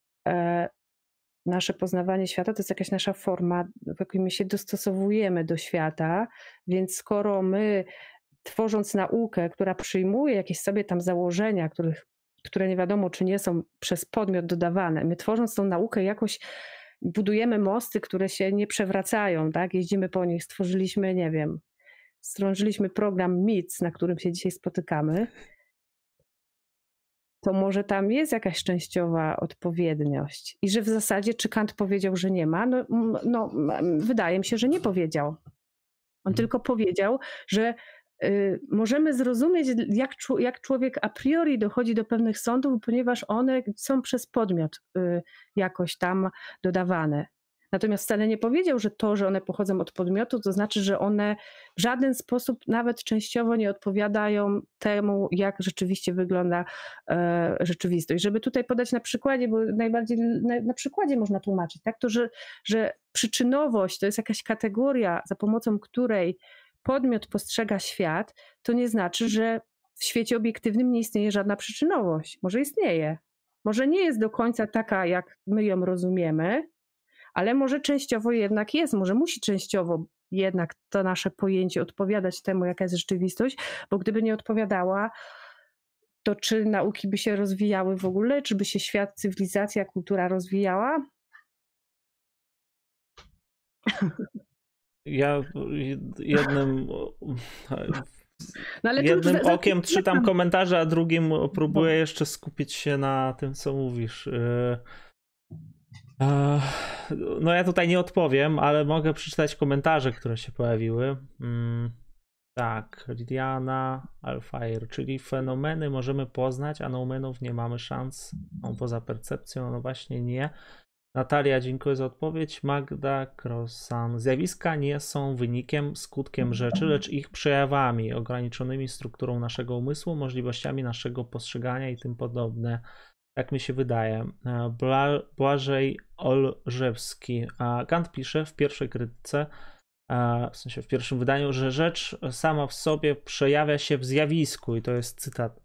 nasze poznawanie świata to jest jakaś nasza forma, w jakiej my się dostosowujemy do świata, więc skoro my, tworząc naukę, która przyjmuje jakieś sobie tam założenia, które nie wiadomo, czy nie są przez podmiot dodawane. My tworząc tą naukę jakoś budujemy mosty, które się nie przewracają, tak? Jeździmy po nich, stworzyliśmy, nie wiem, stworzyliśmy program MIC, na którym się dzisiaj spotykamy, to może tam jest jakaś częściowa odpowiedniość. I że w zasadzie, czy Kant powiedział, że nie ma? No wydaje mi się, że nie powiedział. On tylko powiedział, że możemy zrozumieć, jak człowiek a priori dochodzi do pewnych sądów, ponieważ one są przez podmiot jakoś tam dodawane. Natomiast wcale nie powiedział, że to, że one pochodzą od podmiotu, to znaczy, że one w żaden sposób, nawet częściowo nie odpowiadają temu, jak rzeczywiście wygląda rzeczywistość. Żeby tutaj podać na przykładzie, bo najbardziej na przykładzie można tłumaczyć, tak? To, że przyczynowość to jest jakaś kategoria, za pomocą której podmiot postrzega świat, to nie znaczy, że w świecie obiektywnym nie istnieje żadna przyczynowość. Może istnieje. Może nie jest do końca taka, jak my ją rozumiemy, ale może częściowo jednak jest, może musi częściowo jednak to nasze pojęcie odpowiadać temu, jaka jest rzeczywistość, bo gdyby nie odpowiadała, to czy nauki by się rozwijały w ogóle, czy by się świat, cywilizacja, kultura rozwijała? Ja jednym No ale jednym okiem czytam komentarze, a drugim próbuję jeszcze skupić się na tym, co mówisz. No ja tutaj nie odpowiem, ale mogę przeczytać komentarze, które się pojawiły. Tak, Lidiana, Alfire, czyli fenomeny możemy poznać, a noumenów nie mamy szans. Poza percepcją, no właśnie nie. Natalia, dziękuję za odpowiedź. Magda Krossan. Zjawiska nie są wynikiem, skutkiem rzeczy, lecz ich przejawami, ograniczonymi strukturą naszego umysłu, możliwościami naszego postrzegania i tym podobne. Tak mi się wydaje. Błażej Olżewski. Kant pisze w pierwszej krytyce, w sensie w pierwszym wydaniu, że rzecz sama w sobie przejawia się w zjawisku i to jest cytat.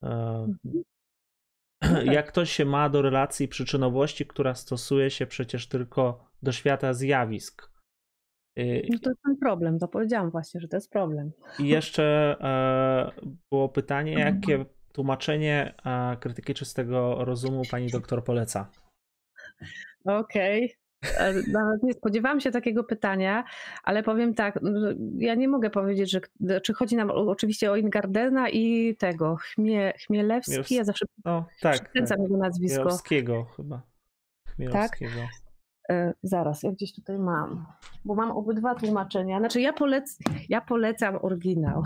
Jak to się ma do relacji przyczynowości, która stosuje się przecież tylko do świata zjawisk? No to jest ten problem, to powiedziałam właśnie, że to jest problem. I jeszcze było pytanie, jakie tłumaczenie krytyki czystego rozumu pani doktor poleca? Okej. Nawet nie spodziewałam się takiego pytania, ale powiem tak, ja nie mogę powiedzieć, że czy chodzi nam oczywiście o Ingardena i tego, Chmielewski, ja zawsze przekręcam jego nazwisko. Chmielowskiego chyba. Chmielowskiego. Tak? Zaraz, ja gdzieś tutaj mam, bo mam obydwa tłumaczenia. Znaczy ja polecam oryginał,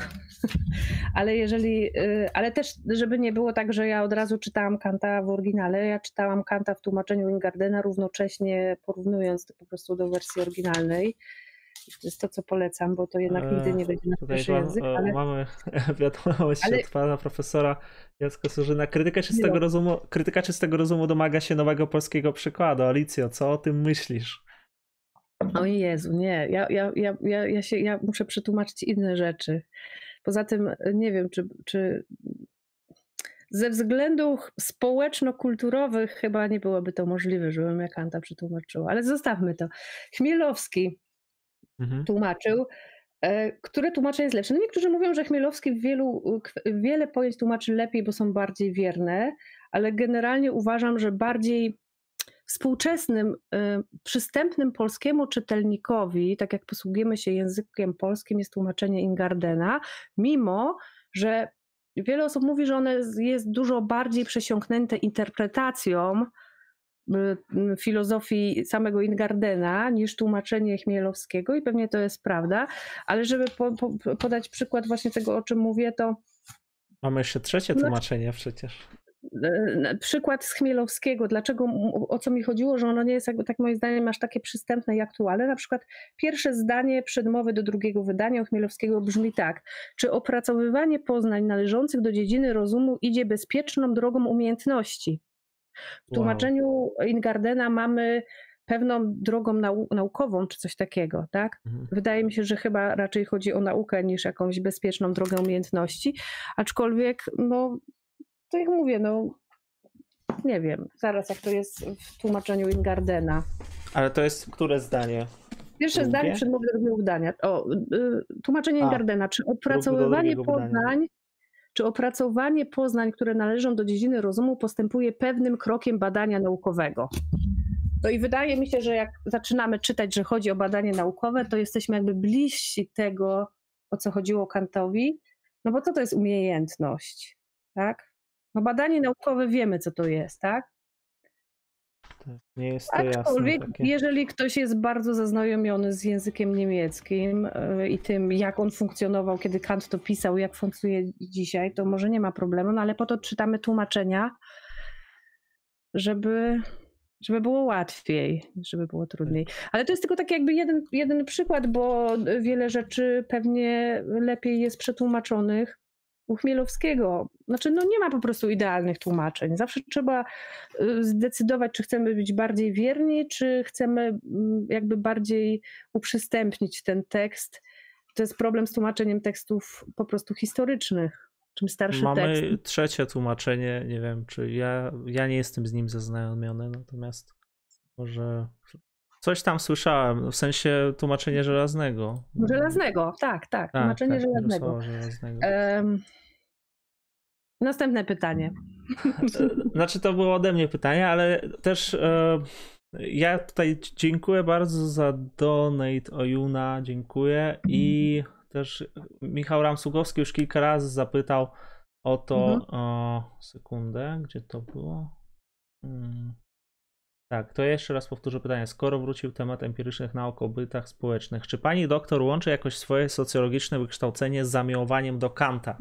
ale też, żeby nie było tak, że ja od razu czytałam Kanta w oryginale, ja czytałam Kanta w tłumaczeniu Ingardena, równocześnie porównując to po prostu do wersji oryginalnej. To jest to, co polecam, bo to jednak nigdy nie będzie na pierwszy język. Ale... Mamy wiadomość od pana profesora Jacka Surzyna. Krytyka czystego rozumu domaga się nowego polskiego przykładu. Alicjo, co o tym myślisz? O Jezu, nie. Ja muszę przetłumaczyć inne rzeczy. Poza tym nie wiem, czy ze względów społeczno-kulturowych chyba nie byłoby to możliwe, żebym ja Kanta przetłumaczyła. Ale zostawmy to. Chmielowski tłumaczył, które tłumaczenie jest lepsze. No niektórzy mówią, że Chmielowski wiele pojęć tłumaczy lepiej, bo są bardziej wierne, ale generalnie uważam, że bardziej współczesnym, przystępnym polskiemu czytelnikowi, tak jak posługujemy się językiem polskim, jest tłumaczenie Ingardena, mimo że wiele osób mówi, że one jest dużo bardziej przesiąknięte interpretacją filozofii samego Ingardena niż tłumaczenie Chmielowskiego i pewnie to jest prawda, ale żeby podać przykład właśnie tego, o czym mówię, to... Mamy jeszcze trzecie tłumaczenie przecież. Przykład z Chmielowskiego, o co mi chodziło, że ono nie jest jakby, tak moim zdaniem, aż takie przystępne i aktualne. Na przykład pierwsze zdanie przedmowy do drugiego wydania u Chmielowskiego brzmi tak: czy opracowywanie poznań należących do dziedziny rozumu idzie bezpieczną drogą umiejętności? W tłumaczeniu Ingardena mamy pewną drogą naukową, czy coś takiego, tak? Wydaje mi się, że chyba raczej chodzi o naukę niż jakąś bezpieczną drogę umiejętności, aczkolwiek, no, to jak mówię, no, nie wiem, zaraz jak to jest w tłumaczeniu Ingardena. Ale to jest które zdanie? Pierwsze zdanie przedmowy do drugiego wydania. Tłumaczenie Ingardena, czy opracowanie poznań, które należą do dziedziny rozumu, postępuje pewnym krokiem badania naukowego. No i wydaje mi się, że jak zaczynamy czytać, że chodzi o badanie naukowe, to jesteśmy jakby bliżsi tego, o co chodziło Kantowi, no bo co to jest umiejętność, tak? No badanie naukowe wiemy, co to jest, tak? Nie jest to jasne. Jeżeli ktoś jest bardzo zaznajomiony z językiem niemieckim i tym, jak on funkcjonował, kiedy Kant to pisał, jak funkcjonuje dzisiaj, to może nie ma problemu, no ale po to czytamy tłumaczenia, żeby Żeby było łatwiej, żeby było trudniej. Ale to jest tylko taki jakby jeden przykład, bo wiele rzeczy pewnie lepiej jest przetłumaczonych u Chmielowskiego. Znaczy, no nie ma po prostu idealnych tłumaczeń. Zawsze trzeba zdecydować, czy chcemy być bardziej wierni, czy chcemy jakby bardziej uprzystępnić ten tekst. To jest problem z tłumaczeniem tekstów po prostu historycznych. Czym starszy tekst. Mamy trzecie tłumaczenie, nie wiem, czy ja nie jestem z nim zaznajomiony, natomiast może coś tam słyszałem, w sensie tłumaczenie żelaznego. Żelaznego, tak, tłumaczenie żelaznego. Następne pytanie. Znaczy to było ode mnie pytanie, ale też ja tutaj dziękuję bardzo za donate Ojuna, dziękuję i też Michał Ramsugowski już kilka razy zapytał o to, sekundę, gdzie to było? Tak, to jeszcze raz powtórzę pytanie. Skoro wrócił temat empirycznych nauk o bytach społecznych, czy pani doktor łączy jakoś swoje socjologiczne wykształcenie z zamiłowaniem do Kanta?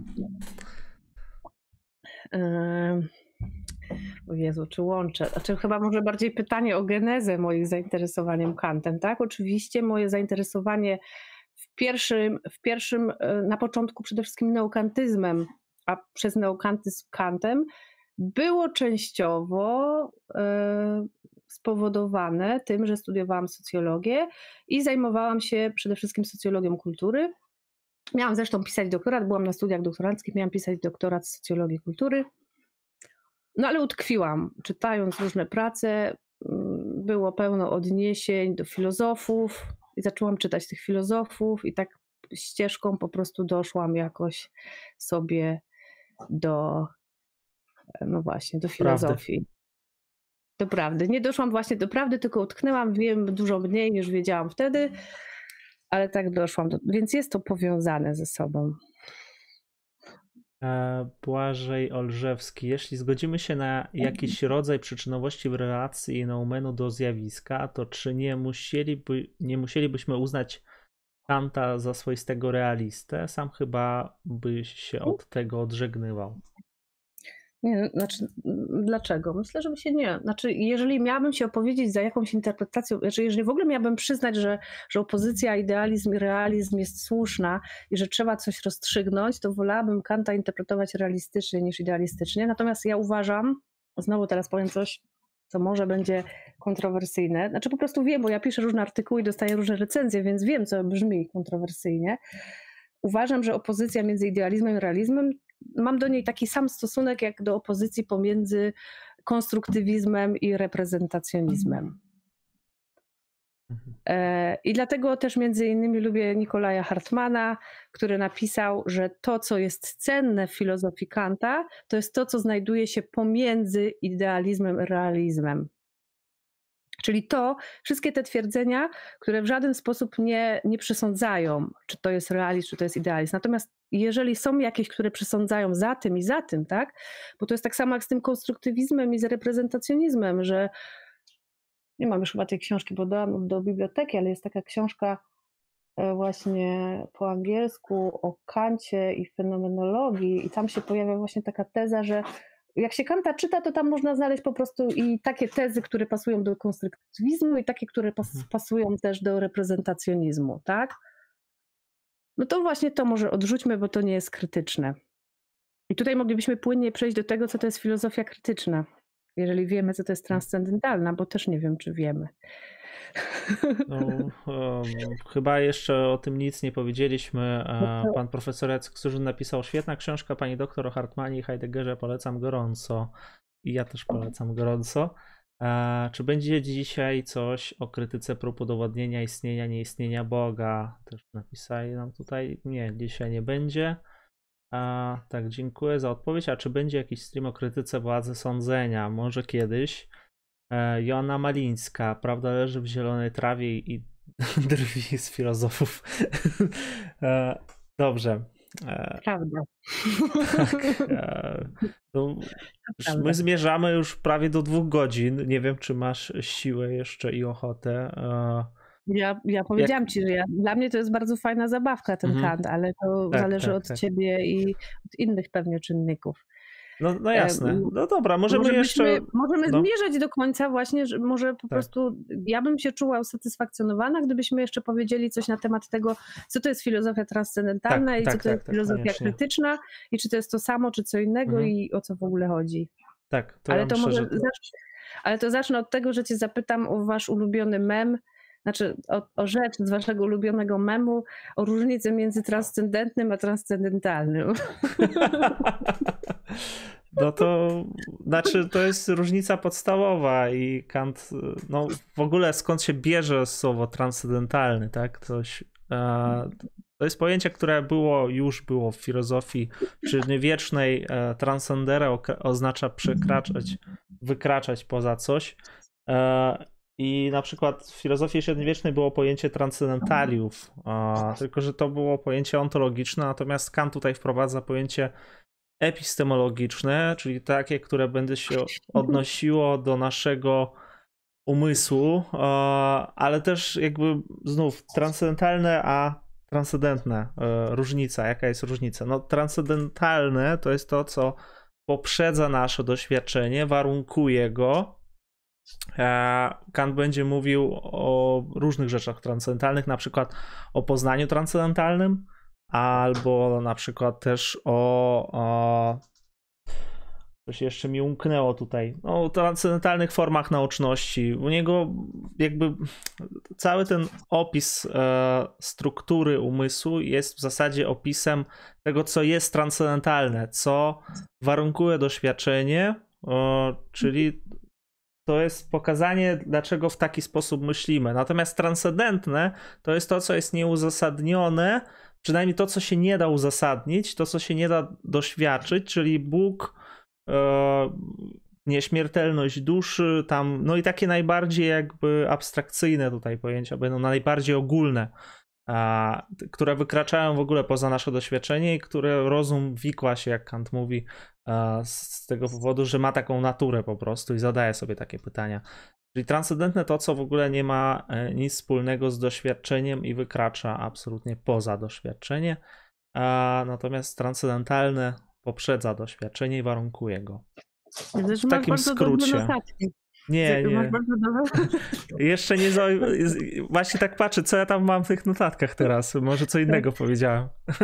O Jezu, czy łączę? Znaczy chyba może bardziej pytanie o genezę moich zainteresowaniem Kantem, tak? Oczywiście moje zainteresowanie w pierwszym na początku przede wszystkim neokantyzmem, a przez neokantyzm Kantem było częściowo spowodowane tym, że studiowałam socjologię i zajmowałam się przede wszystkim socjologią kultury. Miałam zresztą pisać doktorat, byłam na studiach doktoranckich, miałam pisać doktorat z socjologii kultury. No ale utkwiłam, czytając różne prace, było pełno odniesień do filozofów i zaczęłam czytać tych filozofów i tak ścieżką po prostu doszłam jakoś sobie do, no właśnie, do filozofii. Do prawdy. Nie doszłam właśnie do prawdy, tylko utknęłam, wiem dużo mniej niż wiedziałam wtedy, ale tak doszłam, więc jest to powiązane ze sobą. Błażej Olżewski. Jeśli zgodzimy się na jakiś rodzaj przyczynowości w relacji noumenu do zjawiska, to czy nie musielibyśmy uznać Kanta za swoistego realistę? Sam chyba byś się od tego odżegnywał. Nie, znaczy, dlaczego? Myślę, że by się nie. Znaczy, jeżeli miałabym się opowiedzieć za jakąś interpretacją, znaczy, jeżeli w ogóle miałabym przyznać, że opozycja idealizm i realizm jest słuszna i że trzeba coś rozstrzygnąć, to wolałabym Kanta interpretować realistycznie niż idealistycznie. Natomiast ja uważam, znowu teraz powiem coś, co może będzie kontrowersyjne. Znaczy po prostu wiem, bo ja piszę różne artykuły i dostaję różne recenzje, więc wiem, co brzmi kontrowersyjnie. Uważam, że opozycja między idealizmem i realizmem, mam do niej taki sam stosunek jak do opozycji pomiędzy konstruktywizmem i reprezentacjonizmem. I dlatego też między innymi lubię Nikolaja Hartmana, który napisał, że to, co jest cenne w filozofii Kanta, to jest to, co znajduje się pomiędzy idealizmem i realizmem. Czyli wszystkie te twierdzenia, które w żaden sposób nie przesądzają, czy to jest realizm, czy to jest idealizm. Natomiast jeżeli są jakieś, które przesądzają za tym, tak? Bo to jest tak samo jak z tym konstruktywizmem i z reprezentacjonizmem, że nie mam już chyba tej książki, bo dałam do biblioteki, ale jest taka książka właśnie po angielsku o Kancie i fenomenologii i tam się pojawia właśnie taka teza, że jak się Kanta czyta, to tam można znaleźć po prostu i takie tezy, które pasują do konstruktywizmu i takie, które pasują też do reprezentacjonizmu, tak? No to właśnie to może odrzućmy, bo to nie jest krytyczne. I tutaj moglibyśmy płynnie przejść do tego, co to jest filozofia krytyczna, jeżeli wiemy, co to jest transcendentalna, bo też nie wiem, czy wiemy. No, chyba jeszcze o tym nic nie powiedzieliśmy. Pan profesor Jacek Surzyn napisał: świetna książka pani doktor o Hartmanie i Heideggerze, polecam gorąco. I ja też polecam gorąco. Czy będzie dzisiaj coś o krytyce prób udowodnienia istnienia, nieistnienia Boga? Też napisali nam tutaj. Nie, dzisiaj nie będzie. Tak, dziękuję za odpowiedź. A czy będzie jakiś stream o krytyce władzy sądzenia? Może kiedyś. Joanna Malińska, prawda leży w zielonej trawie i drwi z filozofów. Dobrze. Prawda. Tak, no, my zmierzamy już prawie do 2 godzin. Nie wiem, czy masz siłę jeszcze i ochotę. Ja powiedziałam ci, że dla mnie to jest bardzo fajna zabawka ten Kant, ale to zależy od ciebie i od innych pewnie czynników. No jasne. No dobra, możemy Możemy no. zmierzać do końca właśnie, że może po prostu ja bym się czuła usatysfakcjonowana, gdybyśmy jeszcze powiedzieli coś na temat tego, co to jest filozofia transcendentalna i co to jest filozofia koniecznie. krytyczna i czy to jest to samo, czy co innego i o co w ogóle chodzi. Tak, to ale ja to myślę, może że... Ale to zacznę od tego, że cię zapytam o wasz ulubiony mem, znaczy o rzecz z waszego ulubionego memu, o różnicę między transcendentnym a transcendentalnym. No to znaczy, to jest różnica podstawowa i Kant, no w ogóle skąd się bierze słowo transcendentalny, tak? To jest pojęcie, które już było w filozofii średniowiecznej. Transcendere oznacza przekraczać, wykraczać poza coś. I na przykład w filozofii średniowiecznej było pojęcie transcendentaliów, tylko że to było pojęcie ontologiczne, natomiast Kant tutaj wprowadza pojęcie epistemologiczne, czyli takie, które będzie się odnosiło do naszego umysłu, ale też jakby znów transcendentalne, a transcendentne. Różnica, jaka jest różnica? No transcendentalne to jest to, co poprzedza nasze doświadczenie, warunkuje go. Kant będzie mówił o różnych rzeczach transcendentalnych, na przykład o poznaniu transcendentalnym, albo na przykład też coś jeszcze mi umknęło tutaj, o transcendentalnych formach naoczności. U niego jakby cały ten opis struktury umysłu jest w zasadzie opisem tego, co jest transcendentalne, co warunkuje doświadczenie, czyli to jest pokazanie, dlaczego w taki sposób myślimy. Natomiast transcendentne to jest to, co jest nieuzasadnione, przynajmniej to, co się nie da uzasadnić, to, co się nie da doświadczyć, czyli Bóg, nieśmiertelność duszy, tam, no i takie najbardziej jakby abstrakcyjne tutaj pojęcia będą najbardziej ogólne, które wykraczają w ogóle poza nasze doświadczenie i które rozum wikła się, jak Kant mówi, z tego powodu, że ma taką naturę po prostu i zadaje sobie takie pytania. Czyli transcendentne to, co w ogóle nie ma nic wspólnego z doświadczeniem i wykracza absolutnie poza doświadczenie, natomiast transcendentalne poprzedza doświadczenie i warunkuje go. W takim skrócie. Nie. Jeszcze nie. Właśnie tak patrzę, co ja tam mam w tych notatkach teraz. Może co innego powiedziałem.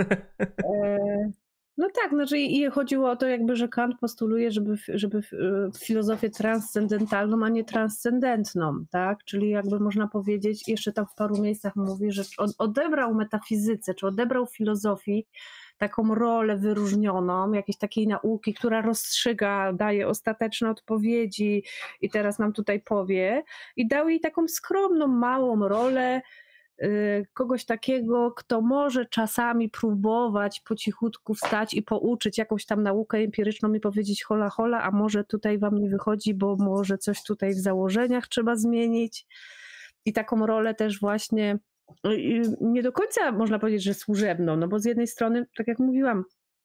No tak, znaczy i chodziło o to jakby, że Kant postuluje, żeby filozofię transcendentalną, a nie transcendentną, tak? Czyli jakby można powiedzieć, jeszcze tam w paru miejscach mówi, że odebrał metafizyce, czy odebrał filozofii taką rolę wyróżnioną, jakiejś takiej nauki, która rozstrzyga, daje ostateczne odpowiedzi i teraz nam tutaj powie, i dał jej taką skromną, małą rolę kogoś takiego, kto może czasami próbować po cichutku wstać i pouczyć jakąś tam naukę empiryczną i powiedzieć hola hola, a może tutaj wam nie wychodzi, bo może coś tutaj w założeniach trzeba zmienić. I taką rolę też właśnie nie do końca można powiedzieć, że służebną, no bo z jednej strony, tak jak mówiłam,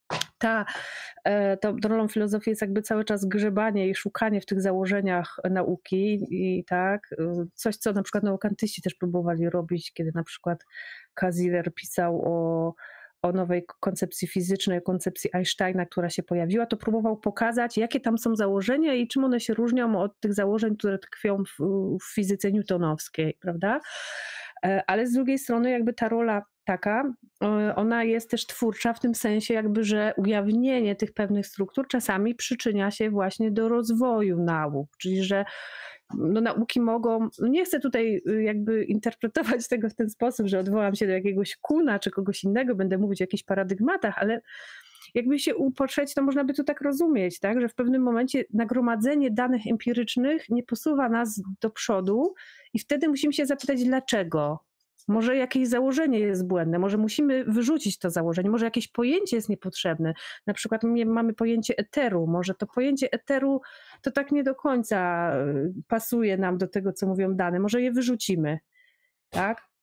tą rolą filozofii jest jakby cały czas grzebanie i szukanie w tych założeniach nauki i tak, coś co na przykład neokantyści też próbowali robić, kiedy na przykład Cassirer pisał o nowej koncepcji fizycznej, koncepcji Einsteina, która się pojawiła, to próbował pokazać, jakie tam są założenia i czym one się różnią od tych założeń, które tkwią w fizyce newtonowskiej, prawda? Ale z drugiej strony jakby ta rola taka, ona jest też twórcza w tym sensie jakby, że ujawnienie tych pewnych struktur czasami przyczynia się właśnie do rozwoju nauk, czyli że no, nauki mogą, nie chcę tutaj jakby interpretować tego w ten sposób, że odwołam się do jakiegoś Kuna czy kogoś innego, będę mówić o jakichś paradygmatach, ale jakby się upowszechnić, to można by to tak rozumieć, tak? Że w pewnym momencie nagromadzenie danych empirycznych nie posuwa nas do przodu i wtedy musimy się zapytać dlaczego. Może jakieś założenie jest błędne, może musimy wyrzucić to założenie, może jakieś pojęcie jest niepotrzebne. Na przykład mamy pojęcie eteru, może to pojęcie eteru to tak nie do końca pasuje nam do tego, co mówią dane, może je wyrzucimy, tak?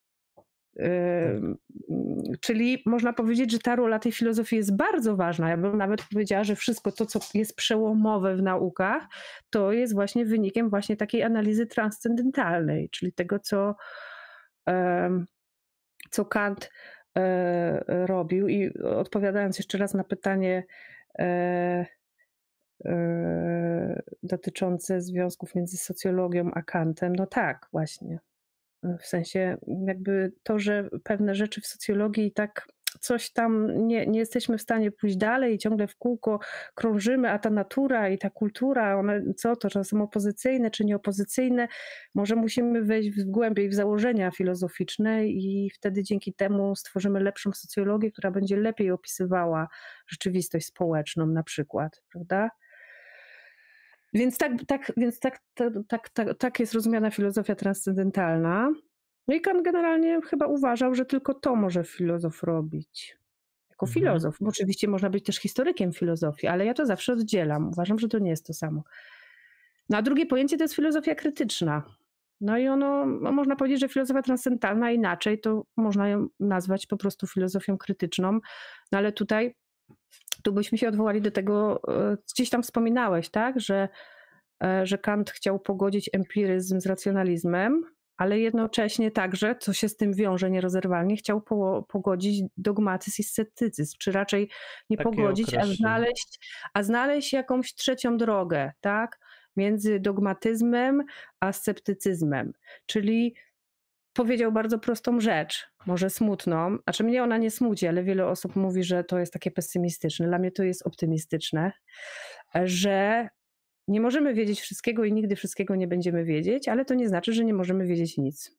Czyli można powiedzieć, że ta rola tej filozofii jest bardzo ważna. Ja bym nawet powiedziała, że wszystko to, co jest przełomowe w naukach, to jest właśnie wynikiem właśnie takiej analizy transcendentalnej, czyli tego, co Kant robił. I odpowiadając jeszcze raz na pytanie dotyczące związków między socjologią a Kantem. No tak, właśnie. W sensie jakby to, że pewne rzeczy w socjologii tak coś tam nie jesteśmy w stanie pójść dalej i ciągle w kółko krążymy, a ta natura i ta kultura, one to są opozycyjne czy nieopozycyjne, może musimy wejść głębiej w założenia filozoficzne i wtedy dzięki temu stworzymy lepszą socjologię, która będzie lepiej opisywała rzeczywistość społeczną na przykład, prawda? Więc tak jest rozumiana filozofia transcendentalna. No i Kant generalnie chyba uważał, że tylko to może filozof robić. Jako filozof, bo oczywiście można być też historykiem filozofii, ale ja to zawsze oddzielam. Uważam, że to nie jest to samo. No a drugie pojęcie to jest filozofia krytyczna. No i można powiedzieć, że filozofia transcendentalna inaczej to można ją nazwać po prostu filozofią krytyczną, no ale tu byśmy się odwołali do tego, gdzieś tam wspominałeś, tak, że Kant chciał pogodzić empiryzm z racjonalizmem, ale jednocześnie także, co się z tym wiąże nierozerwalnie, chciał pogodzić dogmatyzm i sceptycyzm, czy raczej nie takie pogodzić, a znaleźć jakąś trzecią drogę, tak, między dogmatyzmem a sceptycyzmem, czyli powiedział bardzo prostą rzecz, może smutną, znaczy mnie ona nie smuci, ale wiele osób mówi, że to jest takie pesymistyczne. Dla mnie to jest optymistyczne, że nie możemy wiedzieć wszystkiego i nigdy wszystkiego nie będziemy wiedzieć, ale to nie znaczy, że nie możemy wiedzieć nic.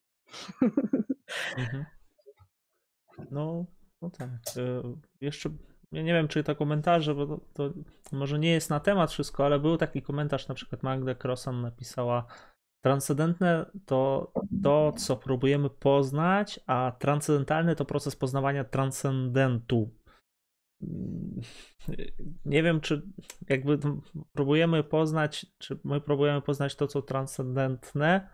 No tak. Jeszcze ja nie wiem, czy to komentarze, bo to może nie jest na temat wszystko, ale był taki komentarz, na przykład Magda Crossan napisała: transcendentne to to, co próbujemy poznać, a transcendentalny to proces poznawania transcendentu. Nie wiem, czy jakby próbujemy poznać, czy my próbujemy poznać to, co transcendentne.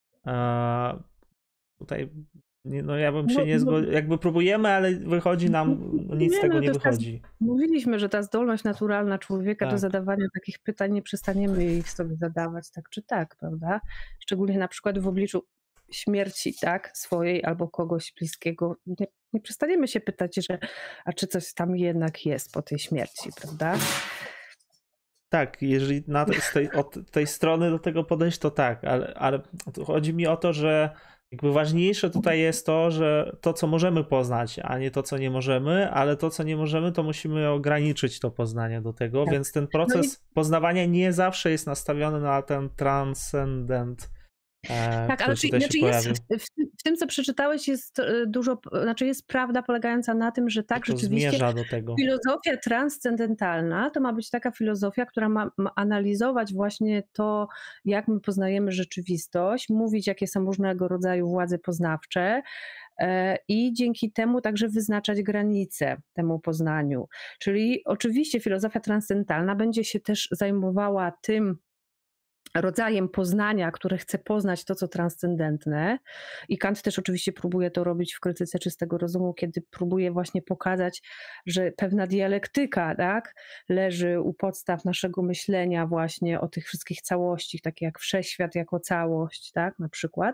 Tutaj no ja bym się nie zgodził, jakby próbujemy, ale wychodzi nam, nic z tego nie wychodzi. Mówiliśmy, że ta zdolność naturalna człowieka do zadawania takich pytań, nie przestaniemy jej w sobie zadawać, tak czy tak, prawda? Szczególnie na przykład w obliczu śmierci, tak, swojej albo kogoś bliskiego. Nie przestaniemy się pytać, a czy coś tam jednak jest po tej śmierci, prawda? Tak, jeżeli od tej strony do tego podejść, to tak, ale chodzi mi o to, że jakby ważniejsze tutaj jest to, że to, co możemy poznać, a nie to, co nie możemy, ale to, co nie możemy, to musimy ograniczyć to poznanie do tego, tak. Więc ten proces poznawania nie zawsze jest nastawiony na ten transcendent. Tak, ale w tym, co przeczytałeś, jest dużo, jest prawda polegająca na tym, że tak, rzeczywiście zmierza do tego. Filozofia transcendentalna to ma być taka filozofia, która ma analizować właśnie to, jak my poznajemy rzeczywistość, mówić, jakie są różnego rodzaju władze poznawcze i dzięki temu także wyznaczać granice temu poznaniu. Czyli oczywiście filozofia transcendentalna będzie się też zajmowała tym rodzajem poznania, które chce poznać to, co transcendentne. I Kant też oczywiście próbuje to robić w krytyce czystego rozumu, kiedy próbuje właśnie pokazać, że pewna dialektyka, tak, leży u podstaw naszego myślenia właśnie o tych wszystkich całości, takie jak wszechświat jako całość, tak, na przykład.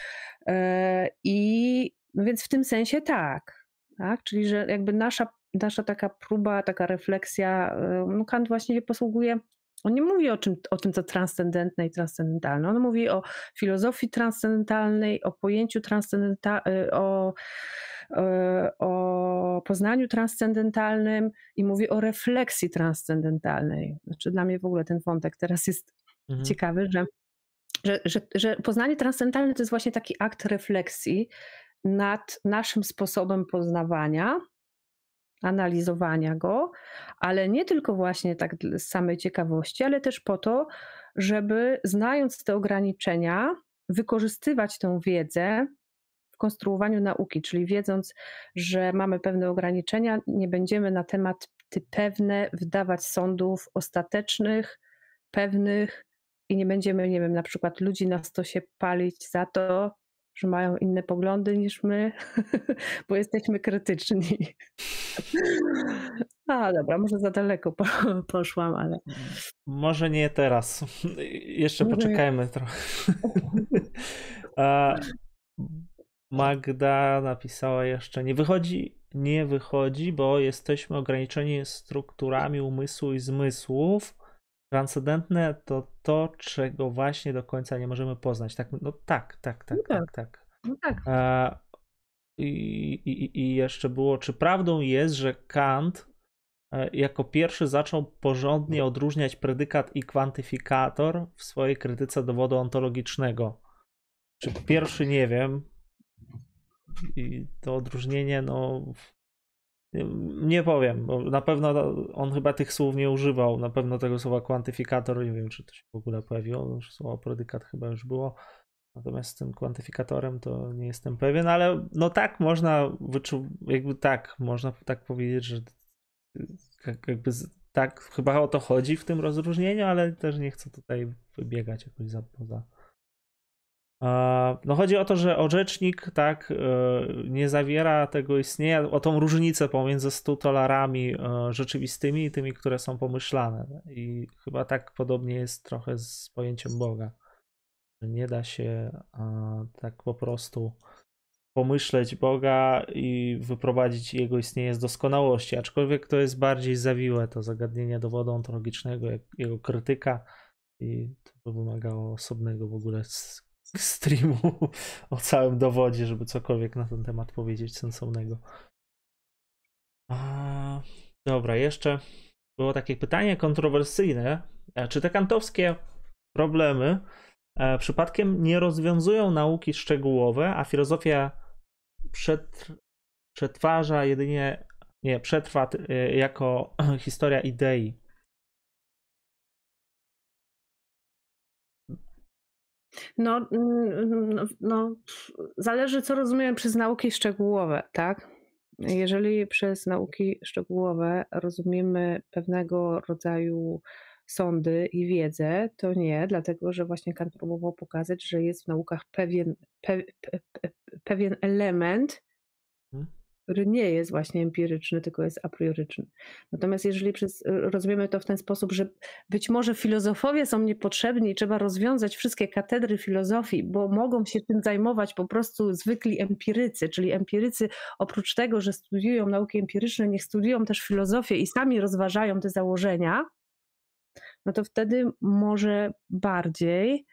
I no więc w tym sensie tak, czyli że jakby nasza taka próba, taka refleksja, no Kant właśnie się posługuje. On nie mówi o tym, co transcendentne i transcendentalne. On mówi o filozofii transcendentalnej, o pojęciu o poznaniu transcendentalnym i mówi o refleksji transcendentalnej. Znaczy dla mnie w ogóle ten wątek teraz jest ciekawy, że poznanie transcendentalne to jest właśnie taki akt refleksji nad naszym sposobem poznawania, analizowania go, ale nie tylko właśnie tak z samej ciekawości, ale też po to, żeby znając te ograniczenia, wykorzystywać tę wiedzę w konstruowaniu nauki, czyli wiedząc, że mamy pewne ograniczenia, nie będziemy na tematy pewne wydawać sądów ostatecznych, pewnych i nie będziemy, nie wiem, na przykład ludzi na stosie palić za to, że mają inne poglądy niż my, bo jesteśmy krytyczni. A dobra, może za daleko poszłam, ale... Może nie teraz. Jeszcze poczekajmy trochę. Magda napisała jeszcze: nie wychodzi, bo jesteśmy ograniczeni strukturami umysłu i zmysłów, transcendentne to to, czego właśnie do końca nie możemy poznać. Tak, no tak. No tak. I jeszcze było, czy prawdą jest, że Kant jako pierwszy zaczął porządnie odróżniać predykat i kwantyfikator w swojej krytyce dowodu ontologicznego? Czy pierwszy, nie wiem. I to odróżnienie, no nie powiem, bo na pewno on chyba tych słów nie używał, na pewno tego słowa kwantyfikator, nie wiem, czy to się w ogóle pojawiło, słowo predykat chyba już było, natomiast z tym kwantyfikatorem to nie jestem pewien, ale no tak można jakby tak, można tak powiedzieć, że jakby tak chyba o to chodzi w tym rozróżnieniu, ale też nie chcę tutaj wybiegać jakoś poza. No chodzi o to, że orzecznik tak nie zawiera tego istnienia, o tą różnicę pomiędzy 100 dolarami rzeczywistymi i tymi, które są pomyślane. I chyba tak podobnie jest trochę z pojęciem Boga. Nie da się tak po prostu pomyśleć Boga i wyprowadzić jego istnienie z doskonałości, aczkolwiek to jest bardziej zawiłe, to zagadnienie dowodu ontologicznego, jak jego krytyka, i to by wymagało osobnego w ogóle streamu o całym dowodzie, żeby cokolwiek na ten temat powiedzieć sensownego. Dobra, jeszcze było takie pytanie kontrowersyjne. Czy te kantowskie problemy przypadkiem nie rozwiązują nauki szczegółowe, a filozofia przetwarza jedynie, nie, przetrwa jako historia idei? No, zależy, co rozumiemy przez nauki szczegółowe, tak? Jeżeli przez nauki szczegółowe rozumiemy pewnego rodzaju sądy i wiedzę, to nie, dlatego że właśnie Kant próbował pokazać, że jest w naukach pewien element, który nie jest właśnie empiryczny, tylko jest aprioryczny. Natomiast jeżeli rozumiemy to w ten sposób, że być może filozofowie są niepotrzebni i trzeba rozwiązać wszystkie katedry filozofii, bo mogą się tym zajmować po prostu zwykli empirycy, czyli empirycy oprócz tego, że studiują nauki empiryczne, niech studiują też filozofię i sami rozważają te założenia, no to wtedy może bardziej.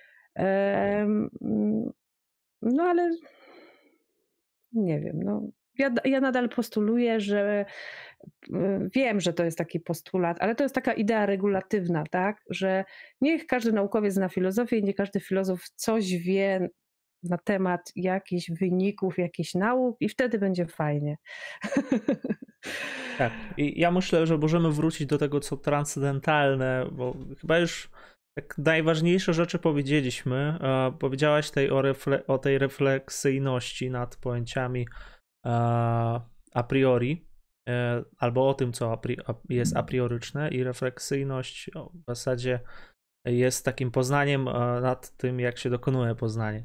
No ale nie wiem, no. Ja nadal postuluję, że wiem, że to jest taki postulat, ale to jest taka idea regulatywna, tak? Że niech każdy naukowiec zna filozofię i nie każdy filozof coś wie na temat jakichś wyników, jakichś nauk i wtedy będzie fajnie. Tak, i ja myślę, że możemy wrócić do tego, co transcendentalne, bo chyba już tak najważniejsze rzeczy powiedzieliśmy. Powiedziałaś o tej refleksyjności nad pojęciami a priori, albo o tym, co jest aprioryczne, i refleksyjność w zasadzie jest takim poznaniem nad tym, jak się dokonuje poznanie.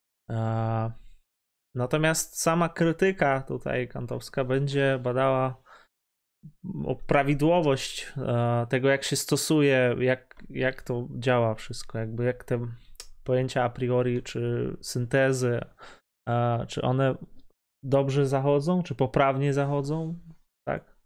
Natomiast sama krytyka tutaj kantowska będzie badała o prawidłowość tego, jak się stosuje, jak to działa wszystko, jakby jak te pojęcia a priori, czy syntezy, czy one dobrze zachodzą, czy poprawnie zachodzą, tak?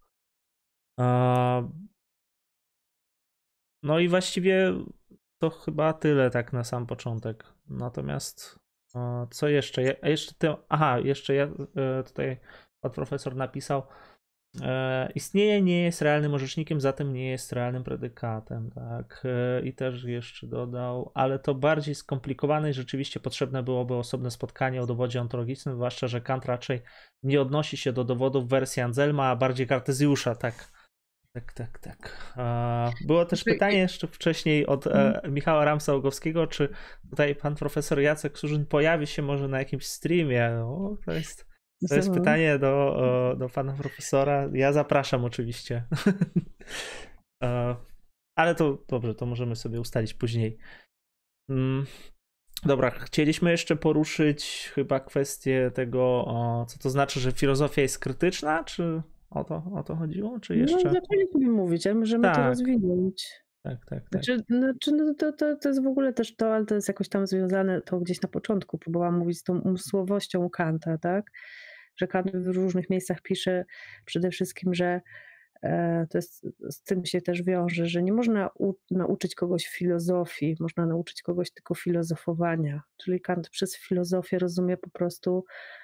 No i właściwie to chyba tyle tak na sam początek. Natomiast co jeszcze? Jeszcze tutaj pan profesor napisał: istnienie nie jest realnym orzecznikiem, zatem nie jest realnym predykatem, tak? I też jeszcze dodał, ale to bardziej skomplikowane i rzeczywiście potrzebne byłoby osobne spotkanie o dowodzie ontologicznym, zwłaszcza że Kant raczej nie odnosi się do dowodów w wersji Anselma, a bardziej Kartezjusza, tak. Tak. Było też pytanie jeszcze wcześniej od Michała Ramsa-Łogowskiego, czy tutaj pan profesor Jacek Surzyn pojawi się może na jakimś streamie. No, to jest pytanie do pana profesora. Ja zapraszam oczywiście. Ale to dobrze, to możemy sobie ustalić później. Dobra, chcieliśmy jeszcze poruszyć chyba kwestię tego, co to znaczy, że filozofia jest krytyczna, czy o to chodziło, czy jeszcze? No, zaczęliśmy mówić, ale możemy to rozwinąć. Tak. Znaczy, to jest w ogóle też to, ale to jest jakoś tam związane, to gdzieś na początku próbowałam mówić z tą umysłowością Kanta, tak? Że Kant w różnych miejscach pisze przede wszystkim, że To jest, z tym się też wiąże, że nie można nauczyć kogoś filozofii, można nauczyć kogoś tylko filozofowania. Czyli Kant przez filozofię rozumie po prostu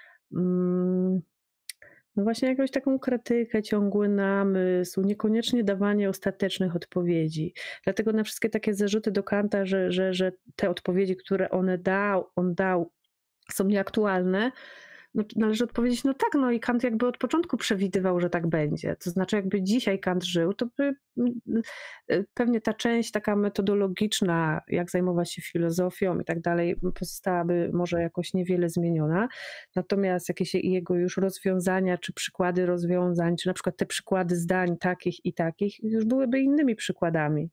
no właśnie jakąś taką krytykę, ciągły namysł, niekoniecznie dawanie ostatecznych odpowiedzi. Dlatego na wszystkie takie zarzuty do Kanta, że te odpowiedzi, które on dał, są nieaktualne, no, należy odpowiedzieć, no tak, no i Kant jakby od początku przewidywał, że tak będzie. To znaczy jakby dzisiaj Kant żył, to by pewnie ta część taka metodologiczna, jak zajmować się filozofią i tak dalej, pozostałaby może jakoś niewiele zmieniona. Natomiast jakieś jego już rozwiązania, czy przykłady rozwiązań, czy na przykład te przykłady zdań takich i takich, już byłyby innymi przykładami.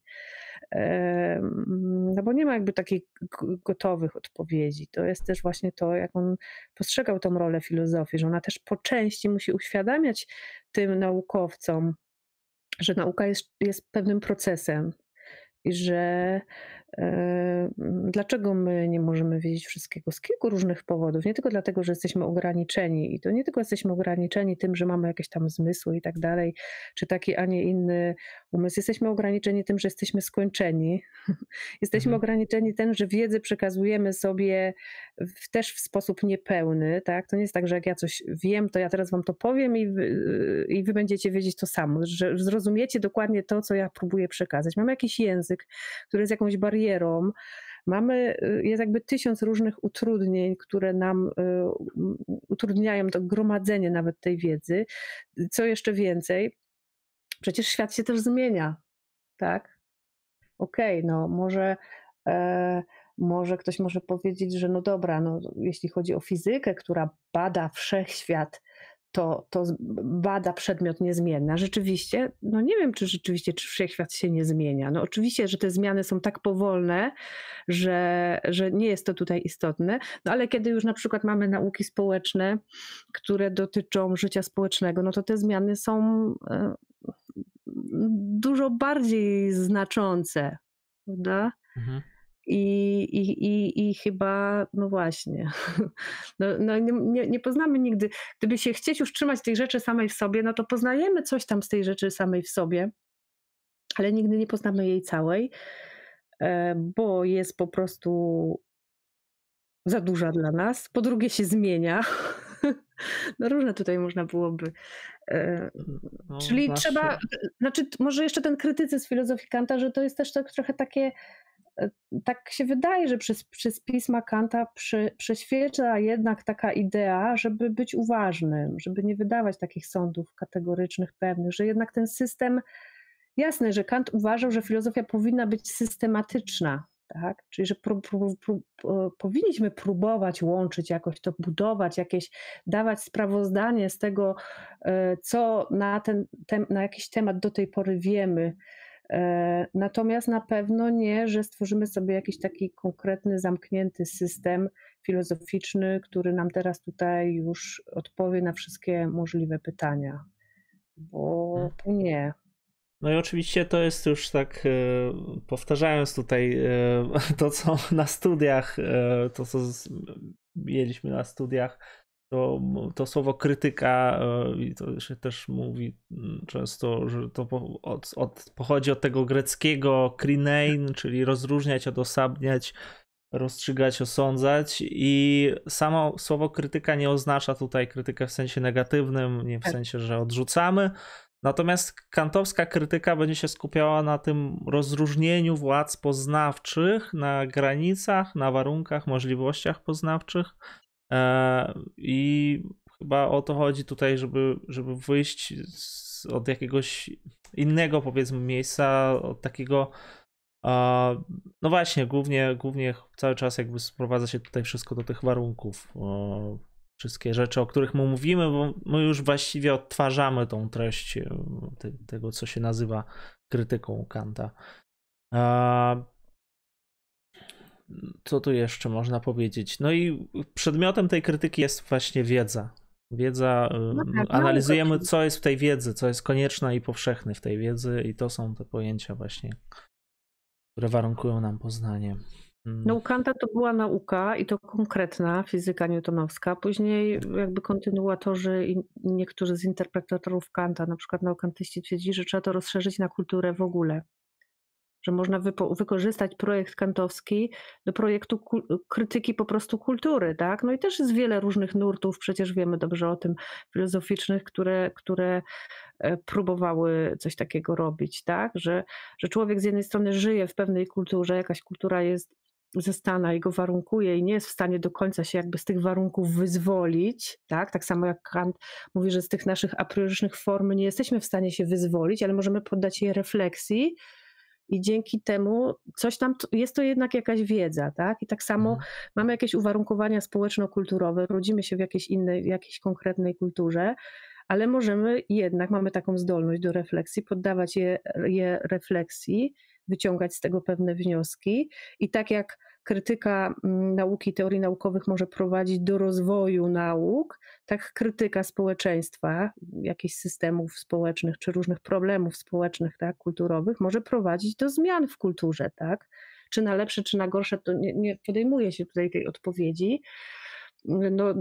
No bo nie ma jakby takich gotowych odpowiedzi. To jest też właśnie to, jak on postrzegał tą rolę filozofii, że ona też po części musi uświadamiać tym naukowcom, że nauka jest pewnym procesem i że dlaczego my nie możemy wiedzieć wszystkiego z kilku różnych powodów, nie tylko dlatego, że jesteśmy ograniczeni i to nie tylko jesteśmy ograniczeni tym, że mamy jakieś tam zmysły i tak dalej, czy taki, a nie inny umysł. Jesteśmy ograniczeni tym, że jesteśmy skończeni. Jesteśmy ograniczeni tym, że wiedzę przekazujemy sobie też w sposób niepełny, tak? To nie jest tak, że jak ja coś wiem, to ja teraz wam to powiem i wy będziecie wiedzieć to samo, że zrozumiecie dokładnie to, co ja próbuję przekazać. Mamy jakiś język, który jest jakąś barierą. Jest jakby 1000 różnych utrudnień, które nam utrudniają to gromadzenie nawet tej wiedzy. Co jeszcze więcej, przecież świat się też zmienia, tak? Okej, no może ktoś może powiedzieć, że no dobra, no jeśli chodzi o fizykę, która bada wszechświat, to bada przedmiot niezmienny. A rzeczywiście, no nie wiem, czy wszechświat się nie zmienia. No oczywiście, że te zmiany są tak powolne, że nie jest to tutaj istotne, no ale kiedy już na przykład mamy nauki społeczne, które dotyczą życia społecznego, no to te zmiany są dużo bardziej znaczące, prawda? Mhm. I chyba, no właśnie, no nie poznamy nigdy. Gdyby się chcieć już trzymać tej rzeczy samej w sobie, no to poznajemy coś tam z tej rzeczy samej w sobie, ale nigdy nie poznamy jej całej, bo jest po prostu za duża dla nas. Po drugie się zmienia. No różne tutaj można byłoby. Czyli trzeba, znaczy może jeszcze ten krytycyzm filozofii Kanta, że to jest też tak trochę takie, tak się wydaje, że przez pisma Kanta prześwieca jednak taka idea, żeby być uważnym, żeby nie wydawać takich sądów kategorycznych, pewnych, że jednak ten system, jasne, że Kant uważał, że filozofia powinna być systematyczna, tak? Czyli że powinniśmy próbować łączyć jakoś to, budować jakieś, dawać sprawozdanie z tego, co na jakiś temat do tej pory wiemy. Natomiast na pewno nie, że stworzymy sobie jakiś taki konkretny, zamknięty system filozoficzny, który nam teraz tutaj już odpowie na wszystkie możliwe pytania, bo nie. No i oczywiście to jest już tak, powtarzając tutaj to, co na studiach, to co mieliśmy na studiach, to słowo krytyka, i to się też mówi często, że to pochodzi od tego greckiego krinein, czyli rozróżniać, odosobniać, rozstrzygać, osądzać, i samo słowo krytyka nie oznacza tutaj krytykę w sensie negatywnym, nie w sensie, że odrzucamy. Natomiast kantowska krytyka będzie się skupiała na tym rozróżnieniu władz poznawczych na granicach, na warunkach, możliwościach poznawczych. I chyba o to chodzi tutaj, żeby wyjść od jakiegoś innego, powiedzmy, miejsca, od takiego, no właśnie, głównie cały czas jakby sprowadza się tutaj wszystko do tych warunków. Wszystkie rzeczy, o których my mówimy, bo my już właściwie odtwarzamy tą treść tego, co się nazywa krytyką Kanta. Co tu jeszcze można powiedzieć? No i przedmiotem tej krytyki jest właśnie wiedza. Analizujemy, co jest w tej wiedzy, co jest konieczne i powszechne w tej wiedzy, i to są te pojęcia właśnie, które warunkują nam poznanie. No u Kanta to była nauka i to konkretna fizyka newtonowska. Później jakby kontynuatorzy i niektórzy z interpretatorów Kanta, na przykład neokantyści, twierdzili, że trzeba to rozszerzyć na kulturę w ogóle. Że można wykorzystać projekt kantowski do projektu krytyki po prostu kultury, tak? No i też jest wiele różnych nurtów, przecież wiemy dobrze o tym, filozoficznych, które próbowały coś takiego robić, tak? Że człowiek z jednej strony żyje w pewnej kulturze, jakaś kultura jest zastana i go warunkuje i nie jest w stanie do końca się jakby z tych warunków wyzwolić, tak? Tak samo jak Kant mówi, że z tych naszych a priorycznych form nie jesteśmy w stanie się wyzwolić, ale możemy poddać je refleksji i dzięki temu coś tam, jest to jednak jakaś wiedza, tak? I tak samo mamy jakieś uwarunkowania społeczno-kulturowe, rodzimy się w jakiejś konkretnej kulturze, ale możemy jednak, mamy taką zdolność do refleksji, poddawać je refleksji, wyciągać z tego pewne wnioski i tak jak krytyka nauki, teorii naukowych może prowadzić do rozwoju nauk, tak krytyka społeczeństwa, jakichś systemów społecznych czy różnych problemów społecznych, tak, kulturowych może prowadzić do zmian w kulturze, tak? Czy na lepsze, czy na gorsze, to nie podejmuje się tutaj tej odpowiedzi. No,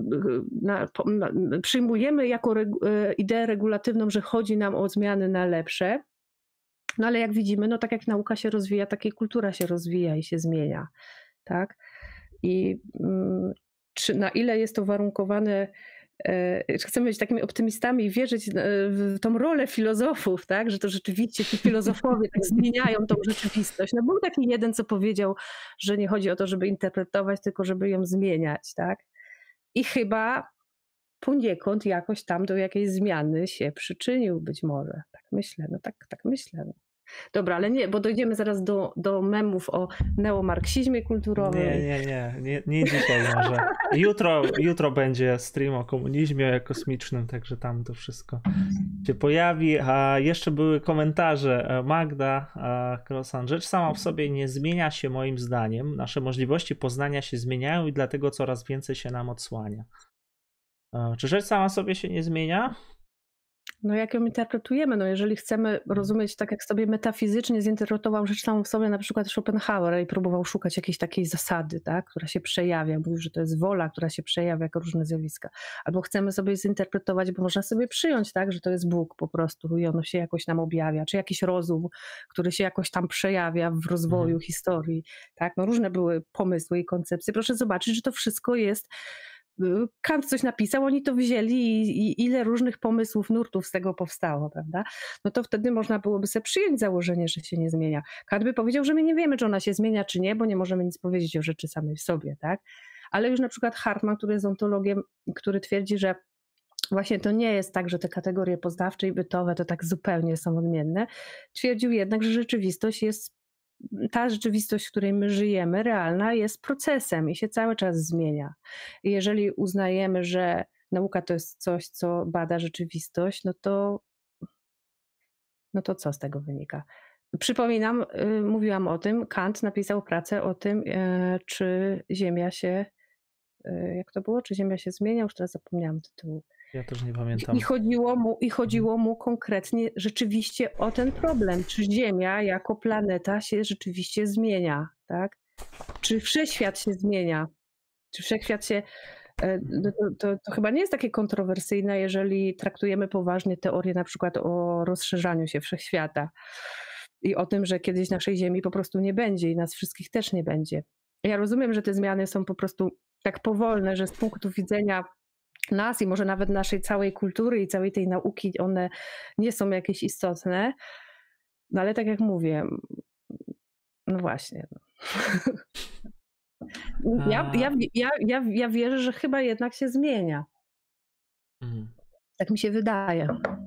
przyjmujemy jako ideę regulatywną, że chodzi nam o zmiany na lepsze, no ale jak widzimy, no tak jak nauka się rozwija, tak i kultura się rozwija i się zmienia, tak? I czy na ile jest to warunkowane, chcemy być takimi optymistami i wierzyć w tą rolę filozofów, tak? Że to rzeczywiście ci filozofowie tak zmieniają tą rzeczywistość. No był taki jeden, co powiedział, że nie chodzi o to, żeby interpretować, tylko żeby ją zmieniać, tak? I chyba poniekąd jakoś tam do jakiejś zmiany się przyczynił być może. Tak myślę, no tak myślę. No. Dobra, ale nie, bo dojdziemy zaraz do memów o neomarksizmie kulturowym. Nie dzisiaj może. Jutro będzie stream o komunizmie kosmicznym, także tam to wszystko się pojawi. A jeszcze były komentarze. Magda Krosan. Rzecz sama w sobie nie zmienia się moim zdaniem. Nasze możliwości poznania się zmieniają i dlatego coraz więcej się nam odsłania. Czy rzecz sama w sobie się nie zmienia? No jak ją interpretujemy, no jeżeli chcemy rozumieć tak jak sobie metafizycznie zinterpretował rzecz samą w sobie na przykład Schopenhauer i próbował szukać jakiejś takiej zasady, tak, która się przejawia, mówił, że to jest wola, która się przejawia jako różne zjawiska. Albo chcemy sobie zinterpretować, bo można sobie przyjąć, tak, że to jest Bóg po prostu i ono się jakoś nam objawia, czy jakiś rozum, który się jakoś tam przejawia w rozwoju historii, tak, no różne były pomysły i koncepcje. Proszę zobaczyć, że to wszystko jest. Kant coś napisał, oni to wzięli i ile różnych pomysłów, nurtów z tego powstało, prawda? No to wtedy można byłoby sobie przyjąć założenie, że się nie zmienia. Kant by powiedział, że my nie wiemy, czy ona się zmienia, czy nie, bo nie możemy nic powiedzieć o rzeczy samej w sobie, tak? Ale już na przykład Hartman, który jest ontologiem, który twierdzi, że właśnie to nie jest tak, że te kategorie poznawcze i bytowe to tak zupełnie są odmienne. Twierdził jednak, że rzeczywistość jest ta rzeczywistość, w której my żyjemy, realna, jest procesem i się cały czas zmienia. I jeżeli uznajemy, że nauka to jest coś, co bada rzeczywistość, no to co z tego wynika? Przypominam, mówiłam o tym, Kant napisał pracę o tym, czy Ziemia się, jak to było, czy Ziemia się zmienia, już teraz zapomniałam tytułu. Ja też nie pamiętam. I chodziło mu konkretnie rzeczywiście o ten problem, czy Ziemia jako planeta się rzeczywiście zmienia, tak? Czy wszechświat się zmienia? Czy wszechświat się... To chyba nie jest takie kontrowersyjne, jeżeli traktujemy poważnie teorię na przykład o rozszerzaniu się wszechświata i o tym, że kiedyś naszej Ziemi po prostu nie będzie i nas wszystkich też nie będzie. Ja rozumiem, że te zmiany są po prostu tak powolne, że z punktu widzenia nas i może nawet naszej całej kultury i całej tej nauki one nie są jakieś istotne, no ale tak jak mówię, no właśnie. Ja wierzę, że chyba jednak się zmienia. Tak mi się wydaje.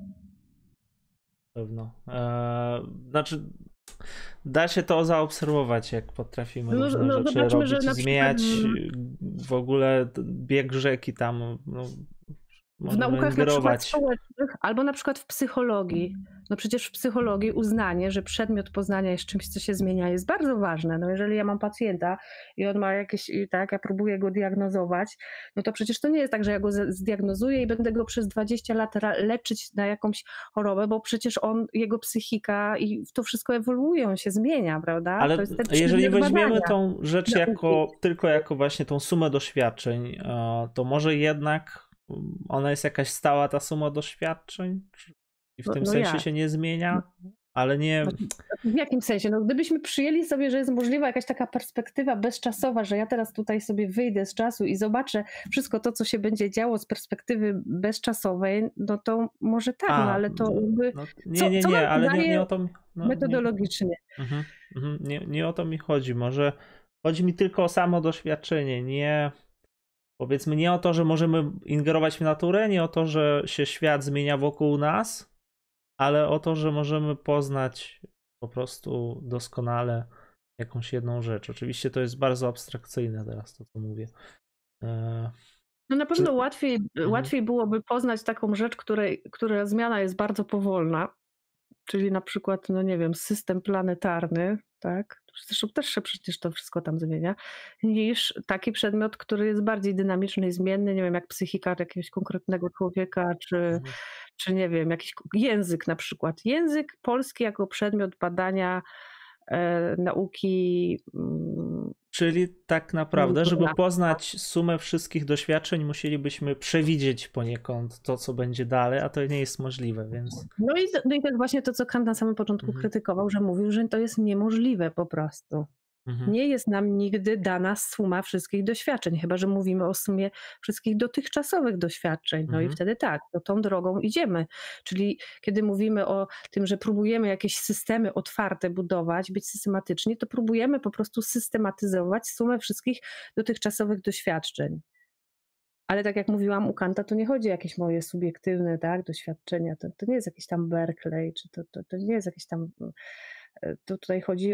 Pewno. Znaczy da się to zaobserwować, jak potrafimy różne rzeczy robić, że zmieniać w ogóle bieg rzeki tam. W naukach na przykład społecznych albo na przykład w psychologii. No przecież w psychologii uznanie, że przedmiot poznania jest czymś, co się zmienia, jest bardzo ważne. No jeżeli ja mam pacjenta i on ma jakieś, tak, ja próbuję go diagnozować, no to przecież to nie jest tak, że ja go zdiagnozuję i będę go przez 20 lat leczyć na jakąś chorobę, bo przecież jego psychika i to wszystko ewoluuje, on się zmienia, prawda? Ale to jest jeżeli weźmiemy tą rzecz tylko jako właśnie tą sumę doświadczeń, to może jednak ona jest jakaś stała, ta suma doświadczeń? I w tym sensie się nie zmienia? Ale nie... W jakim sensie? No gdybyśmy przyjęli sobie, że jest możliwa jakaś taka perspektywa bezczasowa, że ja teraz tutaj sobie wyjdę z czasu i zobaczę wszystko to, co się będzie działo z perspektywy bezczasowej, no to może tak, no ale to jakby... No, nie, ale nie o to... metodologicznie. Nie o to mi chodzi. Może chodzi mi tylko o samo doświadczenie, nie... Powiedzmy nie o to, że możemy ingerować w naturę, nie o to, że się świat zmienia wokół nas, ale o to, że możemy poznać po prostu doskonale jakąś jedną rzecz. Oczywiście to jest bardzo abstrakcyjne teraz to, co mówię. No na pewno łatwiej byłoby poznać taką rzecz, która zmiana jest bardzo powolna, czyli na przykład, no nie wiem, system planetarny, tak? Zresztą też się przecież to wszystko tam zmienia, niż taki przedmiot, który jest bardziej dynamiczny i zmienny, nie wiem, jak psychika jakiegoś konkretnego człowieka, czy nie wiem, jakiś język na przykład. Język polski jako przedmiot badania nauki. Czyli tak naprawdę, żeby poznać sumę wszystkich doświadczeń, musielibyśmy przewidzieć poniekąd to, co będzie dalej, a to nie jest możliwe, więc... No i to jest właśnie to, co Kant na samym początku krytykował, że mówił, że to jest niemożliwe po prostu. Nie jest nam nigdy dana suma wszystkich doświadczeń, chyba że mówimy o sumie wszystkich dotychczasowych doświadczeń. No i wtedy tak, to tą drogą idziemy. Czyli kiedy mówimy o tym, że próbujemy jakieś systemy otwarte budować, być systematyczni, to próbujemy po prostu systematyzować sumę wszystkich dotychczasowych doświadczeń. Ale tak jak mówiłam u Kanta, to nie chodzi o jakieś moje subiektywne, tak, doświadczenia. To nie jest jakiś tam Berkeley, czy to nie jest jakiś tam... To tutaj chodzi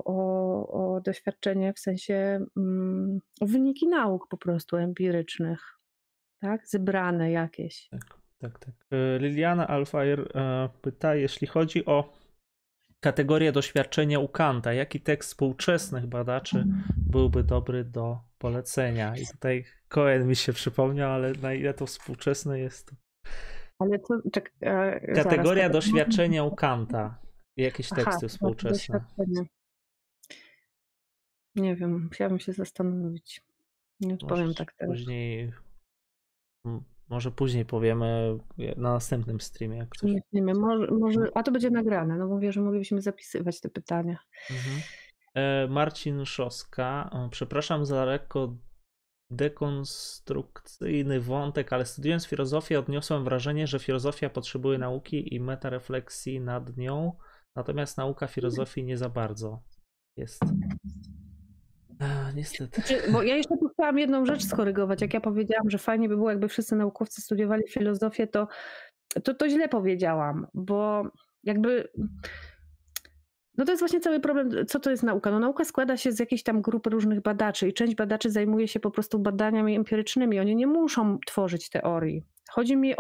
o doświadczenie w sensie o wyniki nauk po prostu empirycznych, tak? Zebrane jakieś. Tak. Liliana Alfire pyta, jeśli chodzi o kategorię doświadczenia u Kanta, jaki tekst współczesnych badaczy byłby dobry do polecenia? I tutaj Cohen mi się przypomniał, ale na ile to współczesne jest? Ale to, kategoria doświadczenia u Kanta. Jakieś teksty współczesne. Nie wiem, musiałabym się zastanowić. Nie odpowiem tak teraz. Może później powiemy na następnym streamie. Jak coś. Może, a to będzie nagrane. No mówię, że moglibyśmy zapisywać te pytania. Marcin Szoska. Przepraszam za lekko dekonstrukcyjny wątek, ale studiując filozofię odniosłem wrażenie, że filozofia potrzebuje nauki i metarefleksji nad nią. Natomiast nauka filozofii nie za bardzo jest. Niestety. Bo ja jeszcze tu chciałam jedną rzecz skorygować. Jak ja powiedziałam, że fajnie by było, jakby wszyscy naukowcy studiowali filozofię, to źle powiedziałam, bo jakby... No to jest właśnie cały problem, co to jest nauka. No nauka składa się z jakiejś tam grupy różnych badaczy i część badaczy zajmuje się po prostu badaniami empirycznymi. Oni nie muszą tworzyć teorii. Chodzi mi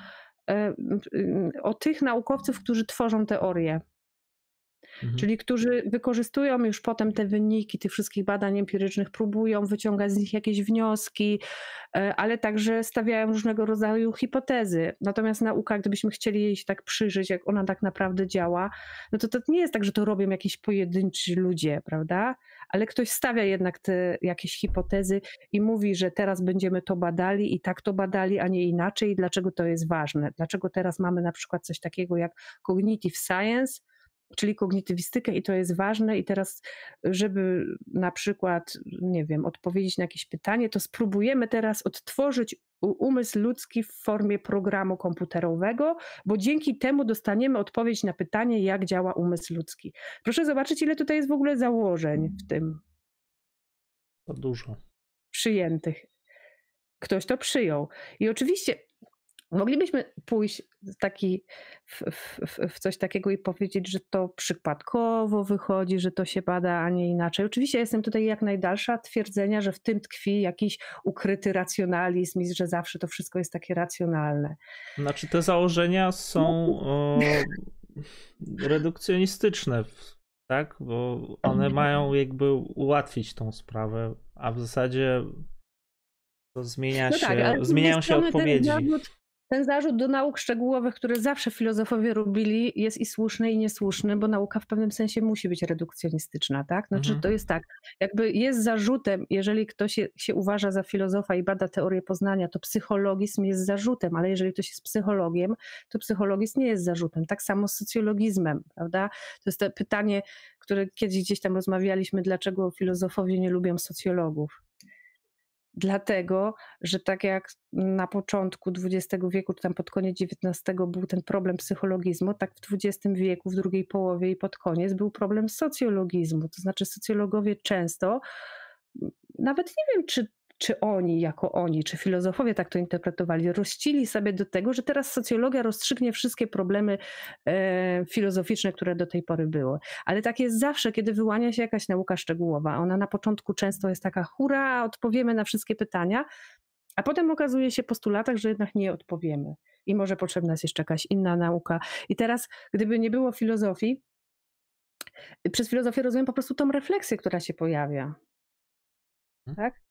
o tych naukowców, którzy tworzą teorie. Czyli którzy wykorzystują już potem te wyniki tych wszystkich badań empirycznych, próbują wyciągać z nich jakieś wnioski, ale także stawiają różnego rodzaju hipotezy. Natomiast nauka, gdybyśmy chcieli jej się tak przyjrzeć, jak ona tak naprawdę działa, no to nie jest tak, że to robią jakieś pojedynczy ludzie, prawda? Ale ktoś stawia jednak te jakieś hipotezy i mówi, że teraz będziemy to badali i tak to badali, a nie inaczej. I dlaczego to jest ważne? Dlaczego teraz mamy na przykład coś takiego jak cognitive science, czyli kognitywistykę i to jest ważne i teraz, żeby na przykład, nie wiem, odpowiedzieć na jakieś pytanie, to spróbujemy teraz odtworzyć umysł ludzki w formie programu komputerowego, bo dzięki temu dostaniemy odpowiedź na pytanie, jak działa umysł ludzki. Proszę zobaczyć, ile tutaj jest w ogóle założeń w tym. To dużo. Przyjętych. Ktoś to przyjął. I oczywiście moglibyśmy pójść w coś takiego i powiedzieć, że to przypadkowo wychodzi, że to się bada, a nie inaczej. Oczywiście jestem tutaj jak najdalsza twierdzenia, że w tym tkwi jakiś ukryty racjonalizm i że zawsze to wszystko jest takie racjonalne. Znaczy te założenia są redukcjonistyczne, tak? Bo one mają jakby ułatwić tą sprawę, a w zasadzie to zmieniają się odpowiedzi. Ten zarzut do nauk szczegółowych, który zawsze filozofowie robili, jest i słuszny, i niesłuszny, bo nauka w pewnym sensie musi być redukcjonistyczna, tak? Znaczy to jest tak, jakby jest zarzutem, jeżeli ktoś się uważa za filozofa i bada teorię poznania, to psychologizm jest zarzutem, ale jeżeli ktoś jest psychologiem, to psychologizm nie jest zarzutem. Tak samo z socjologizmem, prawda? To jest to pytanie, które kiedyś gdzieś tam rozmawialiśmy, dlaczego filozofowie nie lubią socjologów. Dlatego, że tak jak na początku XX wieku, czy tam pod koniec XIX był ten problem psychologizmu, tak w XX wieku, w drugiej połowie i pod koniec był problem socjologizmu. To znaczy socjologowie często, nawet nie wiem, czy oni, czy filozofowie tak to interpretowali, rościli sobie do tego, że teraz socjologia rozstrzygnie wszystkie problemy filozoficzne, które do tej pory były. Ale tak jest zawsze, kiedy wyłania się jakaś nauka szczegółowa. Ona na początku często jest taka hurra, odpowiemy na wszystkie pytania, a potem okazuje się po 100 latach, że jednak nie odpowiemy. I może potrzebna jest jeszcze jakaś inna nauka. I teraz, gdyby nie było filozofii, przez filozofię rozumiem po prostu tą refleksję, która się pojawia. Tak?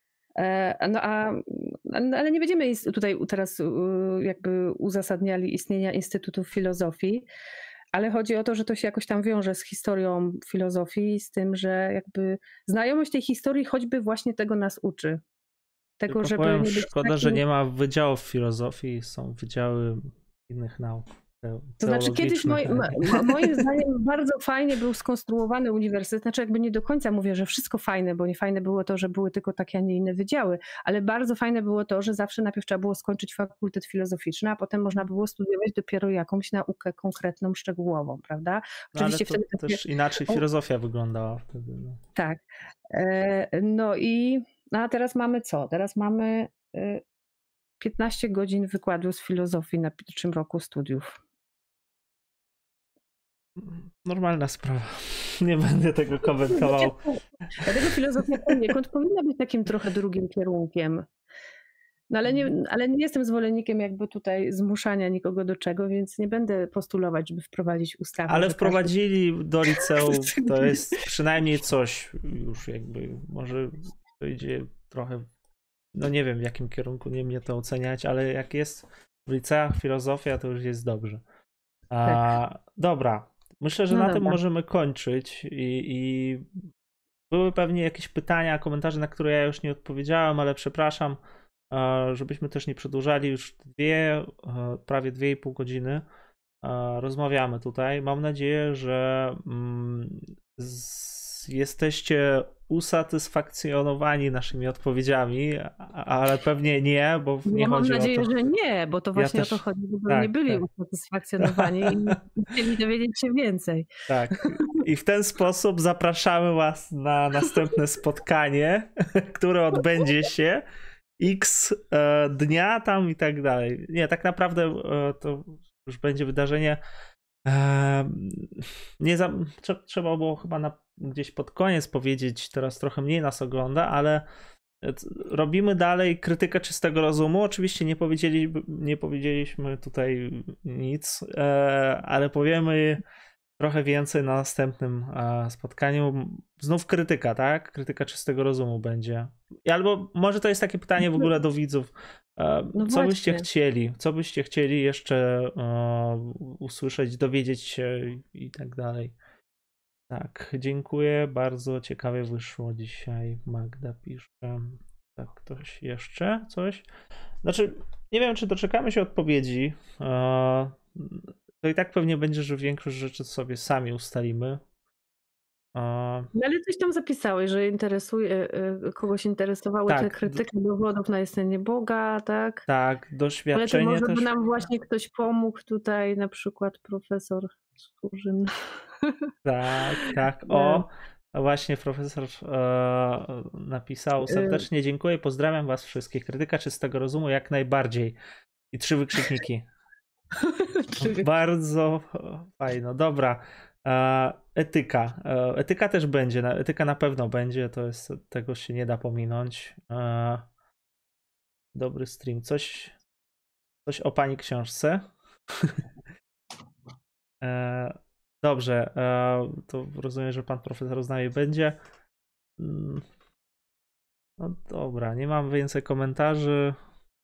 Ale nie będziemy tutaj teraz jakby uzasadniali istnienia Instytutów Filozofii, ale chodzi o to, że to się jakoś tam wiąże z historią filozofii, z tym, że jakby znajomość tej historii choćby właśnie tego nas uczy. Tego, tylko żeby powiem, nie być szkoda, że nie ma wydziałów filozofii, są wydziały innych nauk. To znaczy kiedyś moim zdaniem bardzo fajnie był skonstruowany uniwersytet, znaczy jakby nie do końca mówię, że wszystko fajne, bo nie fajne było to, że były tylko takie, a nie inne wydziały, ale bardzo fajne było to, że zawsze najpierw trzeba było skończyć fakultet filozoficzny, a potem można było studiować dopiero jakąś naukę konkretną, szczegółową, prawda? Oczywiście ale to wtedy też inaczej filozofia wyglądała wtedy. No. Tak. A teraz mamy co? Teraz mamy 15 godzin wykładu z filozofii na pierwszym roku studiów. Normalna sprawa. Nie będę tego komentował. Dlatego filozofia poniekąd powinna być takim trochę drugim kierunkiem. No ale nie jestem zwolennikiem jakby tutaj zmuszania nikogo do czego, więc nie będę postulować, żeby wprowadzić ustawę. Ale wprowadzili do liceum, to jest przynajmniej coś już jakby, może to idzie trochę, no nie wiem w jakim kierunku, nie mnie to oceniać, ale jak jest w liceach filozofia, to już jest dobrze. Dobra. Myślę, że na tym możemy kończyć i były pewnie jakieś pytania, komentarze, na które ja już nie odpowiedziałem, ale przepraszam, żebyśmy też nie przedłużali już prawie 2,5 godziny. Rozmawiamy tutaj. Mam nadzieję, że jesteście usatysfakcjonowani naszymi odpowiedziami, ale pewnie nie, bo nie chodzi o to. Mam nadzieję, że nie, bo to właśnie o to chodzi, żeby nie byli usatysfakcjonowani i chcieli dowiedzieć się więcej. Tak. I w ten sposób zapraszamy Was na następne spotkanie, które odbędzie się X dnia tam i tak dalej. Nie, tak naprawdę to już będzie wydarzenie. Trzeba było chyba gdzieś pod koniec powiedzieć, teraz trochę mniej nas ogląda, ale robimy dalej krytykę czystego rozumu. Oczywiście nie powiedzieliśmy tutaj nic, ale powiemy trochę więcej na następnym spotkaniu. Znów krytyka, tak? Krytyka czystego rozumu będzie. Albo może to jest takie pytanie w ogóle do widzów. Co byście chcieli jeszcze usłyszeć, dowiedzieć się i tak dalej. Tak, dziękuję. Bardzo ciekawie wyszło dzisiaj. Magda pisze. Tak, ktoś jeszcze? Coś? Znaczy, nie wiem, czy doczekamy się odpowiedzi. To i tak pewnie będzie, że większość rzeczy sobie sami ustalimy. No ale coś tam zapisałeś, że kogoś interesowały te krytyki dowodów na istnienie Boga, tak? Tak, doświadczenie ale to może też. by nam właśnie ktoś pomógł tutaj, na przykład profesor Skurzyn. Tak. Właśnie profesor napisał: serdecznie dziękuję, pozdrawiam was wszystkich. Krytyka czystego rozumu jak najbardziej. I 3 wykrzykniki. Bardzo fajno. Dobra. Etyka. Etyka też będzie. Etyka na pewno będzie. Tego się nie da pominąć. Dobry stream. Coś o pani książce. Dobrze, to rozumiem, że pan profesor z nami będzie. No dobra, nie mam więcej komentarzy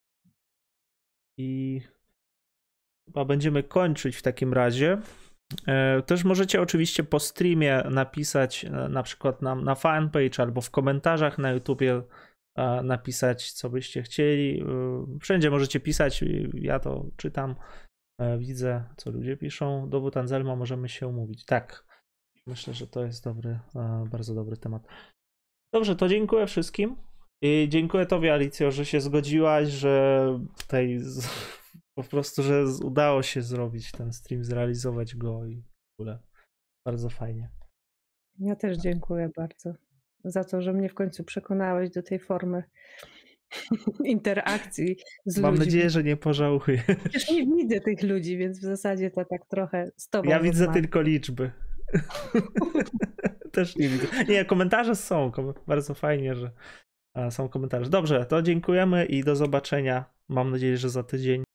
i chyba będziemy kończyć w takim razie. Też możecie oczywiście po streamie napisać na przykład na fanpage albo w komentarzach na YouTubie napisać, co byście chcieli. Wszędzie możecie pisać, ja to czytam, widzę, co ludzie piszą. Dowód Anselma, możemy się umówić. Tak, myślę, że to jest bardzo dobry temat. Dobrze, to dziękuję wszystkim i dziękuję tobie, Alicjo, że się zgodziłaś, że tutaj po prostu, że udało się zrobić ten stream, zrealizować go i w ogóle bardzo fajnie. Ja też dziękuję bardzo za to, że mnie w końcu przekonałeś do tej formy interakcji z ludźmi. Mam nadzieję, że nie pożałuję. Przecież nie widzę tych ludzi, więc w zasadzie to tak trochę z tobą. Ja widzę tylko liczby. Też nie widzę. Nie, komentarze są. Bardzo fajnie, że są komentarze. Dobrze, to dziękujemy i do zobaczenia. Mam nadzieję, że za tydzień.